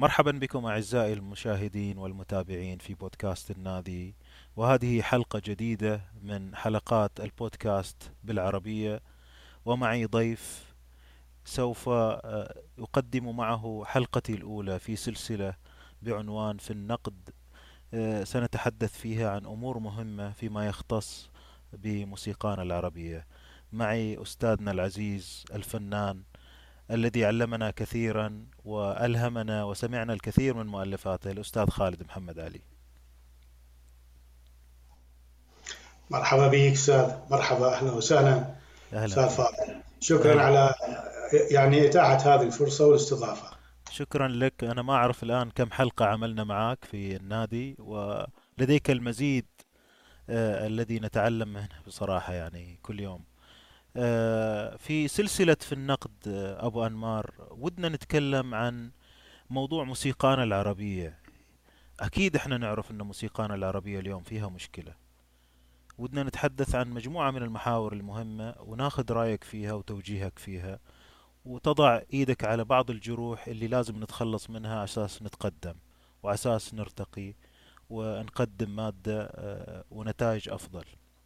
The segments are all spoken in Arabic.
مرحبا بكم أعزائي المشاهدين والمتابعين في بودكاست النادي، وهذه حلقة جديدة من حلقات البودكاست بالعربية. ومعي ضيف سوف أقدم معه حلقتي الأولى في سلسلة بعنوان في النقد. سنتحدث فيها عن أمور مهمة فيما يختص بموسيقانا العربية. معي أستاذنا العزيز الفنان الذي علمنا كثيرا وألهمنا وسمعنا الكثير من مؤلفاته، الأستاذ خالد محمد علي. مرحبا بك أستاذ، مرحبا، أهلا وسهلا أهلا أستاذ فيك. فاضل. شكرا أهلا. على إتاحة هذه الفرصة والاستضافة. شكرا لك. أنا ما أعرف الآن كم حلقة عملنا معك في النادي، ولديك المزيد الذي نتعلم منه بصراحة، يعني كل يوم. في سلسلة في النقد أبو أنمار، ودنا نتكلم عن موضوع موسيقانا العربية. أكيد إحنا نعرف أن موسيقانا العربية اليوم فيها مشكلة. ودنا نتحدث عن مجموعة من المحاور المهمة وناخذ رأيك فيها وتوجيهك فيها، وتضع إيدك على بعض الجروح اللي لازم نتخلص منها على أساس نتقدم وعلى أساس نرتقي ونقدم مادة ونتائج أفضل.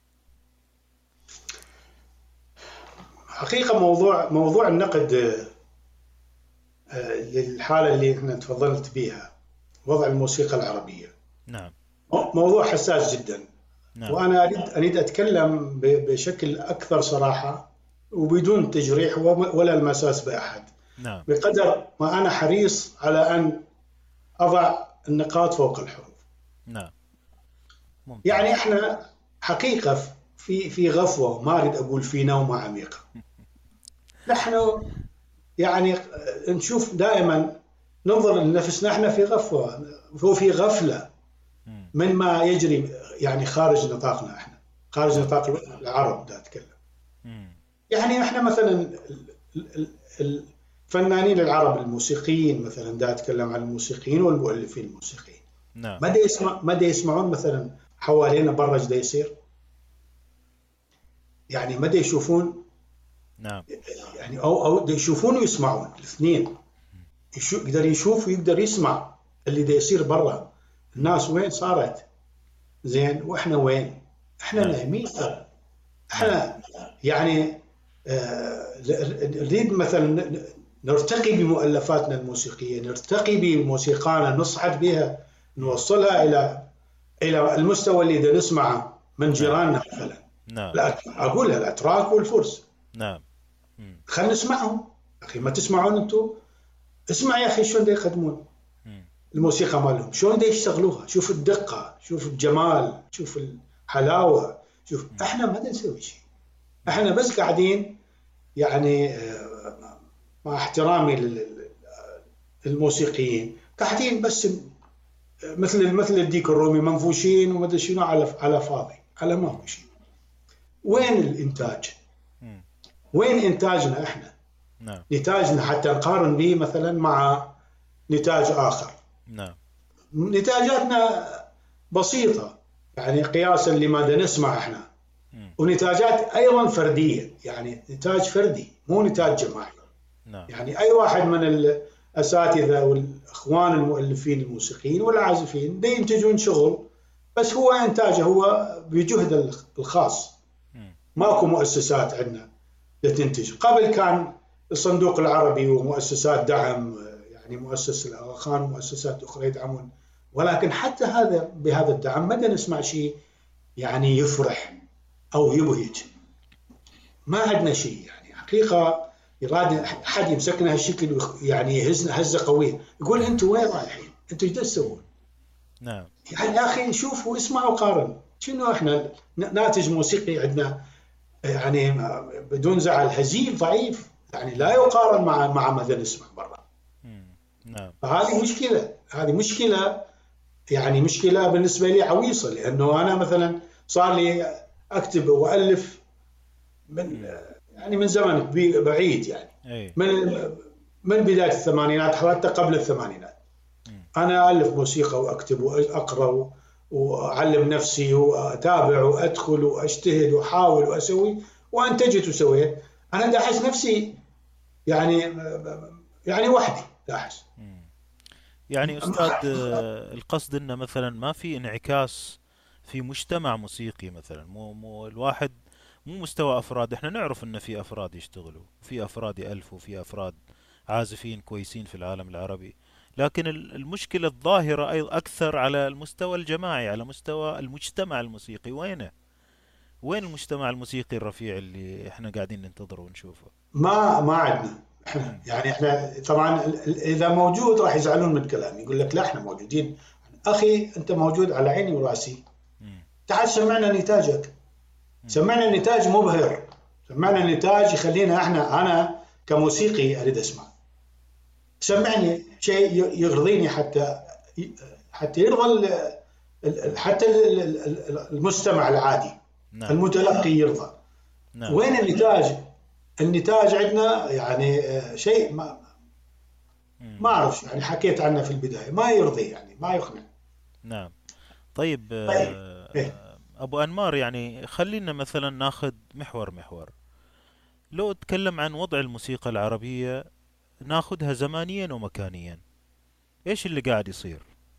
حقيقة موضوع النقد للحالة اللي احنا تفضلت بها، وضع الموسيقى العربية، نعم. موضوع حساس جدا. نعم. وأنا أريد أتكلم بشكل أكثر صراحة وبدون تجريح ولا المساس بأحد، نعم. بقدر ما أنا حريص على أن أضع النقاط فوق الحروف. نعم. يعني ممتاز. احنا حقيقة في غفوة، ما أريد أقول في نومة عميقة. نحن يعني نشوف دائما، ننظر لنفسنا، احنا في غفوة، هو في غفلة مم. من ما يجري يعني خارج نطاقنا، احنا خارج نعم. نطاق العرب دا أتكلم. مم. يعني احنا مثلا الفنانين العرب الموسيقيين، مثلا دا أتكلم عن الموسيقيين والمؤلفين الموسيقيين، نعم. مدى يسمعون مثلا حوالينا برا ايش دا يصير؟ يعني مدى يشوفون، نعم. يعني او يشوفون ويسمعون الاثنين. يقدر يشوف ويقدر يسمع اللي دا يصير برا. مم. الناس وين صارت؟ زين، واحنا وين؟ احنا نعم. نايمين. نعم. احنا يعني نريد مثلا نرتقي بمؤلفاتنا الموسيقية، نرتقي بموسيقانا، نصعد بها، مم. نوصلها الى المستوى اللي دا نسمعه من نعم. جيراننا مثلا. نعم. لا اقولها الاتراك والفرس، نعم. مم. خلينا نسمعهم. اخي ما تسمعون انتم؟ اسمع يا اخي شلون دا يقدمون مم. الموسيقى مالهم، شلون دا يشتغلوها، شوف الدقة، شوف الجمال، شوف الحلاوة. شوف مم. احنا ما نسوي شيء، مم. احنا بس قاعدين يعني مع احترامي للموسيقيين، قاعدين بس مثل الديك الرومي، منفوشين وما ادري شنو، على فاضي، على ما في شيء. وين الانتاج؟ مم. وين انتاجنا احنا؟ نعم. نتاجنا حتى نقارن به مثلا مع نتاج اخر. نعم. نتاجاتنا بسيطة يعني قياسا لما نسمع احنا، مم. ونتاجات ايضا فردية، يعني نتاج فردي مو نتاج جماعي. نعم. يعني اي واحد من الاساتذة والاخوان المؤلفين الموسيقيين والعازفين دا ينتجون شغل، بس هو انتاجه هو بجهده الخاص. مم. ماكو مؤسسات عندنا تنتج. قبل كان الصندوق العربي ومؤسسات دعم، يعني مؤسسة الأغاخان ومؤسسات أخرى يدعمون، ولكن حتى هذا بهذا الدعم ما نسمع شيء يعني يفرح أو يبهج. ما عندنا شيء يعني حقيقة. يراد أحد يمسكنا هالشكل يعني يهزنا هزة قوية، يقول أنتوا وين رايحين؟ أنتوا ايش تسوون؟ نعم. يعني يا أخي شوف واسمع وقارن. شنو احنا ناتج موسيقي عندنا يعني بدون زعل هزيل ضعيف، يعني لا مم. يقارن مع ماذا نسمع برا. مم. نعم. فهذه مشكلة، هذه مشكلة، يعني مشكلة بالنسبة لي عويصة، لأنه أنا مثلا صار لي أكتب وألف من مم. يعني من زمن بعيد، يعني أي. من من بداية الثمانينات حتى قبل الثمانينات. مم. أنا ألف موسيقى وأكتب وأقرأ وأعلم نفسي وأتابع وأدخل وأجتهد وأحاول وأسوي، وأنتجت وسويت. أنا داحس نفسي يعني، يعني وحدي داحس. مم. يعني أستاذ، القصد أنه مثلا ما في انعكاس في مجتمع موسيقي مثلا، مو الواحد، مو مستوى أفراد. احنا نعرف أن في أفراد يشتغلوا، وفي أفراد يألفوا، وفي أفراد عازفين كويسين في العالم العربي، لكن المشكلة الظاهرة أيضا أكثر على المستوى الجماعي، على مستوى المجتمع الموسيقي. وينه؟ وين المجتمع الموسيقي الرفيع اللي احنا قاعدين ننتظره ونشوفه؟ ما عندنا احنا، مم. يعني احنا طبعا اذا موجود راح يزعلون من كلامي، يقول لك لا احنا موجودين. اخي انت موجود على عيني وراسي، مم. تعال سمعنا نتاجك، مم. سمعنا نتاج مبهر، سمعنا نتاج يخلينا احنا، انا كموسيقي اريد اسمع. سمعني شيء يرضيني، حتى يرضى حتى المستمع العادي، نعم. المتلقي يرضى. نعم. وين النتاج؟ النتاج عندنا يعني شيء ما مم. اعرف، يعني حكيت عنه في البدايه، ما يرضي يعني ما يقنع. نعم. طيب، طيب ايه. أبو أنمار، يعني خلينا مثلا ناخذ محور محور. لو اتكلم عن وضع الموسيقى العربية، ناخذها زمانيا ومكانيا، ايش اللي قاعد يصير؟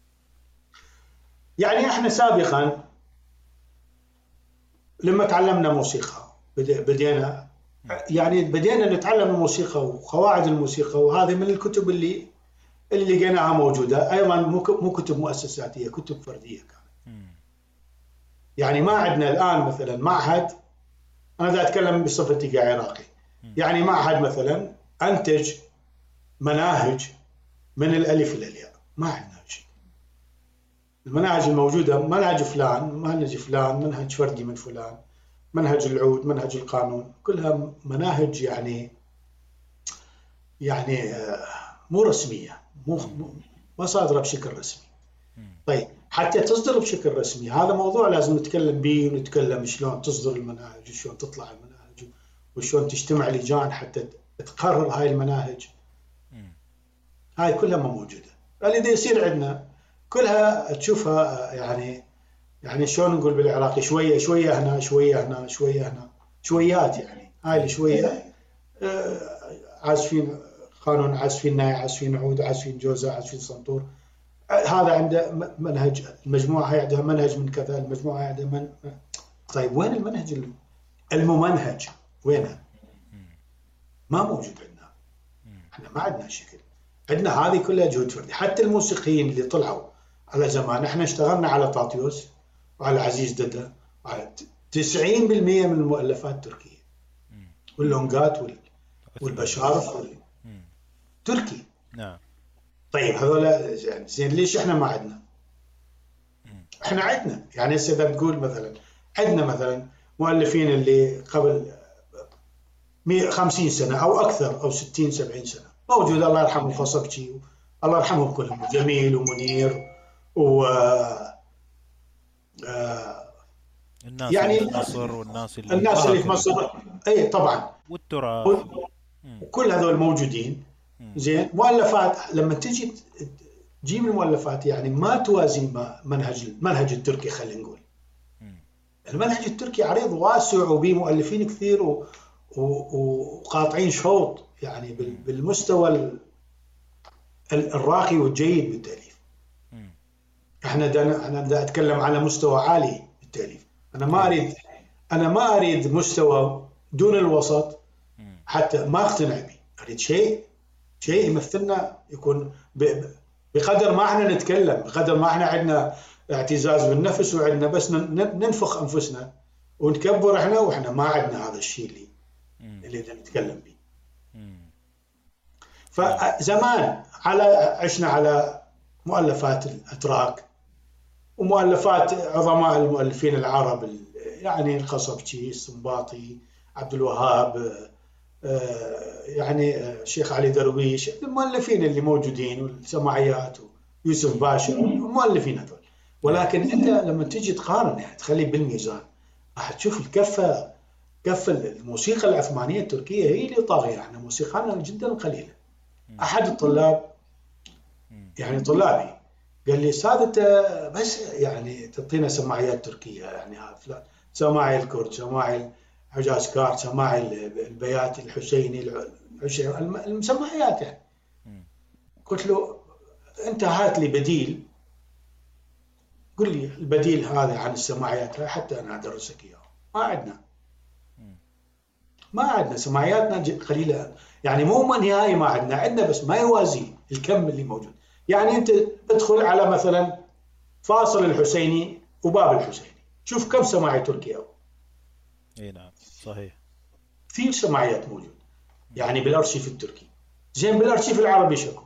يعني احنا سابقا لما تعلمنا موسيقى بدينا، مم. يعني بدينا نتعلم الموسيقى وقواعد الموسيقى، وهذه من الكتب اللي لقيناها موجوده ايضا، مو كتب مؤسساتيه، كتب فرديه كانت. مم. يعني ما عندنا الان مثلا معهد، انا دا اتكلم بصفتي كعراقي، مم. يعني معهد مثلا انتج مناهج من الالف الى الياء، ما عندنا شيء. المناهج الموجوده منهج فلان، منهج فلان، منهج فردي من فلان، منهج العود، منهج القانون، كلها مناهج يعني مو رسميه، مم. ما صادره بشكل رسمي. مم. طيب حتى تصدر بشكل رسمي هذا موضوع لازم نتكلم به، ونتكلم شلون تصدر المناهج، وشلون تطلع المناهج، وشلون تجتمع لجان حتى تقرر هاي المناهج. مم. هاي كلها ما موجوده. اللي دا يصير عندنا كلها تشوفها يعني شلون نقول بالعراقي، شويه شويه هنا، شويه هنا، شويه هنا، شويات. يعني هاي مم. الشويه آه، عازفين قانون، عازفين ناي، عازفين عود، عازفين جوزة، عازفين سنتور. هذا عنده منهج، المجموعة هاي عندها منهج من كذا، المجموعة هاي عندها طيب وين المنهج الممنهج؟ مم. وينه؟ مم. ما موجود عندنا. مم. احنا ما عندنا شكل. عندنا هذه كلها جهد فردي. حتى الموسيقيين اللي طلعوا على زمان، احنا اشتغلنا على طاطيوس وعلى عزيز ددا وعلى 90% من المؤلفات تركية، مم. واللونجات عثمانية. والبشارف مم. تركي. نعم. طيب هذول زين ليش احنا ما عندنا؟ مم. احنا عندنا يعني هسه اذا تقول مثلا، عندنا مثلا مؤلفين اللي قبل 50 سنه او اكثر، او 60 70 سنه موجود، الله يرحمه الخصبجي، الله يرحمهم كلهم، جميل ومنير و الناس اللي يعني في مصر والناس اللي الناس اللي في وهكذا. مصر، اي طبعا، والتراث مم. وكل هذول موجودين. مم. زين مؤلفات لما تجي تجيب المؤلفات يعني ما توازي منهج التركي، خلينا نقول. مم. المنهج التركي عريض واسع وبه مؤلفين كثير وقاطعين شوط يعني مم. بالمستوى الراقي والجيد بالتأليف. مم. انا دا اتكلم على مستوى عالي بالتأليف. انا ما اي. اريد انا ما اريد مستوى دون الوسط، مم. حتى ما اقتنع به. اريد شيء يمثلنا، يكون بقدر ما احنا نتكلم، بقدر ما احنا عندنا اعتزاز بالنفس، وعندنا بس ننفخ انفسنا ونكبر احنا، واحنا ما عندنا هذا الشيء مم. اللي نتكلم به. مم. نعم. فزمان عشنا على مؤلفات الاتراك، ومؤلفات عظماء المؤلفين العرب، يعني القصبجي، السنباطي، عبد الوهاب، يعني الشيخ علي درويش، المؤلفين اللي موجودين، والسماعيات، ويوسف مم. باشا، المؤلفين هذول. نعم. ولكن انت لما تجي تقارن يعني تخلي بالميزان، راح تشوف كفة الموسيقى العثمانية التركية هي اللي طاغية. احنا موسيقانا جدا قليلة. مم. احد الطلاب، مم. يعني طلابي، قال لي استاذ انت بس يعني تعطينا سماعيات تركيه، يعني فلان، سماعي الكرد، سماعي حجاز كار، سماعي البياتي الحسيني، السماعيات يعني. مم. قلت له انت هات لي بديل، قل لي البديل هذا عن السماعيات حتى انا ادرسك اياه. ما عندنا، مم. ما عندنا سماعياتنا قليله، يعني مو نهائي ما عندنا، عندنا بس ما يوازي الكم اللي موجود. يعني انت ادخل على مثلا فاصل الحسيني وباب الحسيني، شوف كم سماعي تركيا، اي نعم صحيح. كثير سماعيات موجود مم. يعني بالارشيف التركي. زين بالارشيف العربي شكو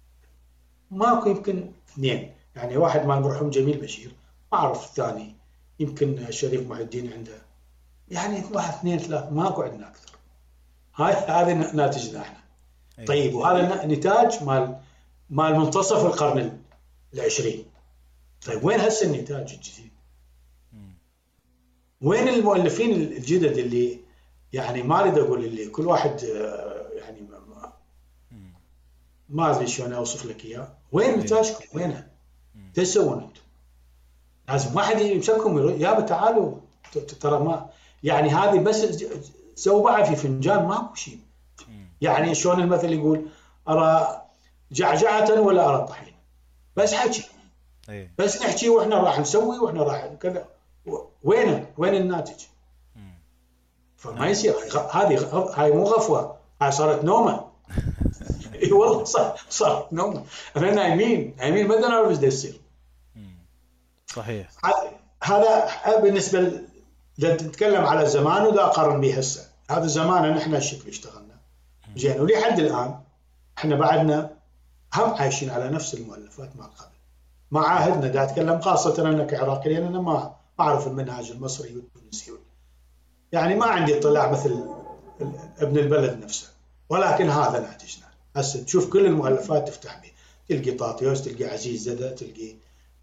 ماكو، يمكن اثنين، يعني واحد مال المرحوم جميل بشير، ما اعرف الثاني، يمكن الشريف محي الدين عنده، يعني واحد اثنين ثلاث، ماكو عندنا اكثر. هاي هذا ناتجنا احنا. اي طيب وهذا نتاج مال منتصف القرن العشرين. طيب صحيح. وين هسه النتاج الجديد؟ مم. وين المؤلفين الجدد اللي، يعني ما اريد اقول اللي كل واحد يعني مم. ما ادري شلون اوصف لك اياه، وين اي. نتاجكم؟ وينها؟ مم. تسوون انتم؟ لازم واحد يمسكهم يابا تعالوا، ترى ما، يعني هذه بس زوبعه في فنجان، ماكو شيء. مم. يعني شلون المثل يقول: ارى جعجعه ولا ارى طحين. بس مم. حكي، اي. بس نحكي واحنا راح نسوي واحنا راح كذا. وين الناتج؟ مم. فما نعم. يصير. هاي مو غفوه، هاي صارت نومه. اي والله صارت نومه. احنا نايمين ما نعرف ايش يصير. مم. صحيح. هذا بالنسبه نتكلم على زمان ودا اقارن به هسه. هذا زمان احنا الشكل اشتغلنا مم. زين، ولحد الان احنا بعدنا هم عايشين على نفس المؤلفات مال قبل. ما مم. عاهدنا، دا اتكلم خاصه انا كعراقي، لان انا ما اعرف المنهاج المصري والتونسي، يعني ما عندي اطلاع مثل ابن البلد نفسه. ولكن هذا ناتجنا. هسه تشوف كل المؤلفات تفتح به، تلقي طاطيوس، تلقي عزيز زده، تلقي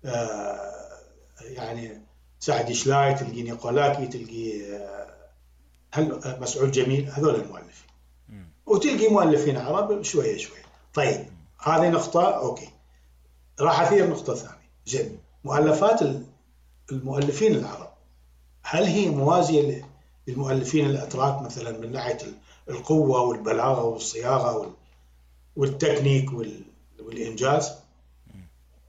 يعني سعد شلاي، تلقي نيقولاكي، تلقي مسعود جميل، هذول المؤلفين. مم. وتلقي مؤلفين عرب شويه شويه. طيب مم. هذه نقطه، اوكي. راح اثير نقطه ثانيه. زين، مم. مؤلفات المؤلفين العرب، هل هي موازيه للمؤلفين الاتراك مثلا من ناحيه القوه والبلاغه والصياغه والتكنيك والانجاز؟ مم.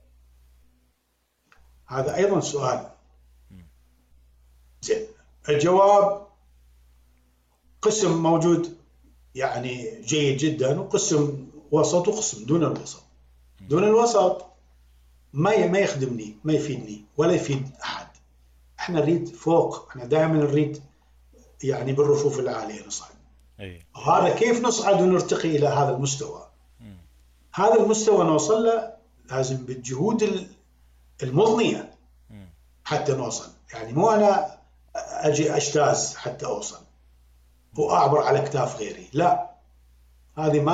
هذا طيب. ايضا سؤال. مم. زين، الجواب قسم موجود يعني جيد جدا، وقسم وسط، وقسم دون الوسط. مم. دون الوسط ما يخدمني، ما يفيدني ولا يفيد احد. احنا نريد فوق، احنا دائما نريد يعني بالرفوف العاليه نصعد. اي. وهذا كيف نصعد ونرتقي الى هذا المستوى؟ مم. هذا المستوى نوصل له لازم بالجهود المضنيه مم. حتى نوصل. يعني مو انا اجي اجتاز حتى اوصل مم. واعبر على اكتاف غيري، لا. هذه ما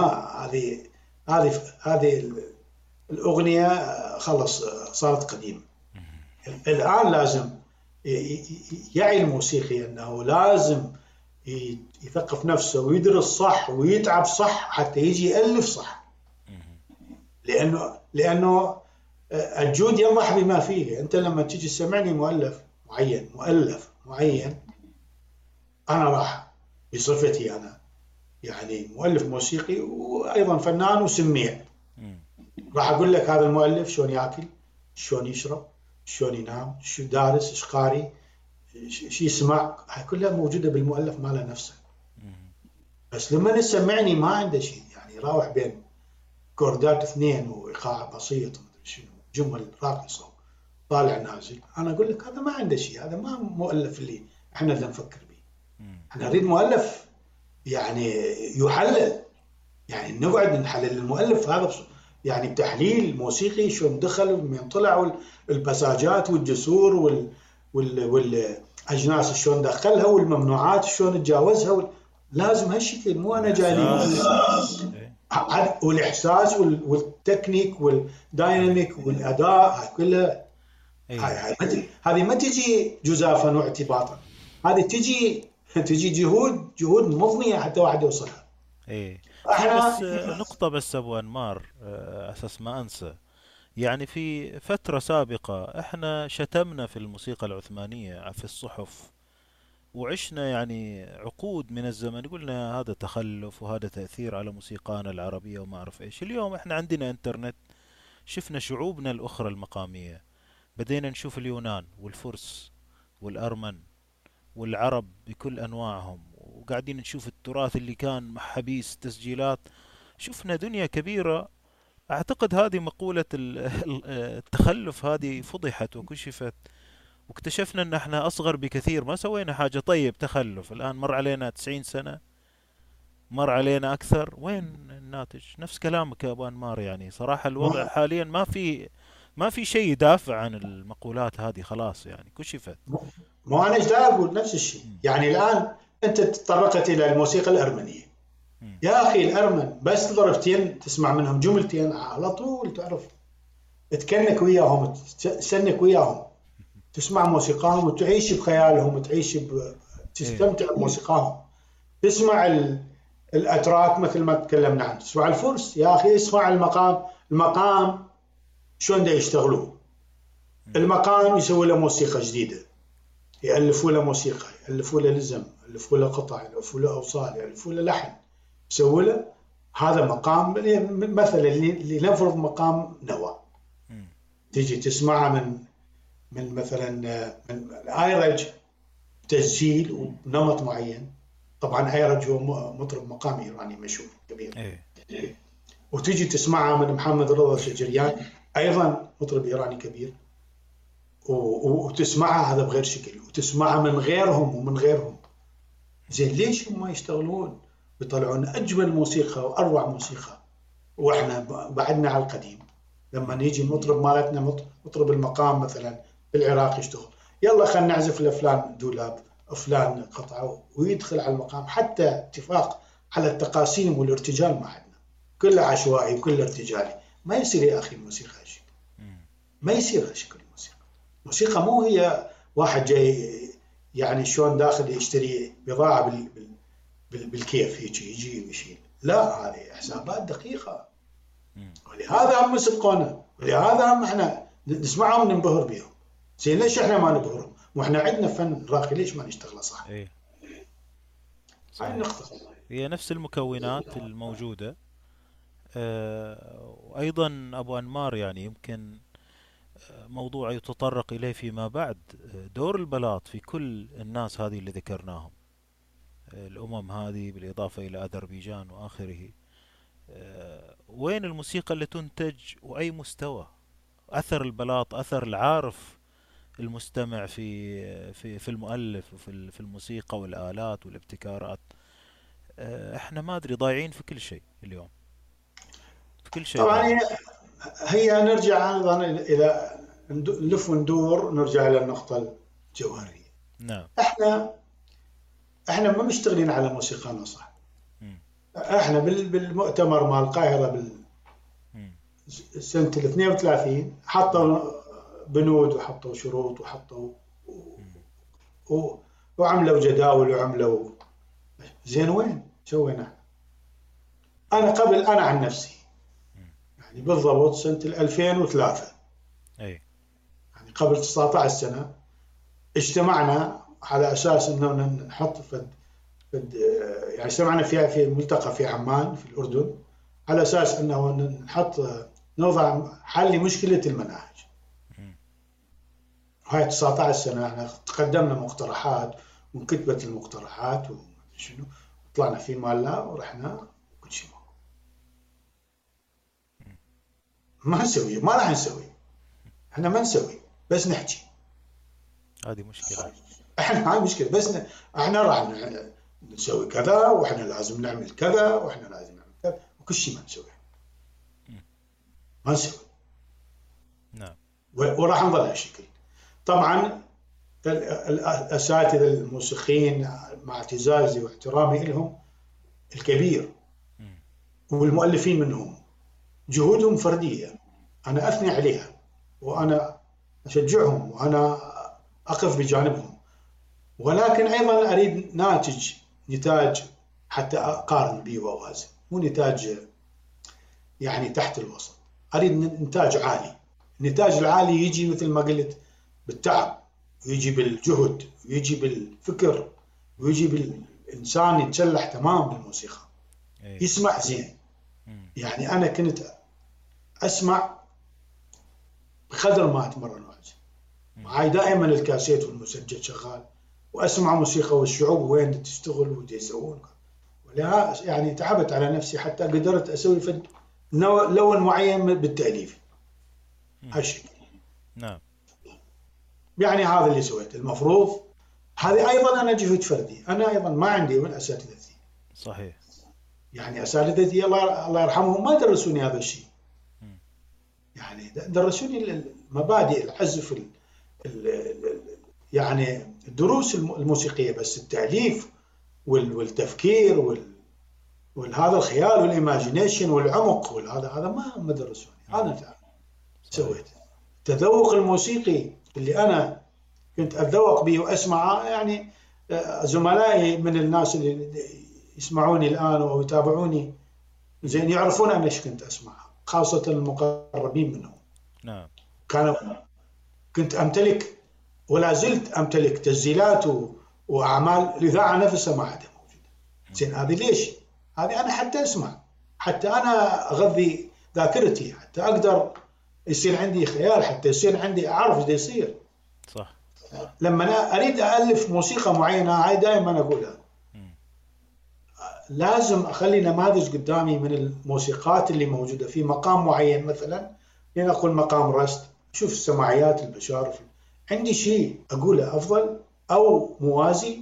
هذه الاغنيه خلص صارت قديمه. مم. الان لازم يعي الموسيقي انه لازم يثقف نفسه ويدرس صح ويتعب صح حتى يجي يالف صح. مم. لانه الجود ينضح بما فيه. انت لما تيجي تسمعني مؤلف معين، انا راح بصفتي انا يعني مؤلف موسيقي وايضا فنان وسميع، مم. راح اقول لك هذا المؤلف شلون ياكل، شلون يشرب، شلون ينام، شو دارس، ايش قاري، شو يسمع، هاي كلها موجوده بالمؤلف ماله نفسه. مم. بس لما تسمعني ما عنده شيء، يعني يراوح بين كوردات اثنين وايقاع بسيط ومدري شنو، جمل راقصه طالع نازل، انا اقول لك هذا ما عنده شيء، هذا ما مؤلف اللي احنا اللي نفكر به. مم. احنا نريد مؤلف يعني يحلل، يعني نقعد نحلل المؤلف هذا يعني بتحليل موسيقي، شلون دخل من طلع، البساجات والجسور والاجناس شلون دخلها، والممنوعات شلون تجاوزها لازم هالشكل، مو انا جاي لي مؤلف. والاحساس. اي. والاحساس والتكنيك اي. والدايناميك والاداء، هاي كلها. اي. هذه ما تجي جزافا واعتباطا، هذه تجي جهود مضنيه حتى واحد يوصلها. ايه. في احنا بس نقطة بس ابو انمار، اساس ما انسى. يعني في فترة سابقة احنا شتمنا في الموسيقى العثمانية في الصحف، وعشنا يعني عقود من الزمن قلنا هذا تخلف وهذا تأثير على موسيقانا العربية وما اعرف ايش. اليوم احنا عندنا انترنت، شفنا شعوبنا الأخرى المقامية، بدينا نشوف اليونان والفرس والأرمن والعرب بكل أنواعهم، وقاعدين نشوف التراث اللي كان حبيس تسجيلات. شفنا دنيا كبيرة. أعتقد هذه مقولة التخلف هذه فضحت وكشفت، واكتشفنا أن احنا أصغر بكثير، ما سوينا حاجة. طيب تخلف، الآن مر علينا 90 سنة، مر علينا أكثر، وين الناتج؟ نفس كلامك يا أبو أنمار. يعني صراحة الوضع ما حاليا ما في شيء يدافع عن المقولات هذه، خلاص يعني كشفت. ما انا ايش دا اقول نفس الشيء. مم. يعني الان انت تطرقت الى الموسيقى الارمنيه، مم. يا اخي الارمن بس ضربتين تسمع منهم جملتين على طول تعرف تكنك وياهم، تسنك وياهم، تسمع موسيقاهم وتعيش بخيالهم وتعيش ايه. تستمتع بموسيقاهم. تسمع الاتراك مثل ما تكلمنا عنه، تسمع الفرس يا اخي، اسمع المقام شلون دا يشتغلون. مم. المقام يسوي له موسيقى جديده، يالفوا له موسيقى، يالفوا له لزم، يالفوا له قطع، يالفوا له اوصال، يالفوا له لحن، يسوي له هذا مقام. مثلا اللي نفرض مقام نوى، مم. تيجي تسمعه من مثلا من الايرج، تسجيل ونمط معين. طبعا ايرج هو مطرب مقامي ايراني مشهور كبير. ايه. وتيجي تسمعها من محمد رضا شجريان، ايضا مطرب ايراني كبير. وتسمعها هذا بغير شكل، وتسمعها من غيرهم ومن غيرهم. زين ليش هم يشتغلون بيطلعون اجمل موسيقى واروع موسيقى، واحنا بعدنا على القديم؟ لما مم. نيجي المطرب مالتنا مطرب المقام مثلا بالعراق يشتغل، يلا خلينا نعزف لفلان دولاب فلان قطعه ويدخل على المقام، حتى اتفاق على التقاسيم والارتجال ما عندنا، كله عشوائي وكله ارتجالي. ما يصير يا اخي الموسيقى هالشيء، مم. ما يصير هالشكل. الموسيقى مو هي واحد جاي يعني شلون داخل يشتري بضاعة بالكيف هيك يجي ويشيل، لا، هذه حسابات دقيقة. مم. ولهذا هم يصدقونا، ولهذا هم احنا نسمعهم ننبهر بهم. زين ليش احنا ما نبهرهم واحنا عندنا فن راقي؟ ليش ما نشتغله صح؟ ايه. هاي صحيح. النقطة. هي نفس المكونات الموجودة. وأيضا أبو أنمار، يعني يمكن موضوع يتطرق إليه فيما بعد، دور البلاط في كل الناس هذه اللي ذكرناهم، الأمم هذه بالإضافة إلى أذربيجان وآخره. وين الموسيقى اللي تنتج وأي مستوى؟ أثر البلاط، أثر العارف المستمع في المؤلف وفي في الموسيقى والآلات والابتكارات. احنا ما ادري ضايعين في كل شيء اليوم، في كل شيء طبعا ضايعين. هي نرجع ايضا الى نلف وندور، نرجع الى النقطة مم. الجوهرية. نعم. احنا ما مشتغلين على موسيقانا صح. مم. احنا بالمؤتمر مال القاهرة مم. سنة ال 32 نعم. حطوا بنود وحطوا شروط وحطوا مم. وعملوا جداول وعملوا. زين وين سوينا؟ انا عن نفسي مم. يعني بالضبط سنة ال 2003، اي. يعني قبل 19 سنة اجتمعنا على اساس انه نحط يعني اجتمعنا في ملتقى في عمان في الاردن، على اساس انه نحط نوضع حل لمشكلة المناهج. مم. هاي 19 سنة احنا قدمنا مقترحات وكتبت المقترحات وشنو، طلعنا في مال لا ورحنا كل شيء ما نسوي، ما راح نسوي. احنا ما نسوي بس نحكي. هذه مشكلة. احنا هاي مشكلة بس احنا راح نسوي كذا واحنا لازم نعمل كذا واحنا لازم نعمل كذا وكل شيء ما نسوي، مم. ما نسوي. نعم. وراح نظل هالشكل. طبعا الاساتذه الموسيقيين مع اعتزازي واحترامي لهم الكبير مم. والمؤلفين منهم، جهودهم فرديه انا اثني عليها وانا اشجعهم وانا اقف بجانبهم، ولكن ايضا اريد نتاج حتى اقارن به واوازن، مو نتاج يعني تحت الوسط. اريد نتاج عالي. النتاج العالي يجي مثل ما قلت بالتعب، ويجي بالجهد، ويجي بالفكر، ويجي بالإنسان يتسلح تمام بالموسيقى، اي. يسمع زين. مم. يعني أنا كنت أسمع بقدر ما أتمرن وأعزف. معاي دائما الكاسيت والمسجل شغال، وأسمع موسيقى والشعوب وين تشتغل ودي يسوون. يعني تعبت على نفسي حتى قدرت أسوي لون معين بالتأليف هالشكل. نعم. يعني هذا اللي سويته. المفروض هذه أيضا أنا جهد فردي، أنا أيضا ما عندي من أساتذتي. صحيح. يعني أساتذتي الله يرحمهم ما درسوني هذا الشيء، يعني درسوني المبادئ العزف يعني الدروس الموسيقية، بس التأليف والتفكير والهذا الخيال والإيماجينيشن والعمق هذا ما درسوني. أنا سويت التذوق الموسيقي اللي أنا كنت أتذوق به وأسمعه. يعني زملائي من الناس اللي يسمعوني الآن أو يتابعوني زين يعرفون أنا إيش كنت أسمع، خاصة المقربين منهم. نعم. كنت أمتلك ولا زلت أمتلك تسجيلات وأعمال الإذاعة نفسها ما عادها موجودة. زين هذه ليش؟ هذه أنا حتى أسمع، حتى أنا أغذي ذاكرتي، حتى أقدر يصير عندي خيال، حتى يصير عندي أعرف إيش يصير. صح. لما أنا أريد أألف موسيقى معينة، هاي دائما أقولها، لازم أخلي نماذج قدامي من الموسيقات اللي موجودة في مقام معين. مثلا لنقول مقام رست، شوف السماعيات البشار، عندي شيء أقوله أفضل أو موازي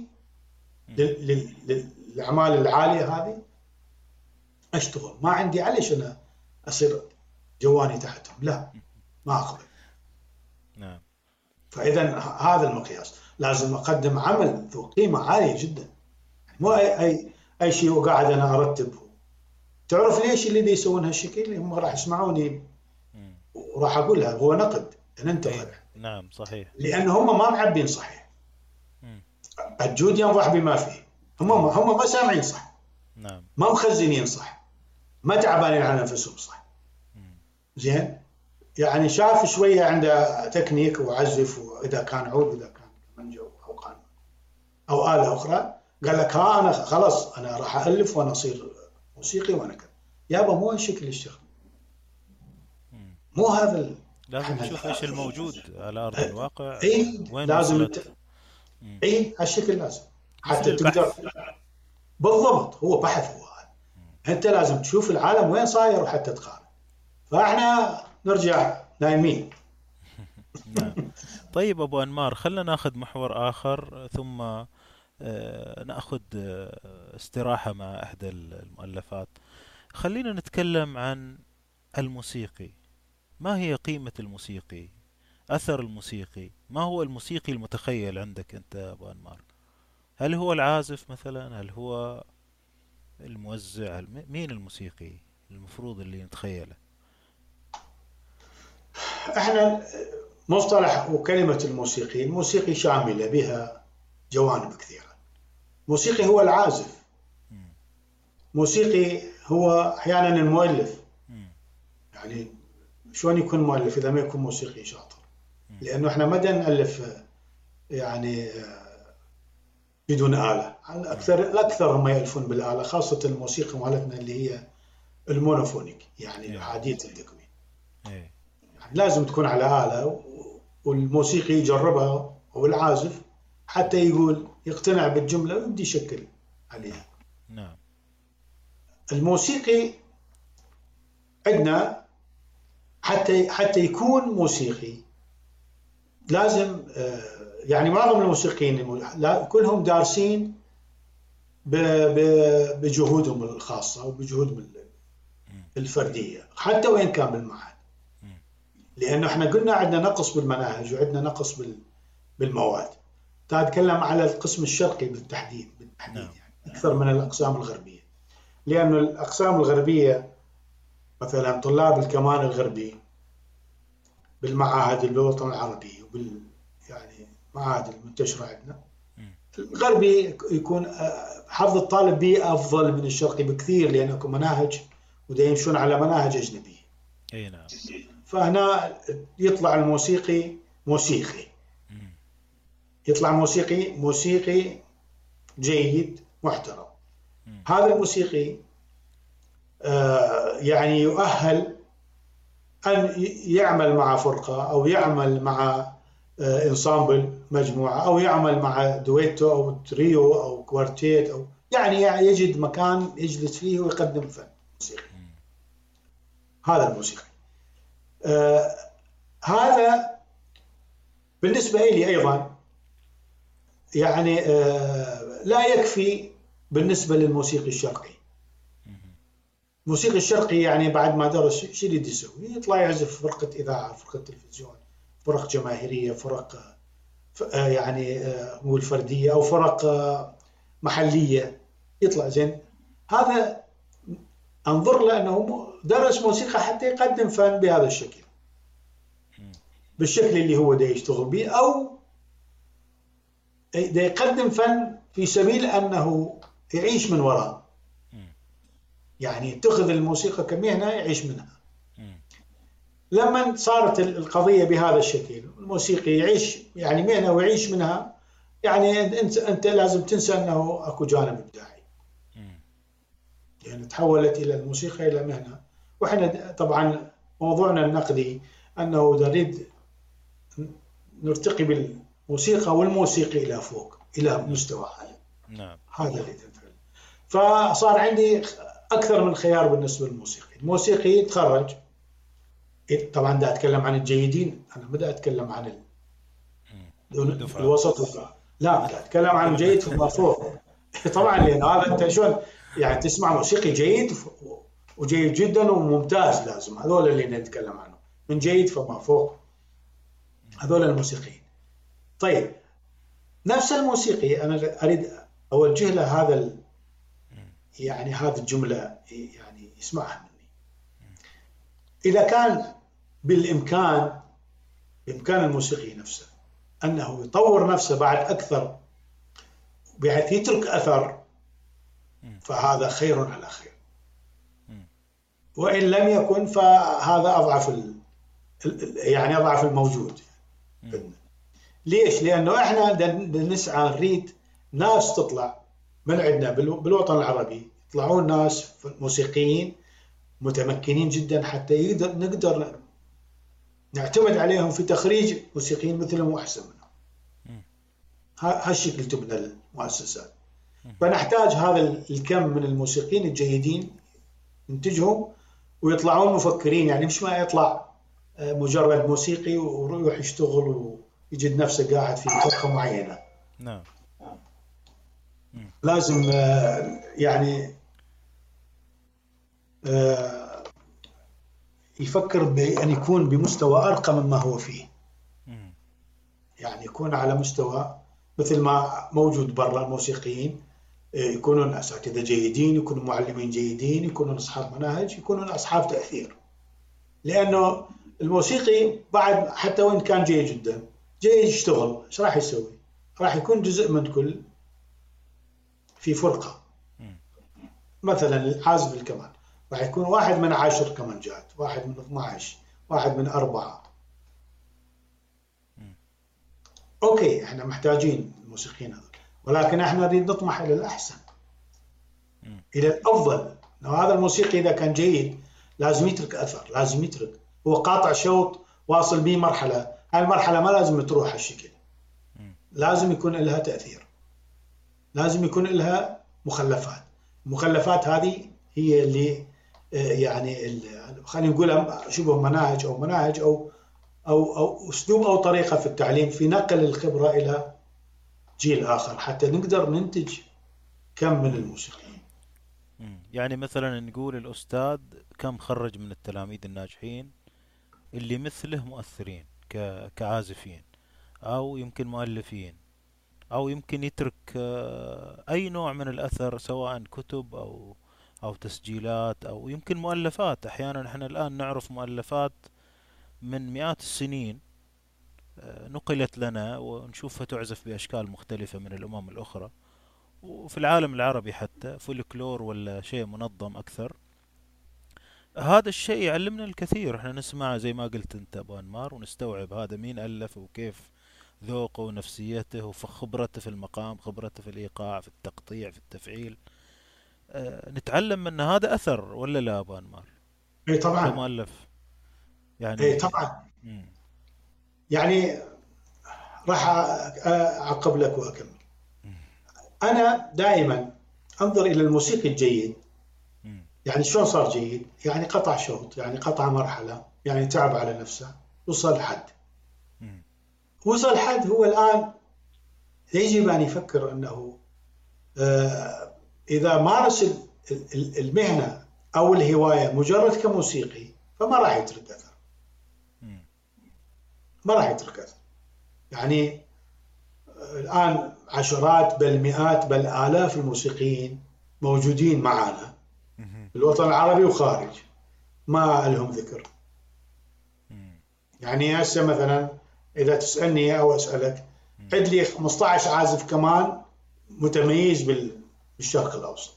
للأعمال العالية هذه، أشتغل. ما عندي عليش أنا أصير جواني تحتهم، لا، ما أقبل. نعم. فإذا هذا المقياس، لازم أقدم عمل ذو قيمة عالية جدا، مو أي شيء وقاعد أنا أرتبه. تعرف ليش اللي يسوون هالشكل؟ هم راح يسمعوني وراح أقولها، هو نقد، أنا أنتقد. نعم صحيح. لأن هم ما معبين صحيح. الجود ينضح بما فيه. هم ما سامعين صح. نعم. ما مخزنين صح. ما تعبانين على نفسهم صح. زين. يعني شاف شوية عنده تكنيك وعزف، وإذا كان عود وإذا كان كمانجو أو قانون أو آلة أخرى، قال لك ها أنا خلاص أنا راح ألف وأنا أصير موسيقي وأنا كذا. يابا مو هالشكل الشغل، مو هذا. لازم نشوف إيش الموجود على أرض الواقع. وين لازم هالشكل لازم حتى تقدر. بالضبط، هو بحث. هو أنت لازم تشوف العالم وين صاير وحتى تقارن. فإحنا نرجع نايمين. نعم. طيب أبو أنمار، خلنا ناخذ محور آخر، ثم نأخذ استراحة مع إحدى المؤلفات. خلينا نتكلم عن الموسيقي. ما هي قيمة الموسيقي؟ أثر الموسيقي؟ ما هو الموسيقي المتخيل عندك أنت أبو أنمار؟ هل هو العازف مثلا؟ هل هو الموزع؟ مين الموسيقي المفروض اللي نتخيله؟ احنا مصطلح وكلمة الموسيقي شاملة، بها جوانب كثيرة. موسيقي هو العازف، موسيقي هو أحيانا المؤلف. يعني شلون يكون مؤلف إذا ما يكون موسيقي شاطر؟ لأنه احنا ما نألف يعني بدون آلة. الأكثر هم يألفون بالآلة، خاصة الموسيقى مالتنا اللي هي المونوفونيك، يعني أحادية التكوين. يعني لازم تكون على آلة، والموسيقي يجربها أو العازف حتى يقتنع بالجملة ويبدي يشكل عليها. نعم. الموسيقي عندنا حتى يكون موسيقي لازم يعني معظم الموسيقيين كلهم دارسين بجهودهم الخاصة وبجهودهم الفردية، حتى وإن كان بالمعهد. لأنه احنا قلنا عندنا نقص بالمناهج وعندنا نقص بالمواد. تتكلم على القسم الشرقي بالتحديد يعني أكثر من الأقسام الغربية، لأن الأقسام الغربية مثلا طلاب الكمان الغربي بالمعاهد بالوطن العربي يعني معاهد المنتشرة عندنا، الغربي يكون حظ الطالب به أفضل من الشرقي بكثير، لأنكم مناهج ودا يمشون على مناهج أجنبية. أي نعم. فهنا يطلع الموسيقي موسيقي، يطلع موسيقي جيد محترم. هذا الموسيقي يعني يؤهل أن يعمل مع فرقة أو يعمل مع انسامبل مجموعة أو يعمل مع دويتو أو تريو أو كوارتيت أو يعني يجد مكان يجلس فيه ويقدم فن موسيقي. هذا الموسيقي. هذا بالنسبة لي أيضا يعني لا يكفي بالنسبة للموسيقي الشرقي. الموسيقي الشرقي يعني بعد ما درس شو يريد يسوي؟ يطلع يعزف فرقة إذاعة، فرقة تلفزيون، فرق جماهيرية، فرق يعني مو الفردية أو فرق محلية، يطلع زين. هذا أنظر له أنه درس موسيقى حتى يقدم فن بهذا الشكل، بالشكل اللي هو دا يشتغل به، أو دا يقدم فن في سبيل أنه يعيش من وراء، يعني يتخذ الموسيقى كمهنة يعيش منها. لما صارت القضية بهذا الشكل، الموسيقي يعيش يعني مهنة ويعيش منها، يعني أنت لازم تنسى أنه أكو جانب إبداعي، يعني تحولت إلى الموسيقى إلى مهنة. وإحنا طبعا موضوعنا النقدي أنه نريد نرتقي بالموسيقى والموسيقى إلى فوق، إلى مستوى عالي. نعم. هذا اللي تفعل. فصار عندي أكثر من خيار بالنسبة للموسيقي. الموسيقي يتخرج، طبعا دا أتكلم عن الجيدين، أنا بدأ أتكلم عن الوسط، لا دا أتكلم عن الجيد فما فوق. طبعا لأن هذا أنت شلون يعني تسمع موسيقي جيد وجيد جدا وممتاز، لازم هذول اللي نتكلم عنهم، من جيد فما فوق، هذول الموسيقيين. طيب نفس الموسيقي أنا أريد أوجه له هذا يعني هذه الجملة، يعني يسمعها مني. إذا كان بإمكان الموسيقي نفسه أنه يطور نفسه بعد أكثر بحيث يترك أثر، فهذا خير على خير. وإن لم يكن فهذا أضعف يعني أضعف الموجود. ليش؟ لأنه إحنا نسعى نريد ناس تطلع من عندنا بالوطن العربي، يطلعون ناس موسيقيين متمكنين جدا حتى نقدر نعتمد عليهم في تخريج موسيقيين مثلهم وأحسن منهم. هالشكل تبنى المؤسسات. فنحتاج هذا الكم من الموسيقيين الجيدين ننتجهم ويطلعون مفكرين، يعني مش ما يطلع مجرد موسيقي ويروح يشتغل ويجد نفسه قاعد في فرقة معينة. نعم. لازم يعني يفكر بأن يكون بمستوى أرقى مما هو فيه، يعني يكون على مستوى مثل ما موجود برا. الموسيقيين يكونون أساتذة جيدين، يكونون معلمين جيدين، يكونون أصحاب مناهج، يكونون أصحاب تأثير. لأنه الموسيقي بعد حتى وإن كان جيد جدا، جيد يشتغل، إيش راح يسوي؟ راح يكون جزء من كل في فرقة. مثلا العازف الكمان راح يكون واحد من 10 كمانجات، واحد من 12، واحد من 4. أوكي إحنا محتاجين الموسيقيين هذول، ولكن إحنا نريد نطمح إلى الأحسن، إلى الأفضل. هذا الموسيقي إذا كان جيد لازم يترك أثر، لازم يترك، هو قاطع شوط واصل به مرحلة، هاي المرحلة ما لازم تروح هالشكل، لازم يكون لها تأثير، لازم يكون لها مخلفات. المخلفات هذه هي اللي يعني خلينا نقول شبه مناهج أو أسلوب أو طريقة في التعليم في نقل الخبرة إلى جيل آخر حتى نقدر ننتج كم من الموسيقيين. يعني مثلا نقول الأستاذ كم خرج من التلاميذ الناجحين اللي مثله مؤثرين كعازفين، أو يمكن مؤلفين، أو يمكن يترك أي نوع من الأثر سواء كتب أو تسجيلات أو يمكن مؤلفات. أحيانا احنا الآن نعرف مؤلفات من مئات السنين نقلت لنا ونشوفها تعزف بأشكال مختلفة من الأمم الأخرى، وفي العالم العربي حتى فولكلور ولا شيء منظم أكثر. هذا الشيء يعلمنا الكثير، احنا نسمع زي ما قلت انت ابو انمار ونستوعب هذا مين ألف وكيف ذوقه ونفسيته وخبرته في المقام، خبرته في الإيقاع، في التقطيع، في التفعيل. نتعلم من هذا أثر ولا لا أبو أنمار اي طبعا. كمؤلف؟ اي يعني. طبعا. مم. يعني راح اعقب لك واكمل. انا دائما انظر الى الموسيقي الجيد. مم. يعني شلون صار جيد؟ يعني قطع شوط، يعني قطع مرحله، يعني تعب على نفسه، وصل حد. مم. وصل حد، هو الان يجب ان يفكر انه آه، اذا مارس المهنه او الهوايه مجرد كموسيقي، فما راح يترك اثر. مم. ما راح يترك اثر. يعني الآن عشرات بل مئات بل آلاف الموسيقيين موجودين معنا مم. في الوطن العربي وخارج، ما لهم ذكر. مم. يعني هسه مثلا إذا تسألني أو أسألك، مم. عد لي 15 عازف كمان متميز بالشرق الأوسط.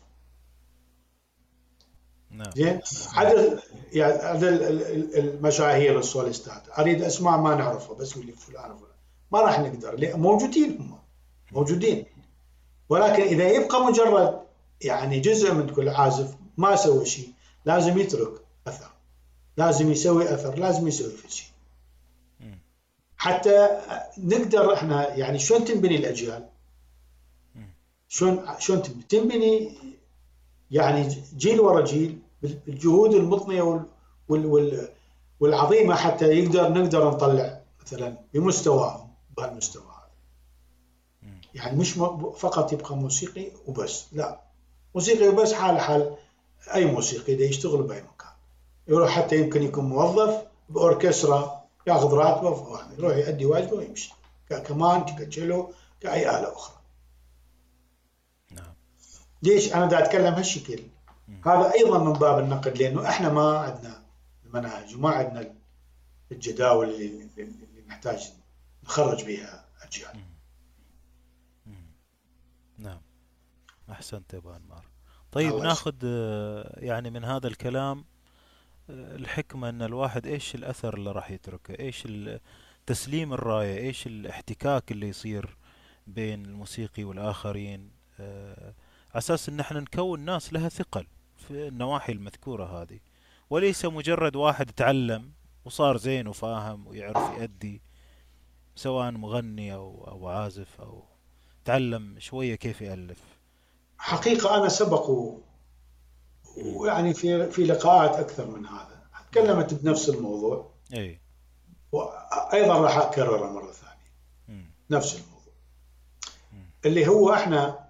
نعم. زين. نعم. عدد يعني عدد المشاهير السوليستات أريد أسماء ما نعرفها، بس يقول لك فلان وفلان، ما راح نقدر. موجودين، هم موجودين. ولكن إذا يبقى مجرد يعني جزء من كل عازف ما سوى شيء، لازم يترك أثر، لازم يسوي أثر، لازم يسوي في شيء مم. حتى نقدر احنا. يعني شلون تنبني الأجيال؟ مم. شلون تنبني يعني جيل ورا جيل بالجهود المضنية والعظيمة، حتى نقدر نطلع مثلا بمستواهم بهالمستوى هذا. مم. يعني مش فقط يبقى موسيقي وبس، لا. موسيقي وبس حال اي موسيقي ده يشتغل باي مكان، يروح حتى يمكن يكون موظف باوركسترا ياخذ راتبه، يروح يؤدي واجبه ويمشي، كمان كتشيلو كاي اله اخرى. نعم. ليش انا دا اتكلم هالشكل؟ مم. هذا ايضا من باب النقد، لانه احنا ما عندنا المناهج وما عندنا الجداول اللي نحتاج نخرج بها اجيال. مم. مم. نعم. أحسنت يا أبو أنمار. طيب الله يسلمك. ناخذ يعني من هذا الكلام الحكمة أن الواحد إيش الأثر اللي راح يتركه، إيش تسليم الراية، إيش الاحتكاك اللي يصير بين الموسيقي والآخرين، على أساس أن احنا نكون ناس لها ثقل في النواحي المذكورة هذه، وليس مجرد واحد تعلم وصار زين وفاهم ويعرف يأدي، سواء مغني أو عازف أو تعلم شوية كيف يألف. حقيقه انا سبق مم. ويعني في لقاءات اكثر من هذا مم. تكلمت بنفس الموضوع، أي. وايضا راح اكررها مره ثانيه. مم. نفس الموضوع مم. اللي هو احنا،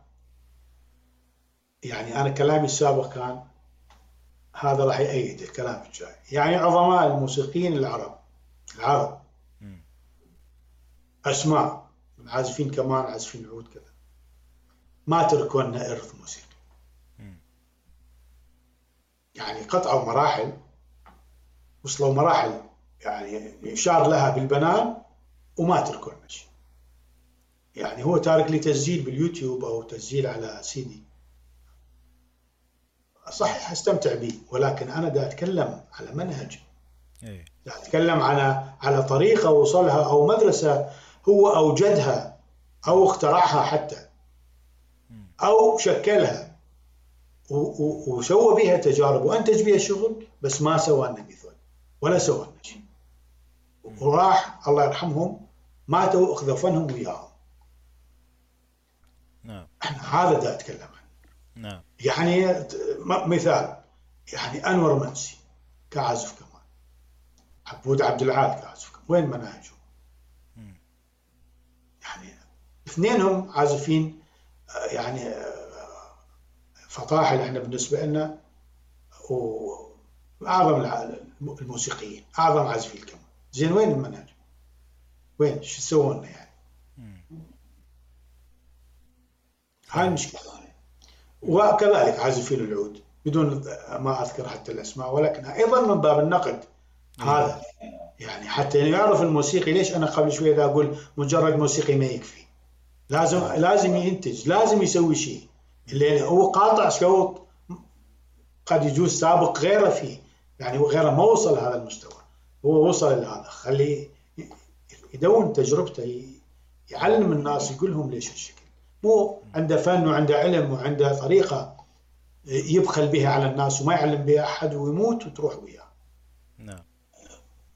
يعني انا كلامي السابق كان هذا راح يأيد الكلام الجاي. يعني عظماء الموسيقيين العرب مم. اسماء من عازفين كمان، عازفين عود كذا، ما تركوا لنا ارث موسيقي. مم. يعني قطعوا مراحل، وصلوا مراحل يعني يشار لها بالبنان، وما تركوا لنا شيء. يعني هو تارك لي تسجيل باليوتيوب او تسجيل على سي دي، صحيح استمتع به، ولكن انا دا اتكلم على منهج، أي. دا اتكلم على طريقه وصلها او مدرسه هو اوجدها او اخترعها حتى، مم. او شكلها وسوى بها تجارب وانتج بها شغل، بس ما سوى لنا مثل ولا سوى لنا شيء. مم. وراح الله يرحمهم ماتوا واخذوا فنهم وياهم. نعم. احنا هذا دا اتكلم عنه. نعم. يعني مثال، يعني انور منسي كعازف كمان، عبود عبد العال كعازف كمان، وين مناهجهم؟ مم. يعني اثنينهم عازفين يعني فطاحل احنا بالنسبه لنا، واعظم الموسيقيين، اعظم عازفي الكمان. زين وين المنهج؟ وين شو سووا لنا يعني؟ مم. هاي صحيح. المشكله. وكذلك عازفين العود بدون ما اذكر حتى الاسماء، ولكن ايضا من باب النقد اي. هذا. يعني حتى يعرف الموسيقي، ليش انا قبل شويه دا اقول مجرد موسيقي ما يكفي، اي. لازم ينتج، لازم يسوي شيء. مم. لان هو قاطع شوط قد يجوز سابق غيره فيه، يعني غيره ما وصل لهذا المستوى، هو وصل لهذا. خليه يدون تجربته، مم. يعلم الناس، يقول لهم ليش هالشكل. مو مم. عنده فن وعنده علم وعنده طريقة يبخل بها على الناس وما يعلم بها أحد، ويموت وتروح وياه. نعم.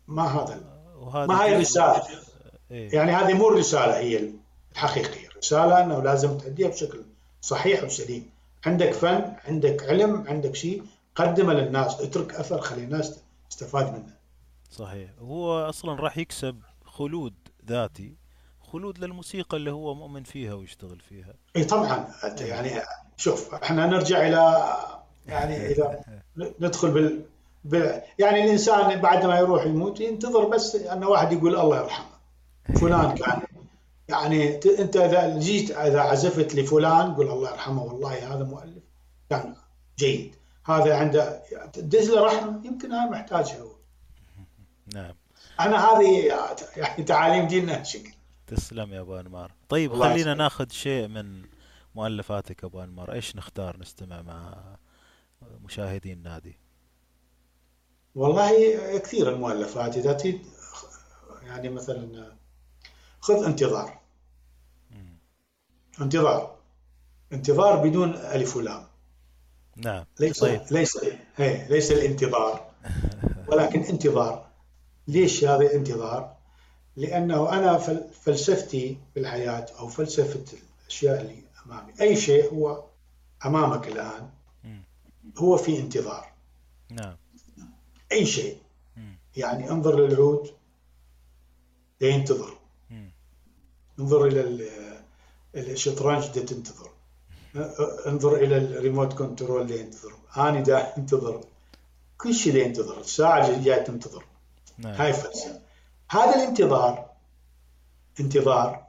ما هذا، وهذا ما هي جزء. الرسالة. إيه. يعني هذه مو الرسالة هي الحقيقية. الرسالة أنه لازم تأديها بشكل صحيح وسليم. عندك فن، عندك علم، عندك شيء، قدمه للناس، اترك أثر، خلي الناس تستفاد منه. صحيح، هو أصلا راح يكسب خلود ذاتي، خلود للموسيقى اللي هو مؤمن فيها ويشتغل فيها. اي طبعا. إيه. يعني شوف، احنا نرجع الى، يعني اذا ندخل يعني الانسان بعد ما يروح يموت ينتظر بس ان واحد يقول الله يرحمه، فلان كان، يعني انت اذا جيت اذا عزفت لفلان قول الله يرحمه، والله هذا مؤلف كان جيد، هذا عنده تدز له رحمه، يمكن هاي محتاجها هو. نعم. انا هذه يعني تعاليم ديننا هالشكل. تسلم يا أبو أنمار. طيب الله خلينا يسلمك. ناخذ شيء من مؤلفاتك أبو أنمار، إيش نختار نستمع مع مشاهدين نادي؟ والله كثير المؤلفات، اذا تريد يعني مثلا خذ انتظار. مم. انتظار، انتظار بدون ألف ولام. نعم. ليس طيب. ليس ليس الانتظار، ولكن انتظار. ليش هذا انتظار؟ لأنه أنا فلسفتي في الحياة أو فلسفة الأشياء اللي أمامي، أي شيء هو أمامك الآن مم. هو في انتظار. نعم. أي شيء، مم. يعني انظر للعود ينتظر، مم. انظر إلى الشطرنج ده تنتظر، انظر إلى الريموت كنترول ده ينتظر، أنا دا انتظر، كل شيء ده ينتظر، الساعة اللي جاية تنتظر. نعم. هاي فلسفة. هذا الانتظار، انتظار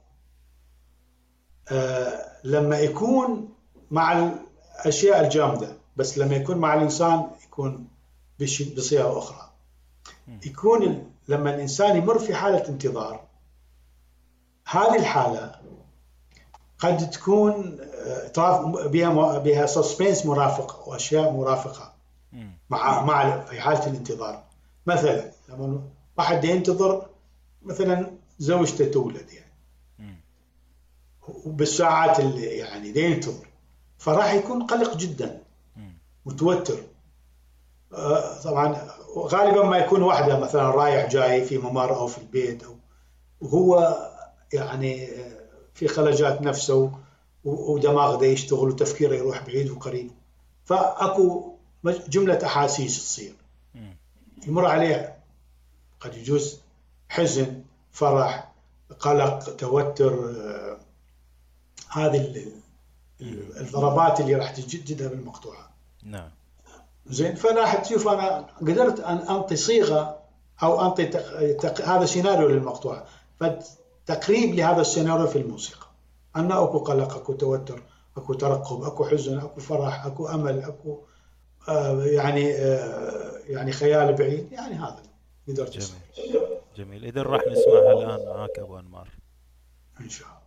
لما يكون مع الأشياء الجامدة، بس لما يكون مع الإنسان يكون بصيغة أخرى. مم. يكون لما الإنسان يمر في حالة انتظار، هذه الحالة قد تكون بها سسبنس مرافق وأشياء مرافقة مم. في حالة الانتظار. مثلا لما واحد ينتظر مثلا زوجته تولد، يعني مم. وبالساعات اللي يعني دي ينتظر، فراح يكون قلق جدا، مم. متوتر. طبعا غالبا ما يكون واحدة مثلا رايح جاي في ممر أو في البيت، أو وهو يعني في خلجات نفسه، ودماغه ده يشتغل وتفكيره يروح بعيد وقريب، فأكو جملة أحاسيس تصير، مم. يمر عليه قد يجوز حزن، فرح، قلق، توتر. هذه مم. الضربات اللي راح تجدها بالمقطوعة. نعم. زين، فراح تشوف انا قدرت ان انطي صيغه او انطي هذا سيناريو للمقطوعه، فتقريب لهذا السيناريو في الموسيقى، ان اكو قلق، اكو توتر، اكو ترقب، اكو حزن، اكو فرح، اكو امل، اكو يعني خيال بعيد، يعني هذا قدرت اسوي. جميل. جميل، إذا راح نسمعها الآن معك أبو أنمار. ان شاء الله.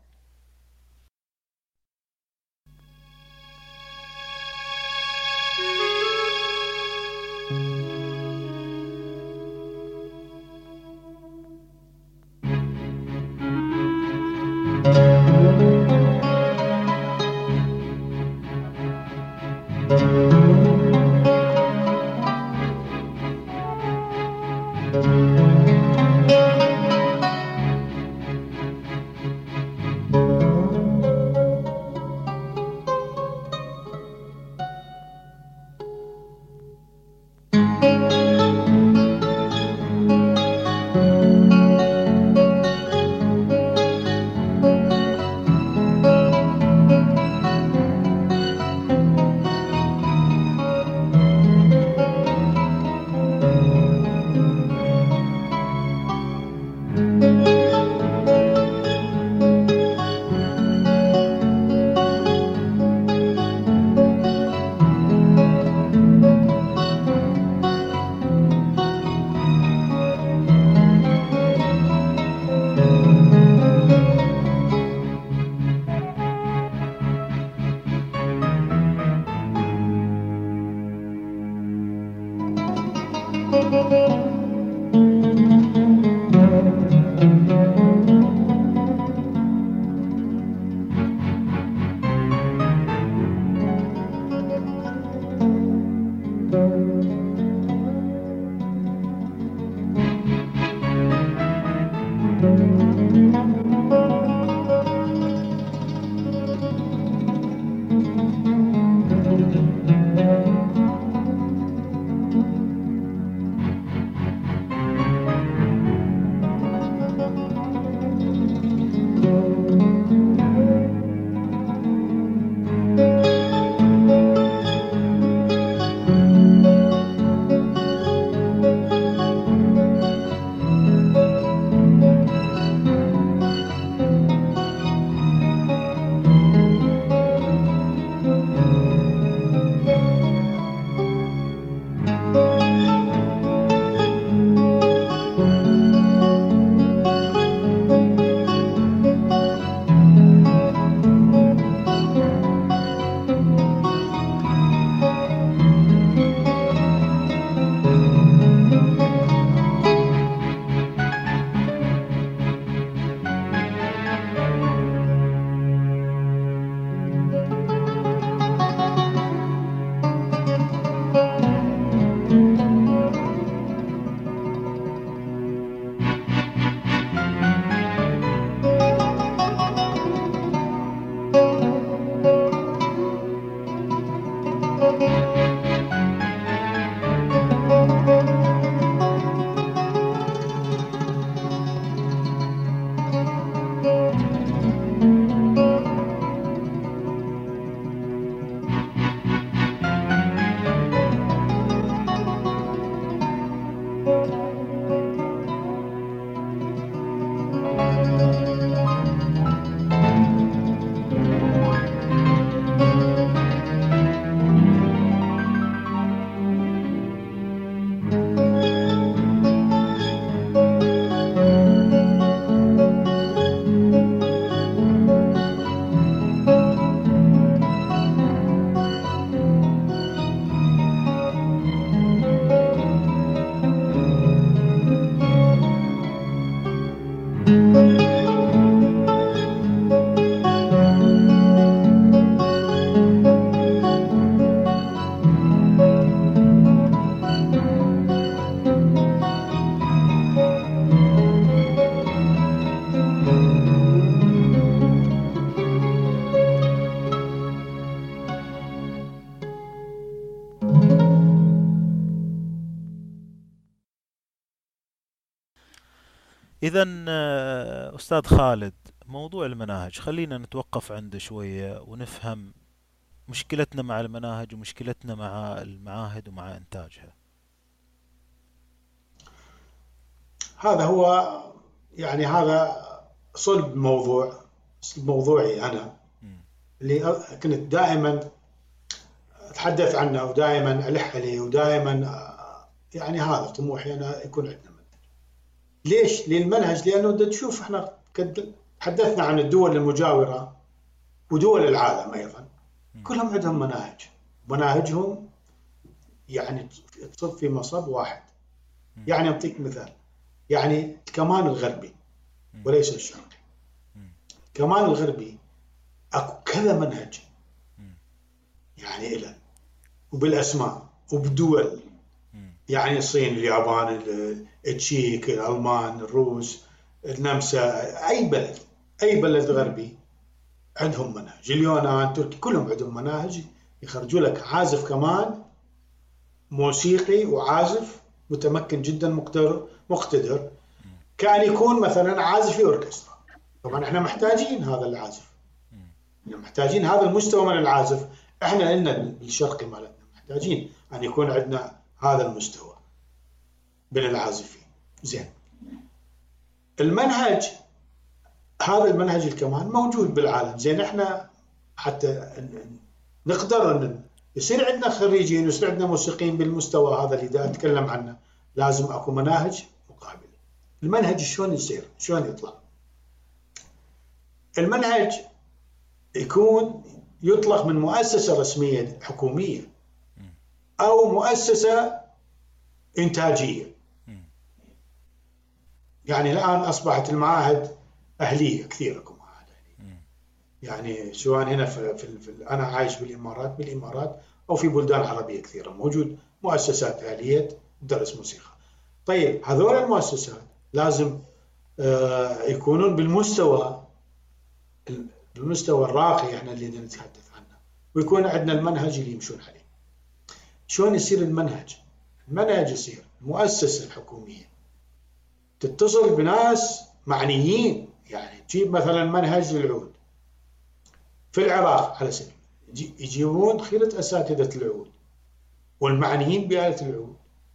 إذا أستاذ خالد، موضوع المناهج خلينا نتوقف عنده شوية ونفهم مشكلتنا مع المناهج ومشكلتنا مع المعاهد ومع إنتاجها. هذا هو، يعني هذا صلب موضوعي أنا، مم. اللي كنت دائما أتحدث عنه ودائما ألح عليه ودائما يعني هذا طموحي أنا يكون عندنا منهج. ليش؟ للمنهج، لأنه دا تشوف احنا تحدثنا عن الدول المجاورة ودول العالم أيضا، مم. كلهم عندهم مناهجهم يعني تصب في مصب واحد. مم. يعني أعطيك مثال، يعني الكمان الغربي مم. وليس الشرقي. مم. الكمان الغربي اكو كذا منهج، مم. يعني إلى وبالاسماء وبدول، مم. يعني الصين، اليابان، التشيك، الالمان، الروس، النمسا، اي بلد غربي عندهم منهج. اليونان، تركيا، كلهم عندهم مناهج يخرجوا لك عازف كمان موسيقي وعازف متمكن جدا، مقتدر مم. كان يكون مثلا عازف في اوركسترا. طبعا احنا محتاجين هذا العازف، مم. احنا محتاجين هذا المستوى من العازف. احنا لنا بالشرقي مالتنا محتاجين ان يكون عندنا هذا المستوى من العازفين. زين، المنهج، هذا المنهج الكمان موجود بالعالم. زين، احنا حتى نقدر ان يصير عندنا خريجين ويصير عندنا موسيقيين بالمستوى هذا اللي دا اتكلم عنه، لازم اكو مناهج مقابله. المنهج شلون يصير؟ شلون يطلع؟ المنهج يكون يطلق من مؤسسة رسمية حكومية مم. أو مؤسسة إنتاجية. مم. يعني الآن أصبحت المعاهد أهلية، كثير أكو معاهد أهلية. مم. يعني سواء هنا أنا عايش بالإمارات أو في بلدان عربية كثيرة موجود مؤسسات أهلية تدرس موسيقى. طيب هذول المؤسسات لازم يكونون بالمستوى الراقي احنا اللي نتحدث عنه، ويكون عندنا المنهج اللي يمشون عليه. شلون يصير المنهج؟ المنهج يصير المؤسسة الحكومية تتصل بناس معنيين، يعني تجيب مثلا منهج للعود في العراق على سبيل، يجيبون خيرة أساتذة العود والمعنيين بآلة العود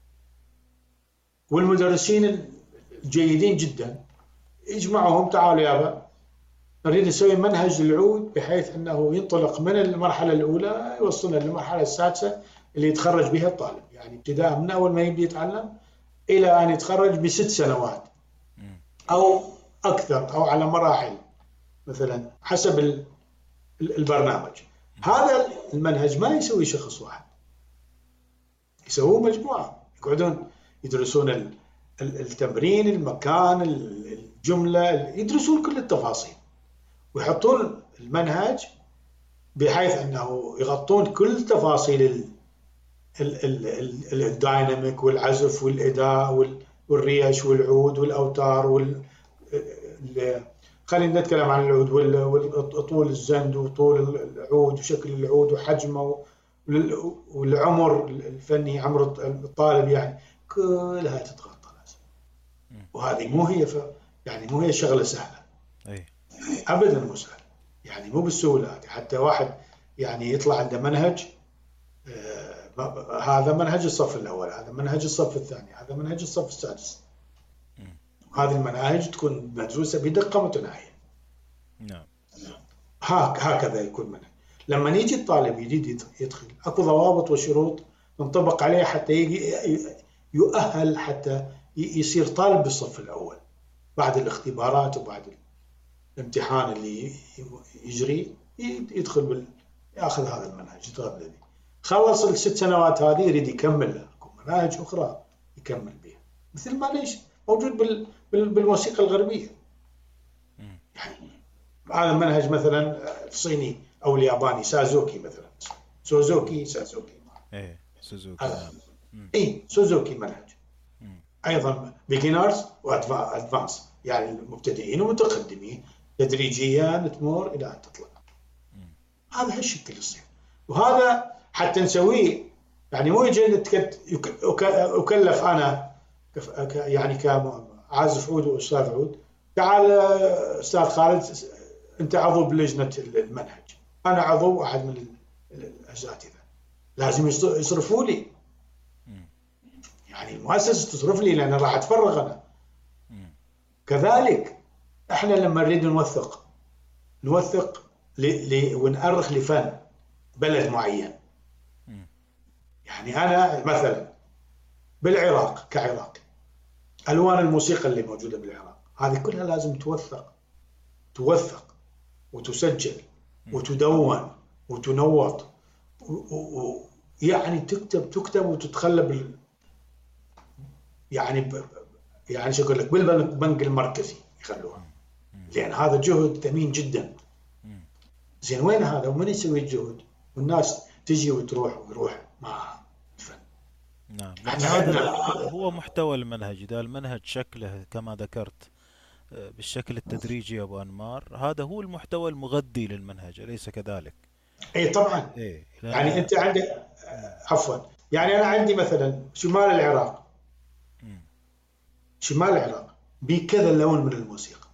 والمدرسين الجيدين جدا، يجمعوهم، تعالوا يابا نريد نسوي منهج للعود بحيث أنه ينطلق من المرحلة الأولى يوصلنا للمرحلة السادسة اللي يتخرج بها الطالب، يعني ابتداء من أول ما يبدأ يتعلم إلى أن يتخرج ب6 سنوات مم. أو أكثر، أو على مراحل مثلا حسب البرنامج. هذا المنهج ما يسوي شخص واحد، يسووه مجموعة، يقعدون يدرسون التمرين، المكان، الجملة، يدرسون كل التفاصيل ويحطون المنهج بحيث أنه يغطون كل تفاصيل الدايناميك والعزف والإداء والريش والعود والأوتار خلينا نتكلم عن العود وطول الزند وطول العود وشكل العود وحجمه والعمر الفني، عمر الطالب، يعني كلها تتغطى لازم. مم. وهذه يعني مو هي شغلة سهلة، أي. يعني أبدا مو سهلة، يعني مو بالسهولة. حتى واحد يعني يطلع عنده منهج، هذا منهج الصف الأول، هذا منهج الصف الثاني، هذا منهج الصف السادس. مم. هذه المناهج تكون مدروسة بدقة متناهية. نعم. هكذا يكون منهج. لما يجي الطالب جديد يدخل، اكو ضوابط وشروط تنطبق عليه حتى يؤهل حتى يصير طالب بالصف الأول بعد الاختبارات وبعد الامتحان اللي يجري، يدخل ياخذ هذا المنهج، يتغذى به. خلص ال6 سنوات هذه يريد يكمل له مناهج أخرى يكمل بها، مثل ما ليش موجود بالموسيقى الغربية. مم. يعني هذا المنهج مثلا الصيني أو الياباني، سازوكي مثلا، سازوكي إيه، سوزوكي، هذا، نعم. مم. سوزوكي منهج مم. أيضا بيجنرز وأدفانس، يعني المبتدئين ومتقدمين، تدريجيا تمر إلى أن تطلع. مم. هذا هالشكل يصير، وهذا حتى نسويه يعني مو يجي أكلف أنا يعني عازف عود واستاذ عود. تعال استاذ خالد، انت عضو بلجنه المنهج، انا عضو واحد من الاساتذه، لازم يصرفوا لي، مم. يعني المؤسسه تصرف لي لان راح اتفرغ انا. مم. كذلك احنا لما نريد نوثق ونأرخ لفن بلد معين. مم. يعني انا مثلا بالعراق كعراق، الوان الموسيقى اللي موجوده بالعراق هذه كلها لازم توثق وتسجل مم. وتدون وتنوط، يعني تكتب وتتخلى يعني يعني شو اقول لك، بالبنك المركزي يخلوها، مم. مم. لان هذا جهد ثمين جدا. مم. زين وين هذا ومن يسوي الجهد؟ والناس تجي وتروح ويروح مع الفن. نعم، لأن احنا هذا عندنا هو محتوى المنهج. إذا المنهج شكله كما ذكرت بالشكل التدريجي يا أبو أنمار، هذا هو المحتوى المغذي للمنهج، أليس كذلك؟ اي طبعا. إيه، يعني لأن انت عندك، مم. عفوا، يعني انا عندي مثلا شمال العراق، مم. شمال العراق بكذا لون من الموسيقى.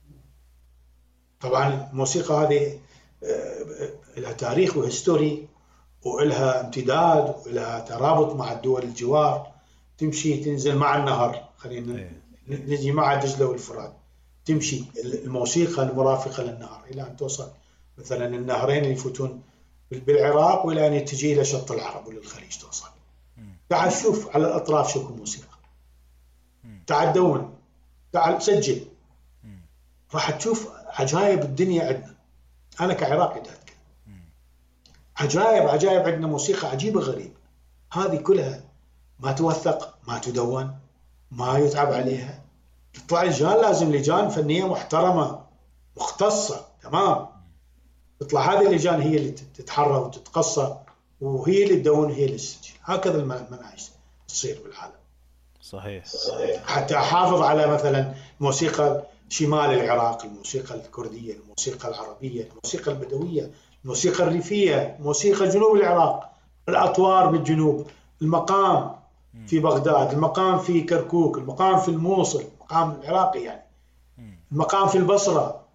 طبعا الموسيقى هذه لها تاريخ وهيستوري، ولها امتداد ولها ترابط مع الدول الجوار، تمشي تنزل مع النهر، خلينا إيه. نجي مع دجلة والفرات، تمشي الموسيقى المرافقة للنهر إلى أن توصل مثلا النهرين اللي يفوتون بالعراق، وإلى أن تجي إلى شط العرب وللخليج توصل. مم. تعال شوف على الأطراف شوف الموسيقى، مم. تعال دون، تعال سجل، مم. راح تشوف عجائب الدنيا عندنا. أنا كعراقي أتكلم، مم. عجائب عندنا، موسيقى عجيبة غريبة، هذه كلها ما توثق، ما تدون، ما يتعب عليها. تطلع لجان، لازم لجان فنية محترمة مختصة تمام، تطلع هذه اللجان هي اللي تتحرى وتتقصى، وهي اللي تدون وهي اللي تسجل. هكذا المناهج تصير بالعالم. صحيح. حتى أحافظ على مثلا موسيقى شمال العراق، الموسيقى الكردية، الموسيقى العربية، الموسيقى البدوية، الموسيقى الريفية، موسيقى جنوب العراق، الأطوار بالجنوب، المقام مم. في بغداد، المقام في كركوك، المقام في الموصل، المقام العراقي يعني، مم. المقام في البصرة،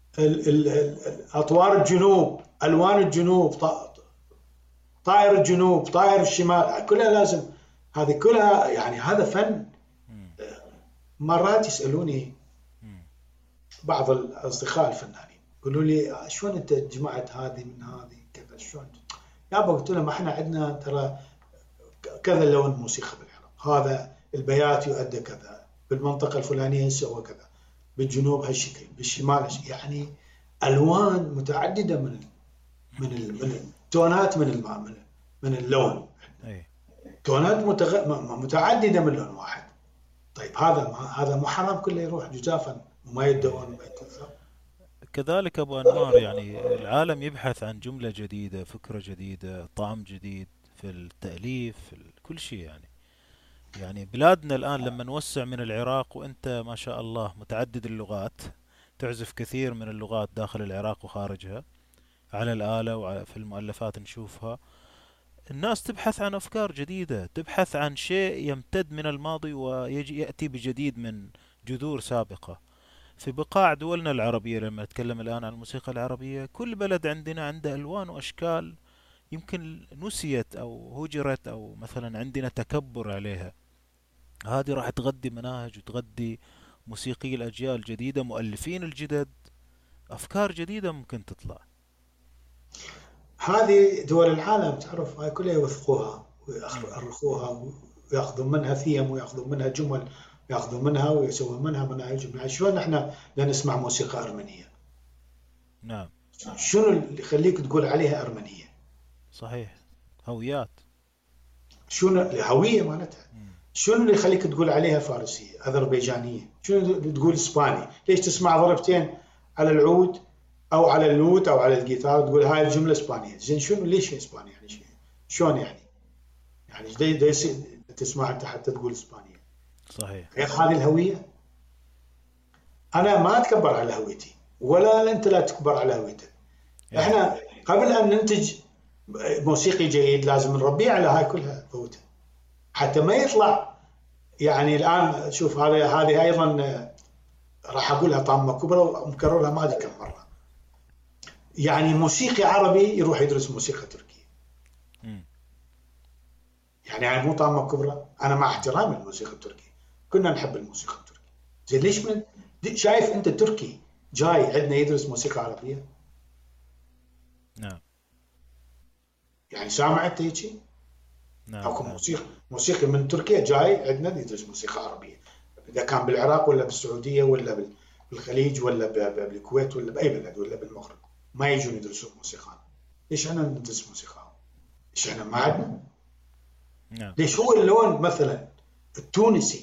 أطوار الجنوب، ألوان الجنوب، طائر الجنوب، طائر الشمال، كلها لازم، هذه كلها يعني هذا فن. مم. مرات يسألوني مم. بعض الأصدقاء الفنانين، يقولوا لي شلون أنت جمعت هذه من هذه كذا شلون؟ يابا قلت لهم احنا عندنا ترى كذا لون موسيقى بالعراق، هذا البيات يؤدى كذا، بالمنطقة الفلانية سوى كذا، بالجنوب هالشكل، بالشمال هالشكل، يعني ألوان متعددة من تونات من اللون، أي. تونات متعددة من لون واحد. طيب هذا مو حرام كله يروح جزافا وما يدون أي. وما يتوثق؟ كذلك أبو أنمار، يعني العالم يبحث عن جملة جديدة، فكرة جديدة، طعم جديد في التأليف، في كل شيء يعني بلادنا الآن لما نوسع من العراق، وأنت ما شاء الله متعدد اللغات، تعزف كثير من اللغات داخل العراق وخارجها على الآلة وفي المؤلفات نشوفها. الناس تبحث عن أفكار جديدة، تبحث عن شيء يمتد من الماضي ويجي يأتي بجديد من جذور سابقة. في بقاع دولنا العربية، لما نتكلم الآن عن الموسيقى العربية، كل بلد عندنا عنده ألوان وأشكال يمكن نسيت أو هجرت، أو مثلا عندنا تكبر عليها. هذه راح تغذي مناهج وتغذي موسيقي الأجيال الجديدة، مؤلفين الجدد، أفكار جديدة ممكن تطلع. هذه دول العالم تعرف هاي كلها يوثقوها مم. ويأرخوها، وياخذون منها ثيم، وياخذون منها جمل، وياخذون منها ويسوون منها مناهج. شلون احنا لا نسمع موسيقى أرمنية؟ نعم. شنو اللي يخليك تقول عليها أرمنية؟ صحيح. هويات. شنو الهوية مالتها؟ مم. شنو اللي يخليك تقول عليها فارسية، أذربيجانية؟ شنو اللي تقول إسباني؟ ليش تسمع ضربتين على العود أو على اللوت أو على الجيتار تقول هاي الجملة إسبانية؟ زين شنو ليش إسباني يعني شلون يعني؟ يعني تسمع أنت حتى تقول إسبانية؟ صحيح. غير هذه الهوية. أنا ما أتكبر على هويتي، ولا أنت لا تكبر على هويتك. ايه. إحنا قبل أن ننتج موسيقي جيد لازم نربيه على هاي كلها فوتة، حتى ما يطلع يعني الان شوف، هذه ايضا راح اقولها طامه كبرى ومكررها ما ادري كم مره. يعني موسيقي عربي يروح يدرس موسيقى تركيه، مم. يعني مو طامه كبرى. انا مع احترامي للموسيقى التركيه، كنا نحب الموسيقى التركيه. زين ليش شايف انت تركي جاي عندنا يدرس موسيقى عربيه؟ نعم. يعني سامع انت هيك؟ نعم اكو فاهم. موسيقي من تركيا جاي عندنا يدرس موسيقى عربيه، اذا كان بالعراق ولا بالسعوديه ولا بالخليج ولا بالكويت ولا باي بلد ولا بالمغرب، ما يجون يدرسون موسيقى. ليش احنا ندرس موسيقى؟ ليش احنا ما عندنا؟ نعم. ليش هو اللون مثلا التونسي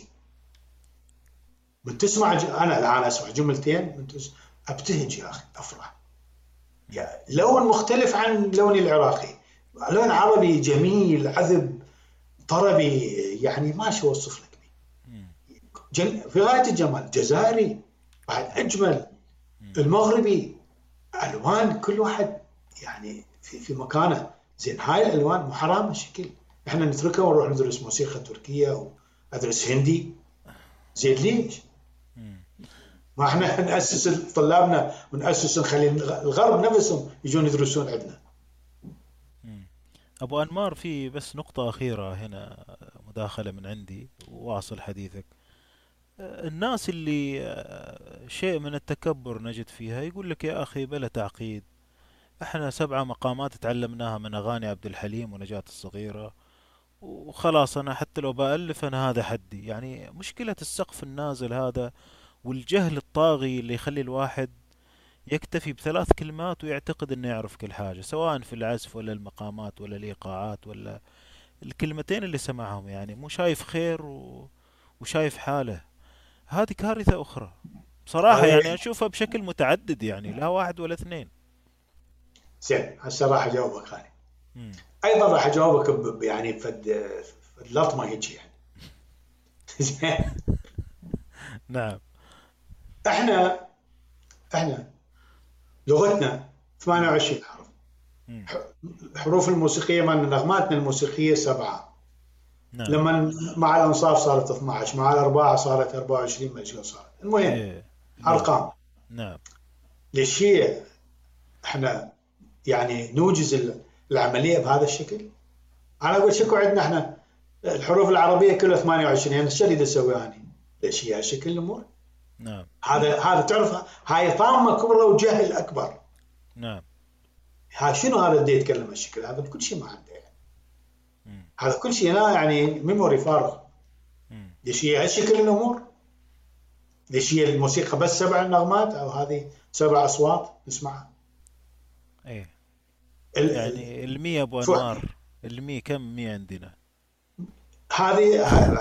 من تسمع انا الان اسمع جملتين ابتهج يا اخي، افرح. مم. يعني لون مختلف عن لوني العراقي، لون عربي جميل عذب طربي، يعني ما شو اوصف لك بيه. مم. في غايه الجمال. جزائري بعد مم. اجمل، مم. المغربي، الوان كل واحد يعني في مكانه. زين هاي الالوان مو حرام هالشكل احنا نتركها ونروح ندرس موسيقى تركيه وادرس هندي؟ زين ليش؟ مم. ما احنا ناسس طلابنا وناسس نخلي الغرب نفسهم يجون يدرسون عندنا. مم. أبو أنمار، في بس نقطة أخيرة هنا، مداخلة من عندي واصل حديثك. الناس اللي شيء من التكبر نجد فيها، يقول لك يا أخي بلا تعقيد، احنا 7 مقامات تعلمناها من أغاني عبد الحليم ونجاة الصغيرة، وخلاص أنا حتى لو بألف أنا هذا حدي. يعني مشكلة السقف النازل هذا والجهل الطاغي اللي يخلي الواحد يكتفي ب3 كلمات ويعتقد انه يعرف كل حاجة، سواء في العزف ولا المقامات ولا الإيقاعات ولا الكلمتين اللي سمعهم، يعني مو شايف خير وشايف حاله. هذه كارثة أخرى بصراحة، هذه يعني أشوفها بشكل متعدد، يعني لا واحد ولا اثنين. زين هسه راح اجاوبك هاني. مم. ايضا راح اجاوبك يعني فد لطمه هيك يعني. زين. نعم. احنا احنا لغتنا مم. 28 حرف. مم. الحروف الموسيقيه مال نغماتنا الموسيقيه 7. نعم. لما مع الانصاف صارت 12، مع الارباعه صارت 24، ما شلون صارت. المهم ايه. نعم. ارقام. نعم. ليش هي احنا يعني نوجز العمليه بهذا الشكل؟ انا اقول شكو عندنا احنا الحروف العربيه كلها 28، ايش اريد اسوي اني؟ ليش هي هالشكل الامور؟ نعم. هذا تعرف هاي طامه كبرى وجهل اكبر. نعم. شنو هذا اللي يتكلم هالشكل؟ هذا كل شيء ما عنده يعني. مم. هذا كل شيء هنا يعني ميموري فارغ. مم. ليش هي هالشكل الامور؟ ليش هي الموسيقى بس 7 نغمات او هذه 7 اصوات نسمعها؟ ايه. ال ال يعني المية أبو شو أنوار، المية كم مية عندنا؟ هذه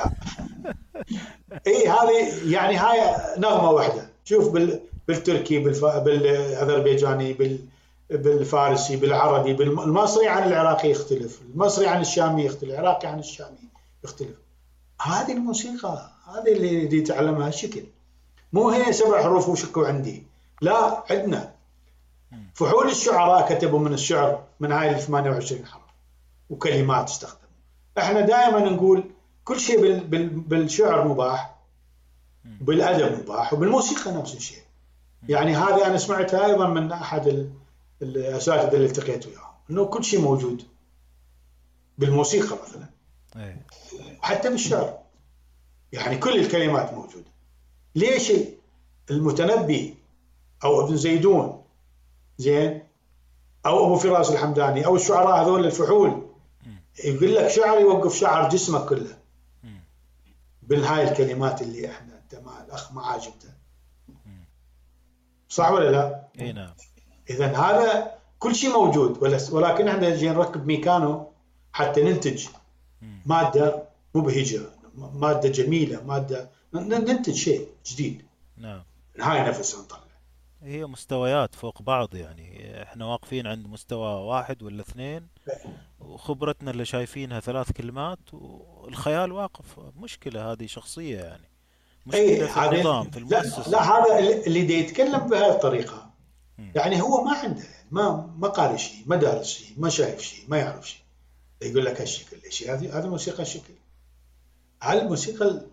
اي هذه يعني هاي نغمه واحده. شوف بالتركي بالاذربيجاني بالفارسي بالعربي بالمصري عن العراقي يختلف، المصري عن الشامي يختلف، العراقي عن الشامي يختلف. هذه الموسيقى هذه اللي يتعلمها هالشكل. مو هي 7 حروف وشكو عندي، لا عندنا مم. فحول الشعراء كتبوا من الشعر من هاي ال 28 حرف وكلمات استخدموا. احنا دائما نقول كل شيء بالشعر مباح، مم. بالادب مباح، وبالموسيقى نفس الشيء. مم. يعني هذه انا سمعتها ايضا من احد الاساتذه اللي التقيت وياهم، انه كل شيء موجود بالموسيقى مثلا، ايه. حتى بالشعر، يعني كل الكلمات موجوده. ليش المتنبي او ابن زيدون، زين، او ابو فراس الحمداني او الشعراء هذول الفحول مم. يقول لك شعر يوقف شعر جسمك كله مم. بالهاي الكلمات اللي احنا انت ما الاخ ما عاجبته؟ مم. صح ولا لا؟ ايه. نعم. اذا هذا كل شيء موجود، ولكن احنا نجي نركب ميكانو حتى ننتج مم. ماده مبهجه، ماده جميله، ماده ننتج شيء جديد. نعم. هاي نفسها نطلع. هي مستويات فوق بعض، يعني احنا واقفين عند مستوى واحد ولا اثنين، وخبرتنا اللي شايفينها 3 كلمات، والخيال واقف. مشكلة هذه شخصية، يعني اي مشكلة في هذا النظام في لا المؤسسة. هذا اللي دي يتكلم بهذه الطريقه، مم. يعني هو ما عنده يعني ما قاري شيء، ما دارس شيء، ما شايف شيء، ما يعرف شيء. يقول لك هالشكل. ليش هذه الموسيقى الشكل؟ هل الموسيقى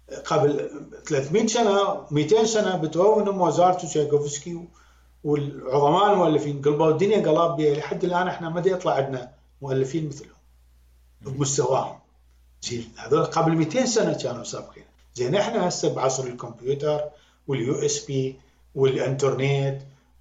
قبل 300 سنة 200 سنة بيتهوفن وموزارت وتشايكوفسكي والعظماء المؤلفين قلبوا الدنيا قلاب بها. لحد الآن احنا ما يطلع عندنا مؤلفين مثلهم بمستواهم. زين هذول قبل 200 سنة كانوا سابقين. زين احنا هسه بعصر الكمبيوتر واليو اس بي والانترنت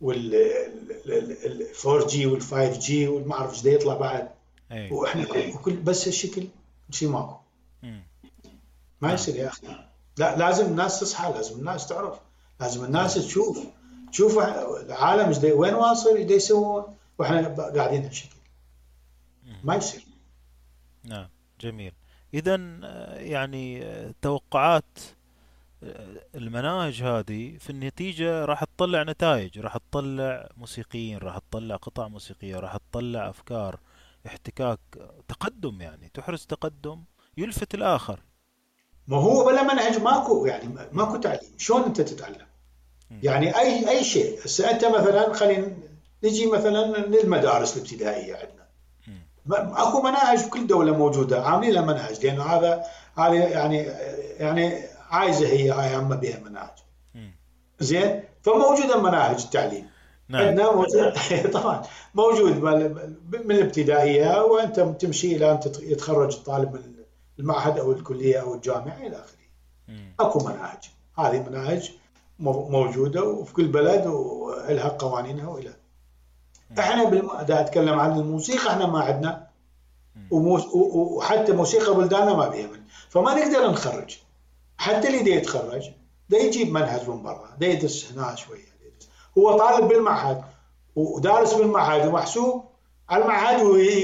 وال 4 جي وال 5 جي والما اعرف ايش يطلع بعد. اي واحنا وكل بس الشكل شيء ماكو. مم. ما نعم. يصير يا اخي. لا لازم الناس تصحى، لازم الناس تعرف، لازم الناس تشوف العالم وين واصل ايش يسوون واحنا قاعدين هالشكل. ما يصير. نعم جميل. إذا يعني توقعات المناهج هذه في النتيجة راح تطلع نتائج، راح تطلع موسيقيين، راح تطلع قطع موسيقية، راح تطلع أفكار، احتكاك، تقدم، يعني تحرز تقدم يلفت الآخر. ما هو بلا منهج ماكو، يعني ماكو تعليم. شلون انت تتعلم؟ مم. يعني اي شيء. هسه انت مثلا خلينا نجي مثلا للمدارس الابتدائيه عندنا. مم. اكو مناهج بكل دوله موجوده، عاملين لها منهج، لانه هذا يعني عايزه هاي هم بها مناهج. مم. زين فموجوده مناهج التعليم نعم. عندنا موجود. طبعا موجود من الابتدائيه وانت تمشي الى ان يتخرج الطالب من المعهد او الكليه او الجامعه الى اخره. مم. اكو مناهج، هذه مناهج موجوده وفي كل بلد ولها قوانينها والى. مم. احنا دا اتكلم عن الموسيقى، احنا ما عندنا، مم. وحتى موسيقى بلداننا ما بيها من، فما نقدر نخرج. حتى اللي دا يتخرج دا يجيب منهج من برا، دا يدرس هنا شويه، هو طالب بالمعهد ودارس بالمعهد ومحسوب على المعهد،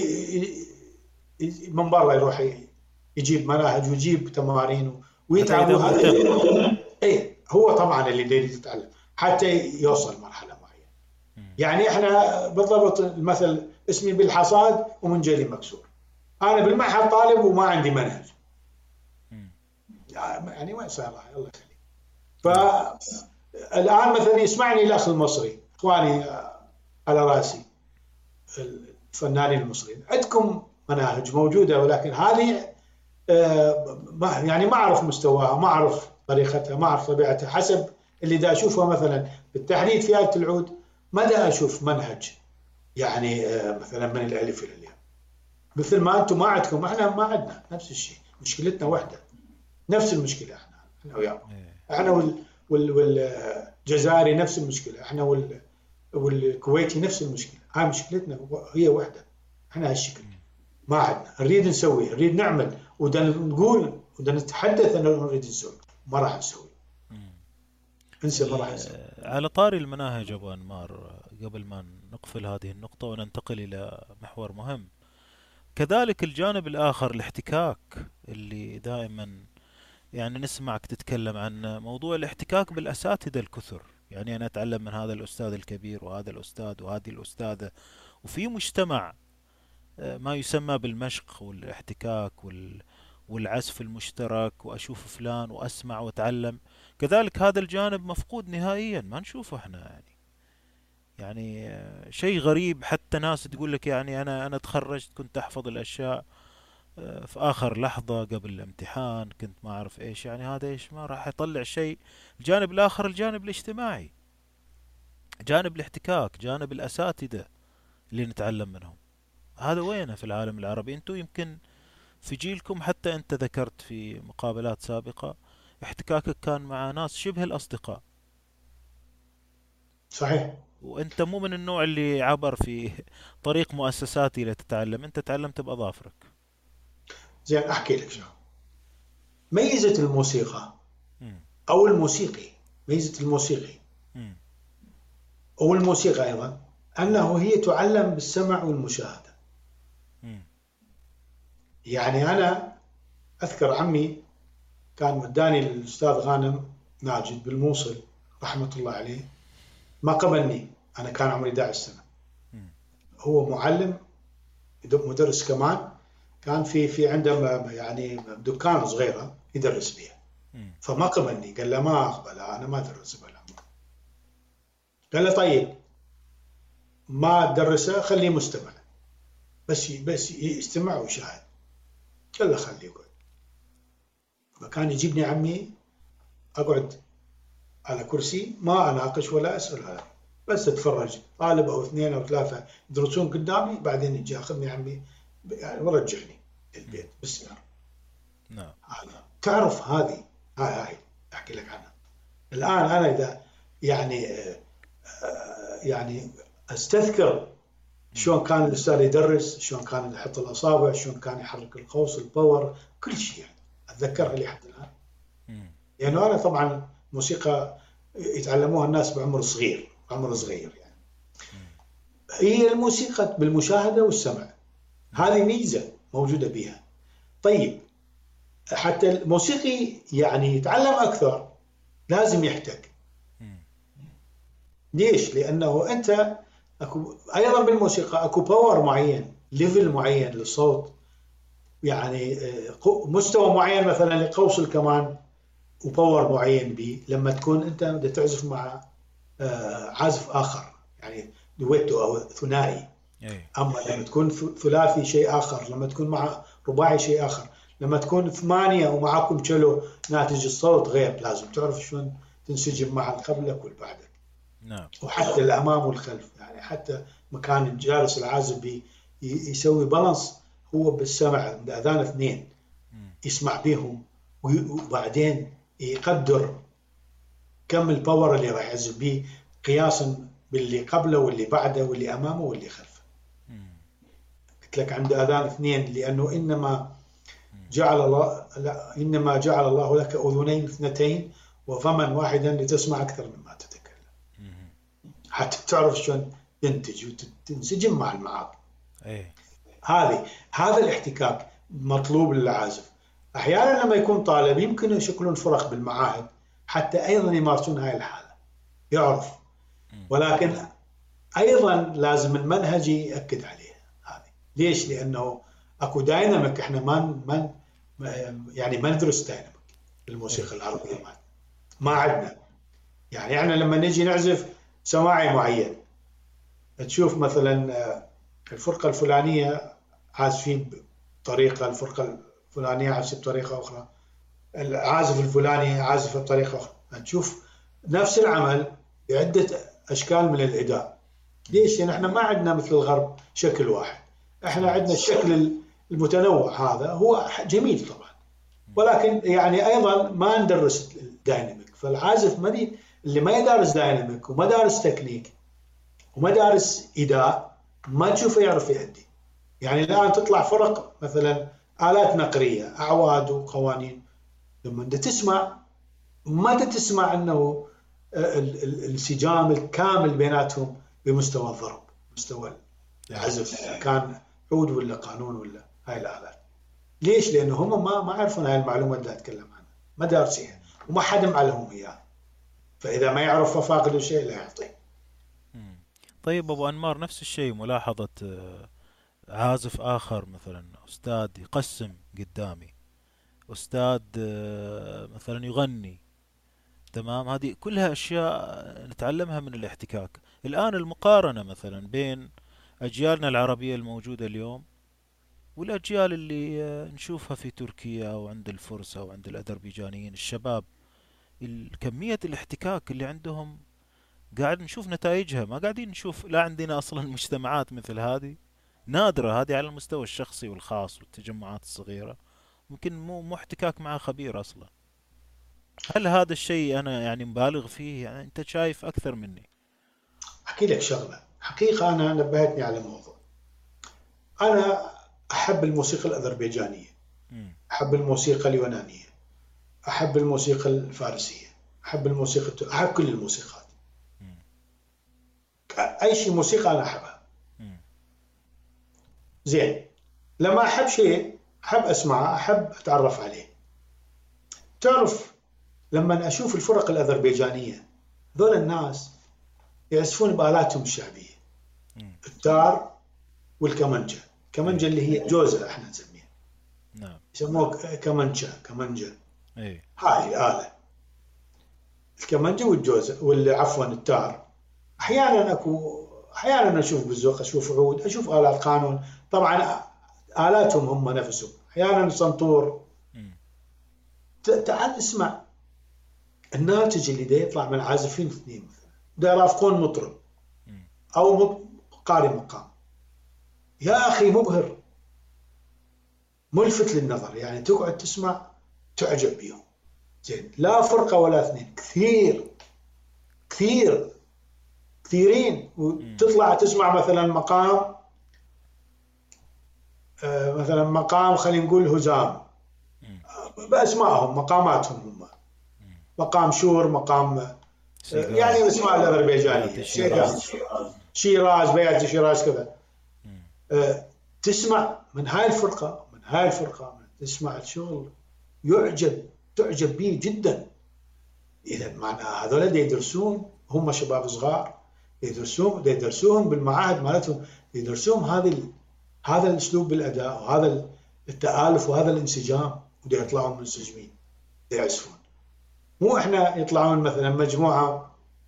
من برا يروح يجيب مناهج ويجيب تمارين هذا ويتعب إذا مهتم. اي هو طبعا اللي يريد يتعلم حتى يوصل مرحله معينه. مم. يعني احنا بالضبط المثل اسمي بالحصاد ومنجلي مكسور. انا بالمعهد طالب وما عندي منهج، مم. يعني ما يصير. الله يخليك. نعم. فالان مثلا يسمعني الاخ المصري، اخواني على راسي الفنانين المصريين، عندكم مناهج موجوده، ولكن هذه يعني ما اعرف مستواها، ما اعرف طريقتها، ما اعرف طبيعتها. حسب اللي دا اشوفه مثلا بالتحديد في آلة العود، ما دا اشوف منهج يعني مثلا من الالف الى الياء مثل ما انتم ما عندكم. احنا ما عندنا نفس الشيء، مشكلتنا واحده، نفس المشكله. احنا وياكم، إيه. احنا والجزائري نفس المشكله، احنا والكويتي نفس المشكله. هاي مشكلتنا هي واحده. احنا هالشكل ما عندنا، نريد نسوي، نريد نعمل، ودا نقول ودا نتحدث انه نريد نسوي، ما راح نسوي. مم. انسى، ما راح نسوي. على طاري المناهج أبو أنمار، قبل ما نقفل هذه النقطة وننتقل إلى محور مهم، كذلك الجانب الآخر الاحتكاك اللي دائما يعني نسمعك تتكلم عن موضوع الاحتكاك بالأساتذة الكثر. يعني أنا أتعلم من هذا الأستاذ الكبير وهذا الأستاذ وهذه الأستاذة، وفي مجتمع ما يسمى بالمشق والاحتكاك والعزف المشترك، وأشوف فلان وأسمع وأتعلم. كذلك هذا الجانب مفقود نهائيا، ما نشوفه احنا يعني شيء غريب. حتى ناس تقول لك يعني أنا تخرجت كنت أحفظ الأشياء في آخر لحظة قبل الامتحان، كنت ما أعرف إيش. يعني هذا إيش، ما راح يطلع شيء. الجانب الآخر الجانب الاجتماعي، جانب الاحتكاك، جانب الأساتذة اللي نتعلم منهم، هذا وينه في العالم العربي؟ أنتم يمكن في جيلكم، حتى أنت ذكرت في مقابلات سابقة احتكاكك كان مع ناس شبه الأصدقاء، صحيح. وأنت مو من النوع اللي عبر في طريق مؤسساتي لتتعلم، أنت تعلمت بأظافرك. زين احكي لك شغله. ميزه الموسيقى مم. او الموسيقي، ميزه الموسيقي مم. او الموسيقى ايضا انه هي تعلم بالسمع والمشاهده. مم. يعني انا اذكر عمي كان وداني للاستاذ غانم ماجد بالموصل رحمه الله عليه، ما قبلني، انا كان عمري 11 سنه. مم. هو معلم مدرس كمان، كان في عنده يعني دكان صغيره يدرس فيها. مم. فما قبلني، قال له ما اقبل، انا ما ادرس بالعمر. قال له طيب ما تدرسه، خليه مستمع، بس يستمع ويشاهد. قال له خليه يقعد. فكان يجيبني عمي أقعد على كرسي، ما أناقش ولا أسأل هذا، بس أتفرج طالب أو اثنين أو ثلاثة يدرسون قدامي، بعدين يجي أخذني عمي يعني ورجعني البيت بالسيارة. نعم. تعرف هاي أحكي لك عنها. الآن أنا إذا يعني يعني أستذكر شلون كان الأستاذ يدرس، شلون كان يحط الأصابع، شلون كان يحرك القوس، الباور، كل شيء يعني أتذكرها لي حتى الآن. يعني أنا طبعا موسيقى يتعلموها الناس بعمر صغير يعني. هي الموسيقى بالمشاهدة والسمع، هذه ميزة موجودة بها. طيب حتى الموسيقي يعني يتعلم أكثر لازم يحتك. ليش؟ لأنه أنت أكو أيضا بالموسيقى أكو باور معين، ليفل معين للصوت، يعني مستوى معين مثلا لقوس الكمان، وباور معين به لما تكون أنت بدك تعزف مع عازف آخر، يعني دويتو أو ثنائي. أما لما تكون ثلاثي شيء آخر، لما تكون مع رباعي شيء آخر، لما تكون ثمانية ومعاكم تشيلو، ناتج الصوت غير. لازم تعرف شلون تنسجم مع قبلك والبعدك. نعم. وحتى الأمام والخلف، يعني حتى مكان جالس العازف يسوي بالانس هو بالسمع، عند أذان اثنين يسمع بيهم، وبعدين يقدر كم الباور اللي راح يعزف به قياسا باللي قبله واللي بعده واللي أمامه واللي خلفه. قلت لك عند أذان اثنين لأنه إنما جعل الله لك أذنين اثنتين وفما واحدا لتسمع أكثر مما تتكلم، حتى تعرف شلون تنتج وتنسجم مع المعاق. هذا الاحتكاك مطلوب للعازف. أحيانا لما يكون طالب يمكن يشكلون فرق بالمعاهد حتى أيضا يمارسون هاي الحالة، يعرف، ولكن أيضا لازم المنهج يأكد عليها هذه. ليش؟ لأنه أكو دايناميك، إحنا ما ندرس دايناميك بالموسيقى العربية، ما عندنا. يعني إحنا لما نجي نعزف سماعي معين، تشوف مثلا الفرقة الفلانية عازفين بطريقة، الفرقة الفلانية عازفة بطريقة أخرى، العازف الفلاني عازف بطريقة أخرى، تشوف نفس العمل بعدة أشكال من الأداء. ليش؟ لأن احنا ما عندنا مثل الغرب شكل واحد، احنا عندنا الشكل المتنوع، هذا هو جميل طبعا، ولكن يعني أيضا ما ندرس الدايناميك. فالعازف اللي ما يدارس دايناميك وما دارس تكنيك وما دارس إداء، ما تشوفه يعرف يأدي. يعني الآن تطلع فرق مثلا آلات نقرية، أعواد وقوانين، لما أنت تسمع ما تسمع أنه الانسجام الكامل بيناتهم بمستوى الضرب، مستوى العزف، كان عود ولا قانون ولا هاي الآلات. ليش؟ لأنه هم ما عرفون هاي المعلومة اللي أتكلم عنها، ما دارسيها وما حد معلمهم إياها، فإذا ما يعرف فاقد الشيء لا يعطيه. طيب أبو أنمار، نفس الشيء ملاحظة عازف آخر مثلا أستاذ يقسم قدامي، أستاذ مثلا يغني، تمام، هذه كلها أشياء نتعلمها من الاحتكاك. الآن المقارنة مثلا بين أجيالنا العربية الموجودة اليوم والأجيال اللي نشوفها في تركيا أو عند الفرس أو عند الأذربيجانيين الشباب، كمية الاحتكاك اللي عندهم قاعد نشوف نتائجها. ما قاعدين نشوف، لا عندنا أصلا مجتمعات مثل هذه، نادرة هذه على المستوى الشخصي والخاص والتجمعات الصغيرة، ممكن مو احتكاك مع خبير أصلا. هل هذا الشيء أنا يعني مبالغ فيه؟ يعني أنت شايف أكثر مني. أحكي لك شغلة حقيقة، أنا نبهتني على موضوع. أنا أحب الموسيقى الأذربيجانية، أحب الموسيقى اليونانية، أحب الموسيقى الفارسية، أحب كل الموسيقات. أي شيء موسيقى أنا أحبها. زين، لما أحب شيء أحب أسمعه، أحب أتعرف عليه. تعرف لما أشوف الفرق الأذربيجانية، ذول الناس يعزفون بآلاتهم الشعبية، التار والكمنجة. الكمنجة اللي هي جوزة احنا نسميها، نعم، يسموه كمنجة. اي، هاي الآلة الكمنجة والجوزة، عفوا التار. أحيانا أشوف بزوق، أشوف عود، أشوف آلات قانون، طبعا آلاتهم هم نفسهم، أحيانا صنطور. تعال اسمع الناتج اللي دا يطلع من عازفين اثنين مثلا دا يرافقون مطرب او قارئ مقام، يا اخي مبهر، ملفت للنظر، يعني تقعد تسمع تعجب بيهم. زين، لا فرقة ولا اثنين، كثيرين، وتطلع تسمع مثلا مقام، مثلا مقام خلينا نقول هزام بأسمائهم مقاماتهم هم، مقام شور، مقام يعني الأسماء الأذربيجانية، شيراز، بيات شيراز كذا. تسمع من هاي الفرقة تسمع الشغل تعجب به جدا. إذا معناها هذول يدرسون، هم شباب صغار يدرسون بالمعاهد مالتهم، يدرسون هذا الأسلوب بالأداء وهذا التآلف وهذا الانسجام، ودا يطلعون منسجمين يعزفون. مو إحنا يطلعون مثلا مجموعة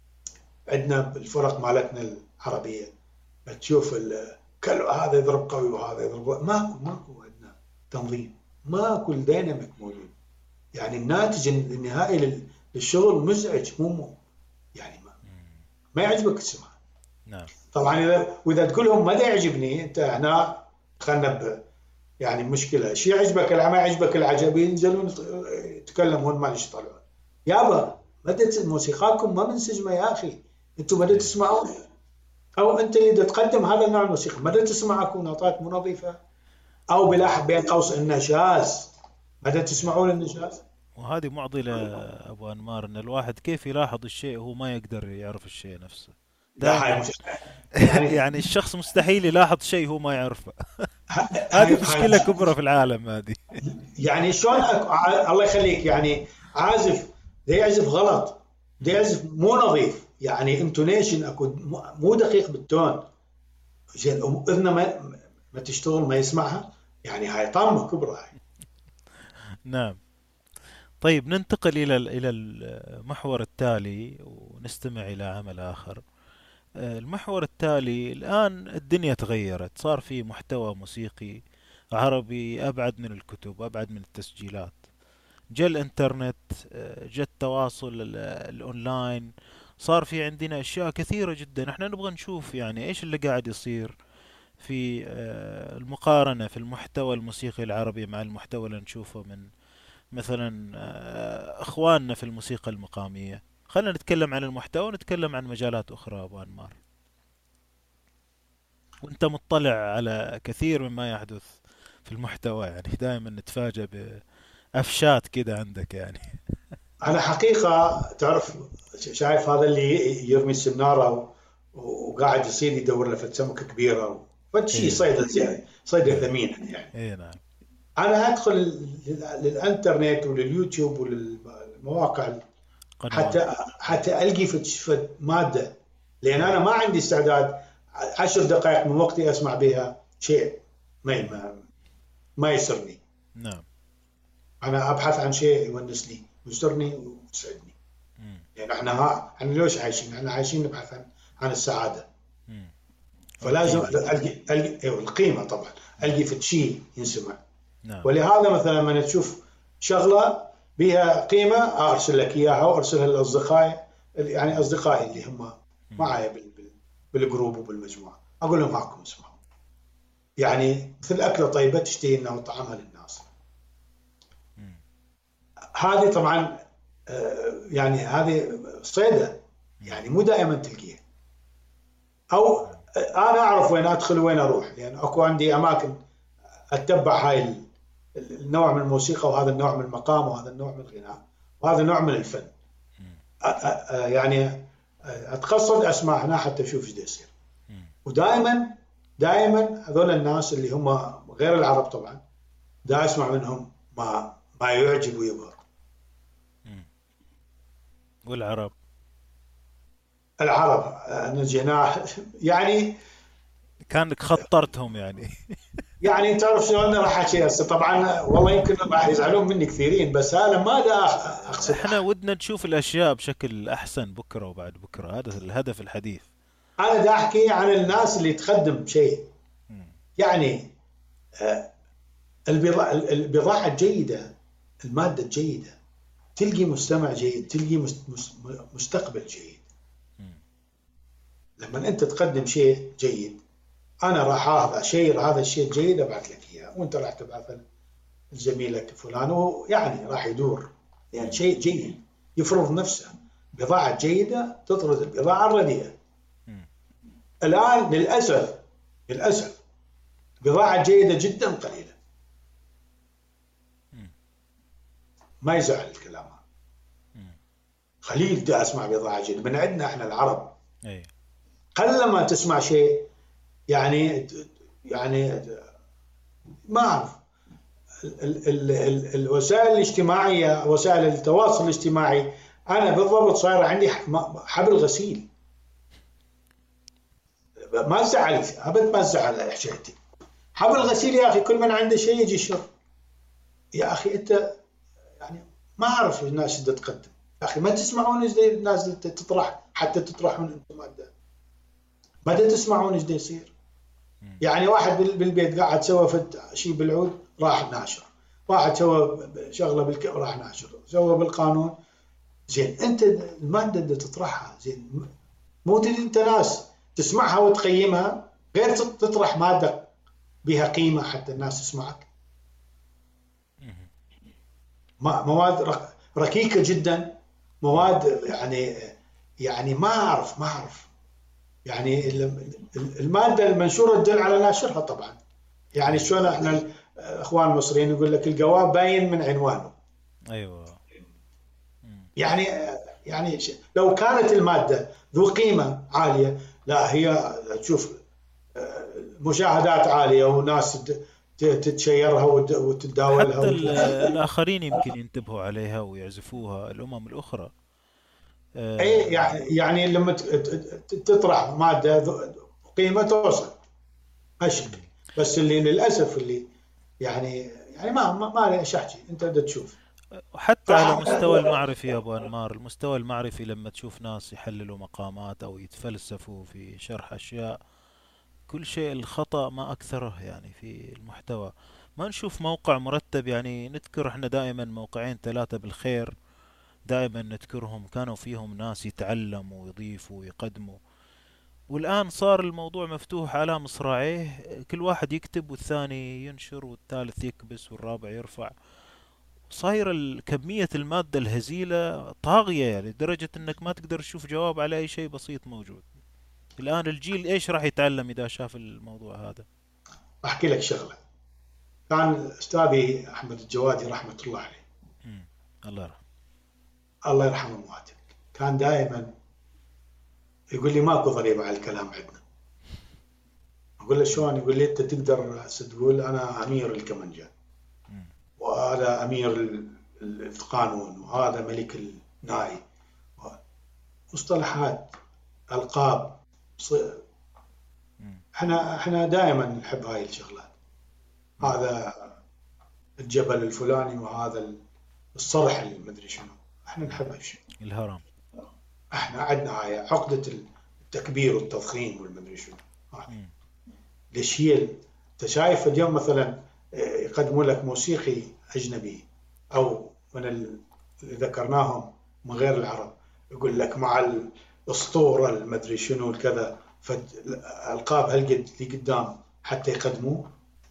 عندنا بالفرق مالتنا العربية تشوف هذا يضرب قوي وهذا يضرب، ماكو عندنا تنظيم، ماكو ديناميك موجود، يعني الناتج النهائي للشغل مزعج، مو يعني ما يعجبك تسمع. نعم. طبعا واذا تقول لهم ما دا يعجبني، انت هنا خلنا يعني مشكله، شيء يعجبك ما يعجبك العجب، ينزلون يتكلمون ما ليش يطلعون. يابا موسيقاكم ما منسجمه يا اخي، انتم ما تسمعون، او انت اللي تقدم هذا النوع من الموسيقى ما تسمعكم نوتات مو نظيفه، او بلاح بين قوس النشاز، ما تسمعون النشاز. وهذه معضلة أبو أنمار، أن الواحد كيف يلاحظ الشيء وهو ما يقدر يعرف الشيء نفسه دائما. يعني الشخص مستحيل يلاحظ شيء هو ما يعرفه. هذه مشكلة كبرى في العالم هذه. يعني شلون الله يخليك، يعني عازف ده يعزف غلط، ده يعزف مو نظيف، يعني انتونيشن اكو مو دقيق بالتون، زين اذنه ما تشتغل ما يسمعها، يعني هاي طامة كبرى هاي. نعم. طيب ننتقل إلى المحور التالي ونستمع إلى عمل آخر. المحور التالي، الآن الدنيا تغيرت، صار في محتوى موسيقي عربي أبعد من الكتب، أبعد من التسجيلات، جاء الإنترنت، جاء التواصل الأونلاين، صار في عندنا أشياء كثيرة جدا. احنا نبغى نشوف يعني إيش اللي قاعد يصير في المقارنة في المحتوى الموسيقي العربي مع المحتوى اللي نشوفه من مثلا اخواننا في الموسيقى المقامية. خلينا نتكلم عن المحتوى ونتكلم عن مجالات اخرى ابو انمار، وانت مطلع على كثير مما يحدث في المحتوى، يعني دائما نتفاجأ بأفشات كده عندك يعني. انا حقيقة تعرف، شايف هذا اللي يرمي السنارة وقاعد يصير يدور له سمكة كبيرة فشي صيدة ثمينة يعني. اي نعم. انا ادخل للانترنت ولليوتيوب وللمواقع قنوات. حتى القي في ماده، لان انا ما عندي استعداد 10 دقائق من وقتي اسمع بها شيء ما يسرني. نعم. انا ابحث عن شيء يونسني ويسرني ويسعدني، يعني احنا ليش عايشين؟ احنا عايشين نبحث عن السعاده. فلازم القي القيمه طبعا، القي في شيء ينسمع. نعم. ولهذا مثلا لما تشوف شغله بها قيمه ارسل لك اياها وارسلها لاصدقائي، يعني اصدقائي اللي هم معي بالجروب وبالمجموعه، اقول لهم هاكم اسمعوا، يعني مثل اكله طيبه تشتهي انه طعامها للناس. هذه طبعا يعني هذه صيده، يعني مو دائما تلقيها، او انا اعرف وين ادخل وين اروح، لان يعني اكو عندي اماكن اتبع هاي النوع من الموسيقى وهذا النوع من المقام وهذا النوع من الغناء وهذا النوع من الفن. يعني اتقصد اسمع هنا حتى اشوف ايش يصير. ودائما هذول الناس اللي هم غير العرب طبعا دا اسمع منهم ما يعجب ويبهر. والعرب نجينا يعني كانك خطرتهم يعني. يعني تعرف شلون راح احكي هسه، طبعا والله يمكن راح يزعلون مني كثيرين، بس انا ما دا اقصد. احنا ودنا نشوف الاشياء بشكل احسن بكره وبعد بكره، هذا الهدف الحديث. انا دا احكي عن الناس اللي تقدم شيء، يعني البضاعة الجيدة، المادة الجيدة تلقي مستمع جيد، تلقي مستقبل جيد. لما أنت تقدم شيء جيد، أنا راح أشير هذا الشيء الجيد أبعث لك إياه، وأنت راح تبعث لزميلك فلان، ويعني راح يدور، يعني شيء جيد يفرض نفسه. بضاعة جيدة تطرد البضاعة الرديئة. الآن للأسف بضاعة جيدة جدا قليلة. ما يزعل الكلام هذا، قليل دا أسمع بضاعة جيدة من عندنا إحنا العرب. قل ما تسمع شيء يعني ما أعرف. الوسائل الاجتماعية، وسائل التواصل الاجتماعي، أنا بالضبط صار عندي حبل غسيل. ما زعل أبد، ما زعل حشيتي. حبل غسيل يا أخي، كل من عنده شيء يجي يشر. يا أخي أنت يعني ما أعرف الناس اللي تقدم. يا أخي ما تسمعون إيش الناس اللي تطرح، حتى تطرحون أنتم مادة، ما تسمعون إيش ده يصير. يعني واحد بالبيت قاعد سوى شيء بالعود راح ناشر، واحد سوى شغله راح ناشر، سوى بالقانون. زين أنت المادة اللي تطرحها زين، مو تريد أنت ناس تسمعها وتقيمها، غير تطرح مادة بها قيمة حتى الناس تسمعك. مواد ركيكة جدا، مواد يعني ما أعرف يعني المادة المنشورة تدل على ناشرها طبعا. يعني شلون احنا الاخوان المصريين يقول لك الجواب باين من عنوانه. ايوه. يعني لو كانت المادة ذو قيمة عالية، لا هي تشوف مشاهدات عالية وناس تتشيرها وتتداولها، حتى الآخرين يمكن ينتبهوا عليها ويعزفوها، الأمم الأخرى. اي يعني لما تطرح مادة قيمة توصل أشكل. بس اللي للأسف اللي يعني ما ليش أحكي، أنت بدك تشوف. وحتى على مستوى المعرفي يا أبو أنمار، المستوى المعرفي لما تشوف ناس يحللوا مقامات أو يتفلسفوا في شرح أشياء، كل شيء الخطأ ما أكثره يعني في المحتوى. ما نشوف موقع مرتب. يعني نذكر احنا دائما موقعين ثلاثة بالخير دائما نذكرهم، كانوا فيهم ناس يتعلموا ويضيفوا ويقدموا. والآن صار الموضوع مفتوح على مصراعيه، كل واحد يكتب والثاني ينشر والثالث يكبس والرابع يرفع. صاير كمية المادة الهزيلة طاغية، يعني لدرجة انك ما تقدر تشوف جواب على اي شيء بسيط موجود. الآن الجيل ايش راح يتعلم اذا شاف الموضوع هذا؟ أحكي لك شغلة. كان أستاذي أحمد الجوادي رحمة الله عليه، الله يرحمه، الله يرحمه مواتك، كان دائما يقول لي ماكو ضريبة على الكلام عندنا. أقول له شلون؟ يقول لي أنت تقدر تقول أنا أمير الكمنجة، وهذا أمير القانون، وهذا ملك الناي، مصطلحات، ألقاب. احنا دائما نحب هاي الشغلات. هذا الجبل الفلاني، وهذا الصرح المدري شنو، احنا نحب هالشيء. الهرم. احنا عندنا هاي عقدة التكبير والتضخيم والمدري شنو. ليش هي انت شايف اليوم مثلا يقدموا لك موسيقي اجنبي او من اللي ذكرناهم من غير العرب، يقول لك مع الاسطوره المدري شنو الكذا، فالقاب هالقد اللي قدام حتى يقدموه.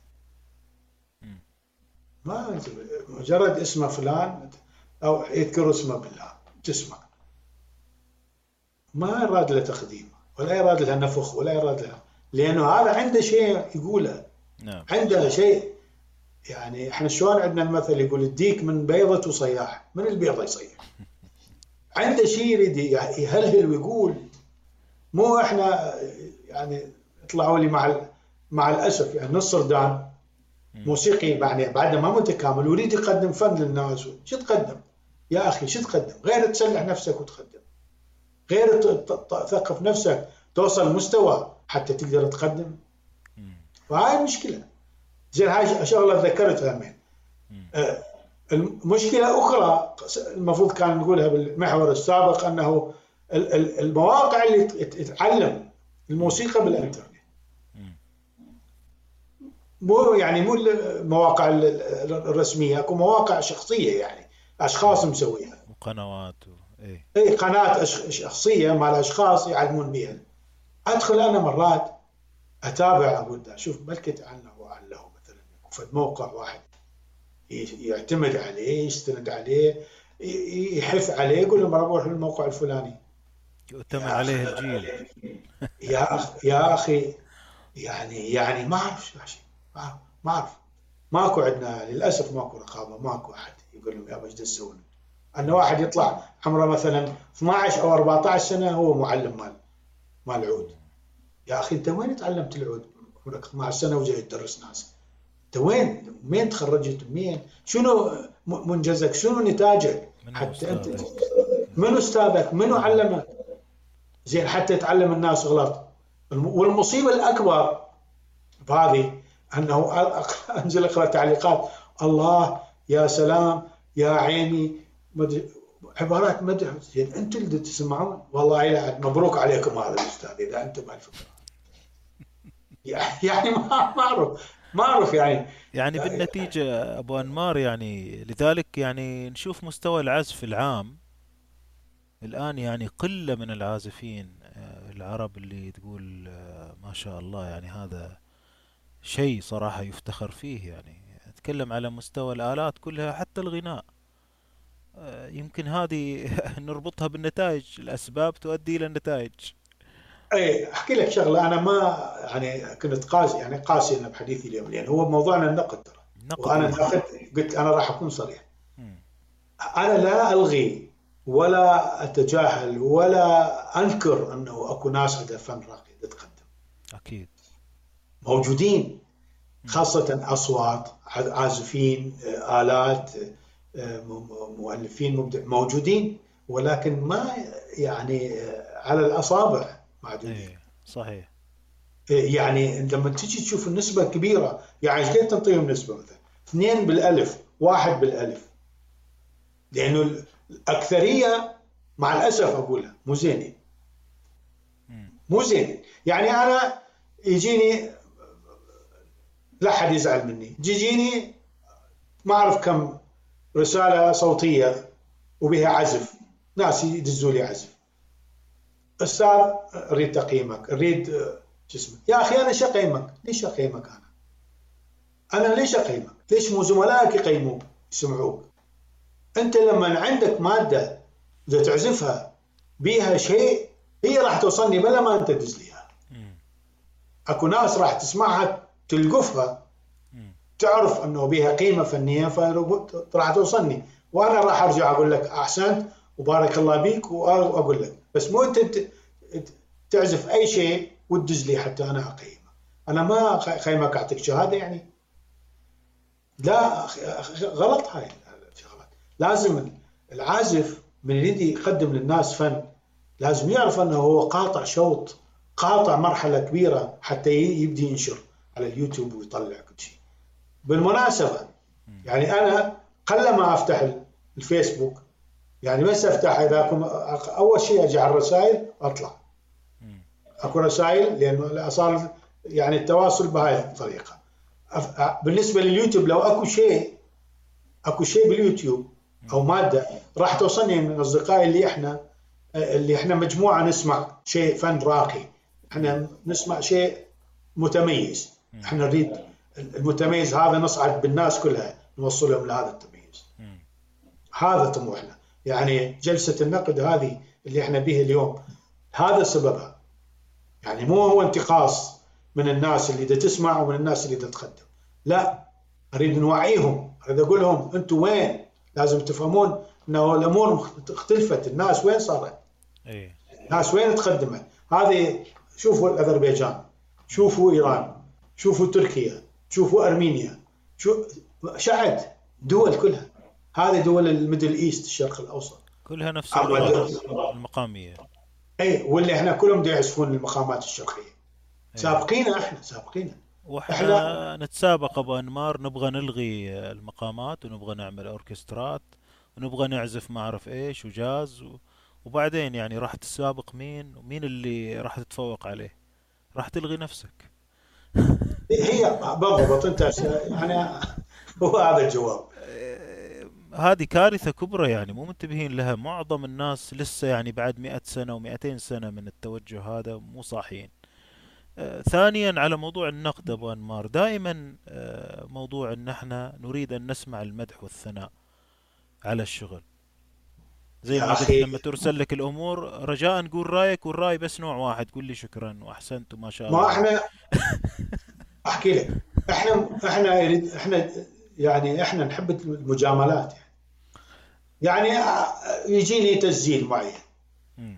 ما مجرد اسمه فلان او يذكر اسمه بالله تسمع، ما يراد له تقديم ولا يراد له نفخ ولا يراد له، لانه هذا عنده شيء يقوله. نعم. عنده شيء. يعني احنا شلون عندنا المثل يقول الديك من بيضة وصياح، من البيضة يصيح. عنده شيء يريد يهلهل ويقول. مو احنا يعني طلعوا لي مع الاسف يعني نص ردان موسيقي يعني بعد ما متكامل ويريد يقدم فن للناس. شو تقدم يا اخي؟ شو تقدم غير تسلح نفسك وتقدم، غير تثقف نفسك توصل مستوى حتى تقدر تقدم؟ فهاي المشكلة. زين هاي شغلة ذكرتها من المشكلة أخرى المفروض كان نقولها بالمحور السابق، أنه المواقع اللي تتعلم الموسيقى بالإنترنت، مو المواقع الرسمية، اكو مواقع شخصية يعني اشخاص مسويها. وقنوات ايه. اي قناه شخصيه مال اشخاص يعلمون بها. ادخل انا مرات اتابع، اقول ده شوف بلكت عنه وعن له مثلا فد موقع واحد يعتمد عليه، يستند عليه، يحث عليه، يقول لهم بروح للموقع الفلاني. يؤتمن يا اخي، عليه الجيل. يا اخي، يعني ما اعرف شيء، ما اعرف. ماكو عندنا للاسف، ماكو رقابه، ماكو احد يقول لهم يابا ايش تسوون. ان واحد يطلع عمره مثلا 12 او 14 سنه هو معلم مال العود. يا اخي انت وين تعلمت العود؟ عمرك 12 سنه وجاي تدرس ناس. انت وين تخرجت؟ منين؟ شنو منجزك؟ شنو نتاجك؟ منو حتى انت استاذك؟ من استاذك؟ منو نعم. علمك؟ زين حتى تعلم الناس غلط. والمصيبه الاكبر بهذه انه انزل اقرا تعليقات: الله، يا سلام، يا عيني، عبارات مدح. زين انتم اللي تسمعون، والله لا، مبروك عليكم هذا الاستاذ اذا انتم بهالفكره. يعني ما اعرف يعني. يعني بالنتيجة أبو أنمار، يعني لذلك يعني نشوف مستوى العزف العام الآن، يعني قلة من العازفين العرب اللي تقول ما شاء الله، يعني هذا شيء صراحة يفتخر فيه. يعني أتكلم على مستوى الآلات كلها، حتى الغناء. يمكن هذه نربطها بالنتائج، الأسباب تؤدي إلى النتائج. اي احكي لك شغله، انا ما يعني كنت قاسي، يعني قاسي انا بحديثي اليوم، لان هو موضوعنا النقد ترى. نقد وانا إيه. انتقدت، قلت انا راح اكون صريح. مم. انا لا الغي ولا اتجاهل ولا انكر انه اكو ناس عندها فن راقي تتقدم، أكيد. موجودين، مم. خاصه اصوات، عازفين، الات، مؤلفين مبدع موجودين، ولكن ما يعني على الاصابع معدودين. إيه صحيح. يعني لما تيجي تشوف النسبة كبيرة، يعني ايش قد تنطيهم نسبة مثلا 2 بالألف، 1 بالألف، لأنه الأكثرية مع الأسف أقولها مو زينين، مم. مو زينين. يعني أنا يجيني، لا حد يزعل مني، يجيني ما أعرف كم رسالة صوتية وبها عزف، ناس يدزوا لي عزف: أستاذ أريد تقييمك، أريد شو اسمه. يا أخي أنا شو أقيمك؟ ليش أقيمك أنا ليش أقيمك؟ ليش مو زملائك يقيموك يسمعوك؟ أنت لما عندك مادة إذا تعزفها بيها شيء، هي راح توصلني بلا ما أنت تدز ليها. مم. أكو ناس راح تسمعها تلقفها، مم. تعرف أنه بيها قيمة فنية، فراح توصلني، وأنا راح أرجع أقول لك أحسنت وبارك الله بيك وأقول لك. بس مو أنت تعزف أي شيء وتدز لي حتى أنا أقيمه. أنا ما خيمك أعطيك شهادة يعني. لا غلط هاي الشغلات. لازم العازف من يريد يقدم للناس فن لازم يعرف انه هو قاطع شوط، قاطع مرحله كبيره حتى يبدي ينشر على اليوتيوب ويطلع كل شيء. بالمناسبه مم. يعني انا قلما افتح الفيسبوك، يعني بس افتح اذا اول شيء اجي على الرسائل اطلع. مم. اكو رسائل لانه صار يعني التواصل بهاي الطريقه. بالنسبه لليوتيوب لو اكو شيء باليوتيوب مم. او ماده راح توصلني من اصدقائي اللي احنا مجموعه نسمع شيء فن راقي، مم. احنا نسمع شيء متميز، مم. احنا نريد المتميز هذا نصعد بالناس كلها نوصلهم لهذا التميز. مم. هذا طموحنا. يعني جلسه النقد هذه اللي احنا بها اليوم هذا سببها. يعني مو هو انتقاص من الناس اللي دا تسمع ومن الناس اللي دا تقدم، لا، اريد نوعيهم، اريد اقول لهم انتم وين، لازم تفهمون انه الامور اختلفت، الناس وين صارت، ايه. الناس وين تقدمت. هذه شوفوا الاذربيجان، شوفوا ايران، شوفوا تركيا، شوفوا ارمينيا، شو شعد دول كلها، هذه دول الميدل ايست، الشرق الاوسط. كلها نفس اللغات اما المقامية. اي واللي احنا كلهم يعزفون المقامات الشرقيه، ايه. سابقين، احنا سابقين. احنا واحنا نتسابق ابو انمار، نبغى نلغي المقامات، ونبغى نعمل اوركسترات، ونبغى نعزف ما اعرف ايش وجاز وبعدين يعني راح تسابق مين، ومين اللي راح تتفوق عليه؟ راح تلغي نفسك. هي بالضبط انت يعني هو هذا الجواب. هذه كارثة كبرى يعني مو منتبهين لها. معظم الناس لسه يعني بعد 100 سنة و200 سنة من التوجه هذا مو صاحيين. ثانيا على موضوع النقد أبو أنمار، دائما موضوع أن احنا نريد أن نسمع المدح والثناء على الشغل. زي يا ما قلت أخي، لما ترسل لك الأمور رجاء قول رأيك، والرأي بس نوع واحد، قول لي شكرا وأحسنت وما شاء ما الله. احنا احكي لك، احنا يعني احنا نحب المجاملات. يعني يجيني تسجيل معين، مم.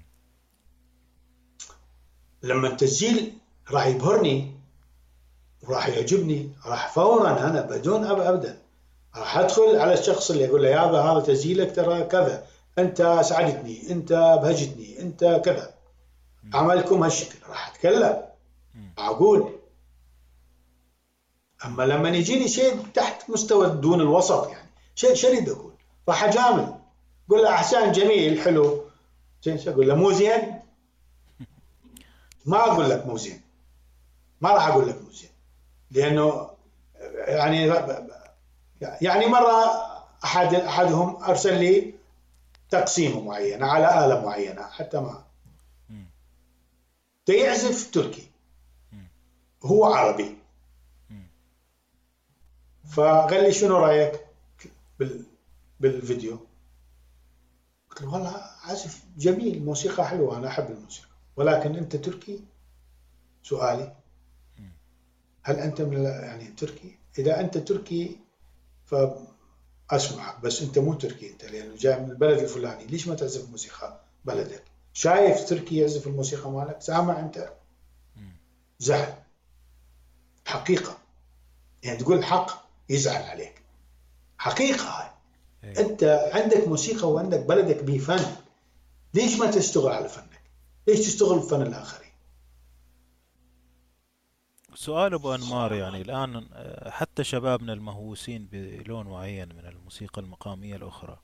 لما التسجيل راح يبهرني وراح يعجبني، راح فورا انا بدون ابدا راح ادخل على الشخص اللي اقول له يابا هذا تسجيلك ترى كذا، انت اسعدتني، انت بهجتني، انت كذا، مم. عملكم هالشكل، راح اتكلم، مم. اقول. مم. اما لما يجيني شيء تحت مستوى دون الوسط، يعني شيء شريد اقول، راح اجامل، اقول له احسن، جميل، حلو، زين، شو اقول له؟ مو زين؟ ما اقول لك مو زين، ما راح اقول لك مو زين، لانه يعني يعني مره احدهم ارسل لي تقسيمه معينه على اله معينه، حتى ما مم. يعزف تركي، مم. هو عربي، مم. فقال لي شنو رايك بال بالفيديو؟ قلت له والله عزف جميل، موسيقى حلوه، انا احب الموسيقى، ولكن انت تركي؟ سؤالي، مم. هل انت من يعني تركي؟ اذا انت تركي فاسمعك، بس انت مو تركي، انت لانه جاي من البلد الفلاني، ليش ما تعزف موسيقى بلدك؟ شايف تركي يعزف الموسيقى مالك؟ سامع انت؟ مم. زعل، حقيقه، يعني تقول الحق يزعل عليك، حقيقه هاي. أي. انت عندك موسيقى وعندك بلدك بيه فن، ليش ما تشتغل على فنك؟ ليش تشتغل بفن الاخرين؟ سؤال أبو أنمار، يعني الآن حتى شبابنا المهووسين بلون معين من الموسيقى المقامية الأخرى،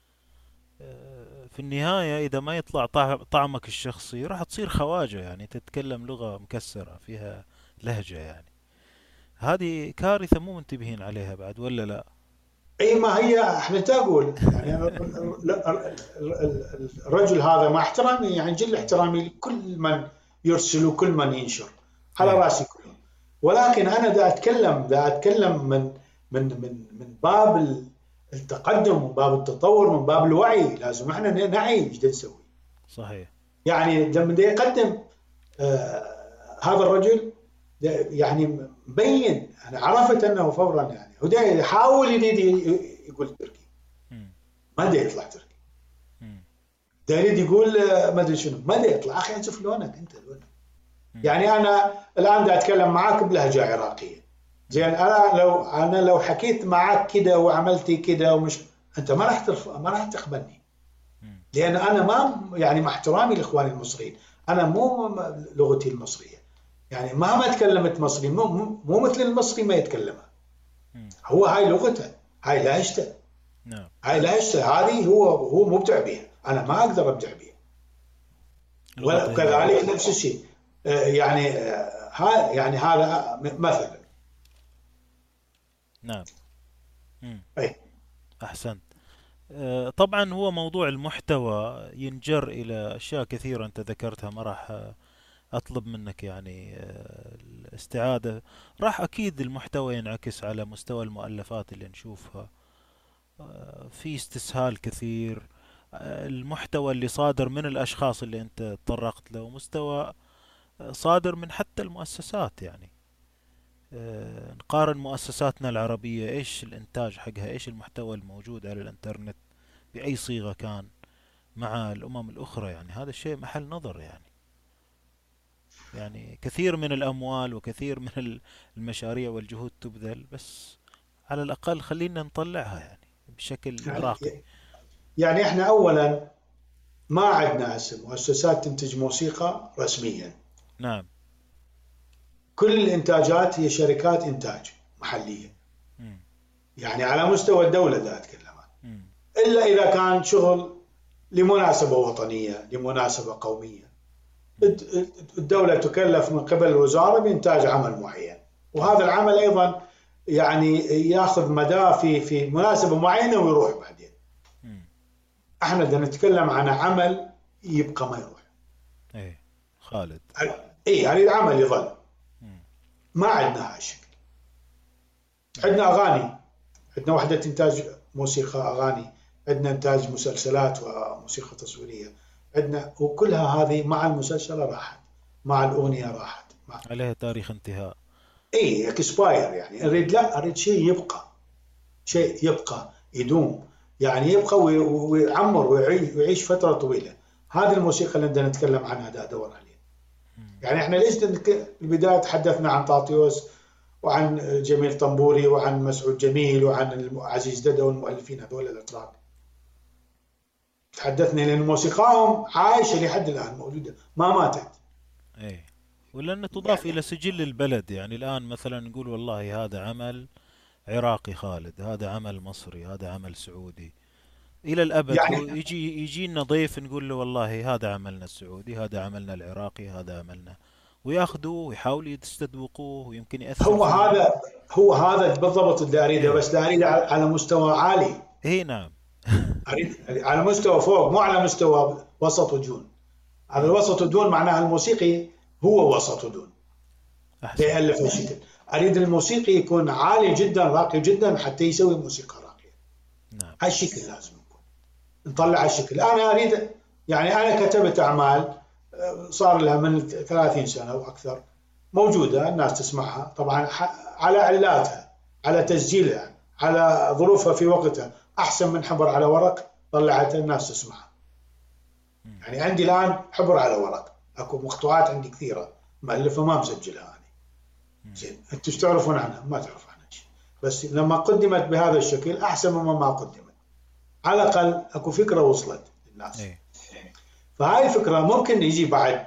في النهاية إذا ما يطلع طعمك الشخصي راح تصير خواجة، يعني تتكلم لغة مكسرة فيها لهجة يعني. هذه كارثة مو منتبهين عليها بعد ولا لا؟ اي، ما هي احنا تقول يعني الرجل هذا مع احترامي، يعني جل احترامي لكل من يرسل وكل من ينشر، على ايه. راسي كلهم، ولكن انا دا اتكلم من باب التقدم، من باب التطور، من باب الوعي، لازم احنا نعي ايش دا نسوي. صحيح. يعني لما دا يقدم هذا الرجل يعني مبين، انا عرفت انه فورا يعني هو دا يحاول يريد يقول تركي، مم. ما دا يطلع تركي، مم. دا يريد يقول ما ادري شنو، ما دا يطلع. اخي شوف لونك انت، لونك. مم. يعني انا الان دا اتكلم معاك بلهجه عراقيه، زين، مم. انا لو حكيت معاك كده وعملتي كده ومش، انت ما راح تقبلني، مم. لان انا ما يعني مع احترامي لاخواني المصريين، انا مو لغتي المصريه، يعني مهما تكلمت مصري مو مثل المصري ما يتكلمها، مم. هو هاي لغته، هاي لهجته، نعم. هاي لهجته، هذه هو مبدع بها، انا ما اقدر ابدع بها. لغته هي. وكذلك نفس الشيء، يعني يعني هذا مثلا. نعم. مم. اي، أحسنت. طبعا هو موضوع المحتوى ينجر إلى أشياء كثيرة أنت ذكرتها، ما راح أطلب منك يعني الاستعادة. راح أكيد المحتوى ينعكس على مستوى المؤلفات اللي نشوفها، في استسهال كثير. المحتوى اللي صادر من الأشخاص اللي أنت تطرقت له، مستوى صادر من حتى المؤسسات يعني. نقارن مؤسساتنا العربية إيش الإنتاج حقها، إيش المحتوى الموجود على الإنترنت بأي صيغة كان مع الأمم الأخرى، يعني هذا الشيء محل نظر يعني. يعني كثير من الأموال وكثير من المشاريع والجهود تبذل، بس على الأقل خلينا نطلعها يعني بشكل يعني راقي. يعني احنا اولا ما عندنا هسه مؤسسات تنتج موسيقى رسميا، نعم. كل الانتاجات هي شركات انتاج محليه، مم. يعني على مستوى الدوله دا اتكلم، مم. الا اذا كان شغل لمناسبه وطنيه، لمناسبه قوميه، مم. الدوله تكلف من قبل الوزاره بانتاج عمل معين، مم. وهذا العمل ايضا يعني ياخذ مداه في مناسبة معينة ويروح بعدين. مم. احنا بدنا نتكلم عن عمل يبقى ما يروح. ايه خالد. اي اريد عمل يظل. مم. ما عندنا هالشكل. مم. عندنا اغاني، عندنا وحدة انتاج موسيقى اغاني، عندنا انتاج مسلسلات وموسيقى تصويرية، عندنا وكلها هذه مع المسلسل راحت، مع الاغنية راحت، مع عليها تاريخ انتهاء. اي اكسباير. يعني اريد، لا اريد شيء يبقى، شيء يبقى يدوم، يعني يبقى ويعمر ويعيش فترة طويلة. هذه الموسيقى اللي بدنا نتكلم عنها دا ادور عليها. مم. يعني احنا ليش في البداية تحدثنا عن طاطيوس وعن جميل طنبوري وعن مسعود جميل وعن عزيز ددا والمؤلفين هذول الاتراك. تحدثنا لان موسيقاهم عايشة لحد الان، موجودة ما ماتت. ايه، ولأن تضاف يعني إلى سجل البلد. يعني الآن مثلا نقول والله هذا عمل عراقي خالد، هذا عمل مصري، هذا عمل سعودي، إلى الأبد. يعني لو يجينا ضيف نقول له والله هذا عملنا السعودي، هذا عملنا العراقي، هذا عملنا، وياخذوه ويحاولوا يستذوقوه ويمكن يأثر هو فيهم. هذا هو هذا بالضبط اللي اريده، ايه. بس لا اريده على مستوى عالي. ايه نعم. اريد على مستوى فوق، مو على مستوى وسط ودون. هذا مم. الوسط ودون معناها الموسيقي هو وسط ودون، أحسن. ليألف الشكل. اريد الموسيقي يكون عالي جدا راقي جدا حتى يسوي موسيقى راقية. نعم. هالشكل لازم يكون، نطلع هالشكل. انا اريد، يعني انا كتبت اعمال صار لها من 30 سنة واكثر موجودة، الناس تسمعها طبعا على علاتها، على تسجيلها، على ظروفها في وقتها، احسن من حبر على ورق طلعتها الناس تسمعها. مم. يعني عندي الان حبر على ورق، اكو مقطوعات عندي كثيره مؤلفه ما مسجلها انا. مم. زين، انتم ايش تعرفون عنها؟ ما تعرف عنها شيء، بس لما قدمت بهذا الشكل احسن مما ما قدمت. على الاقل اكو فكره وصلت للناس. ايه. فهاي الفكره ممكن يجي بعد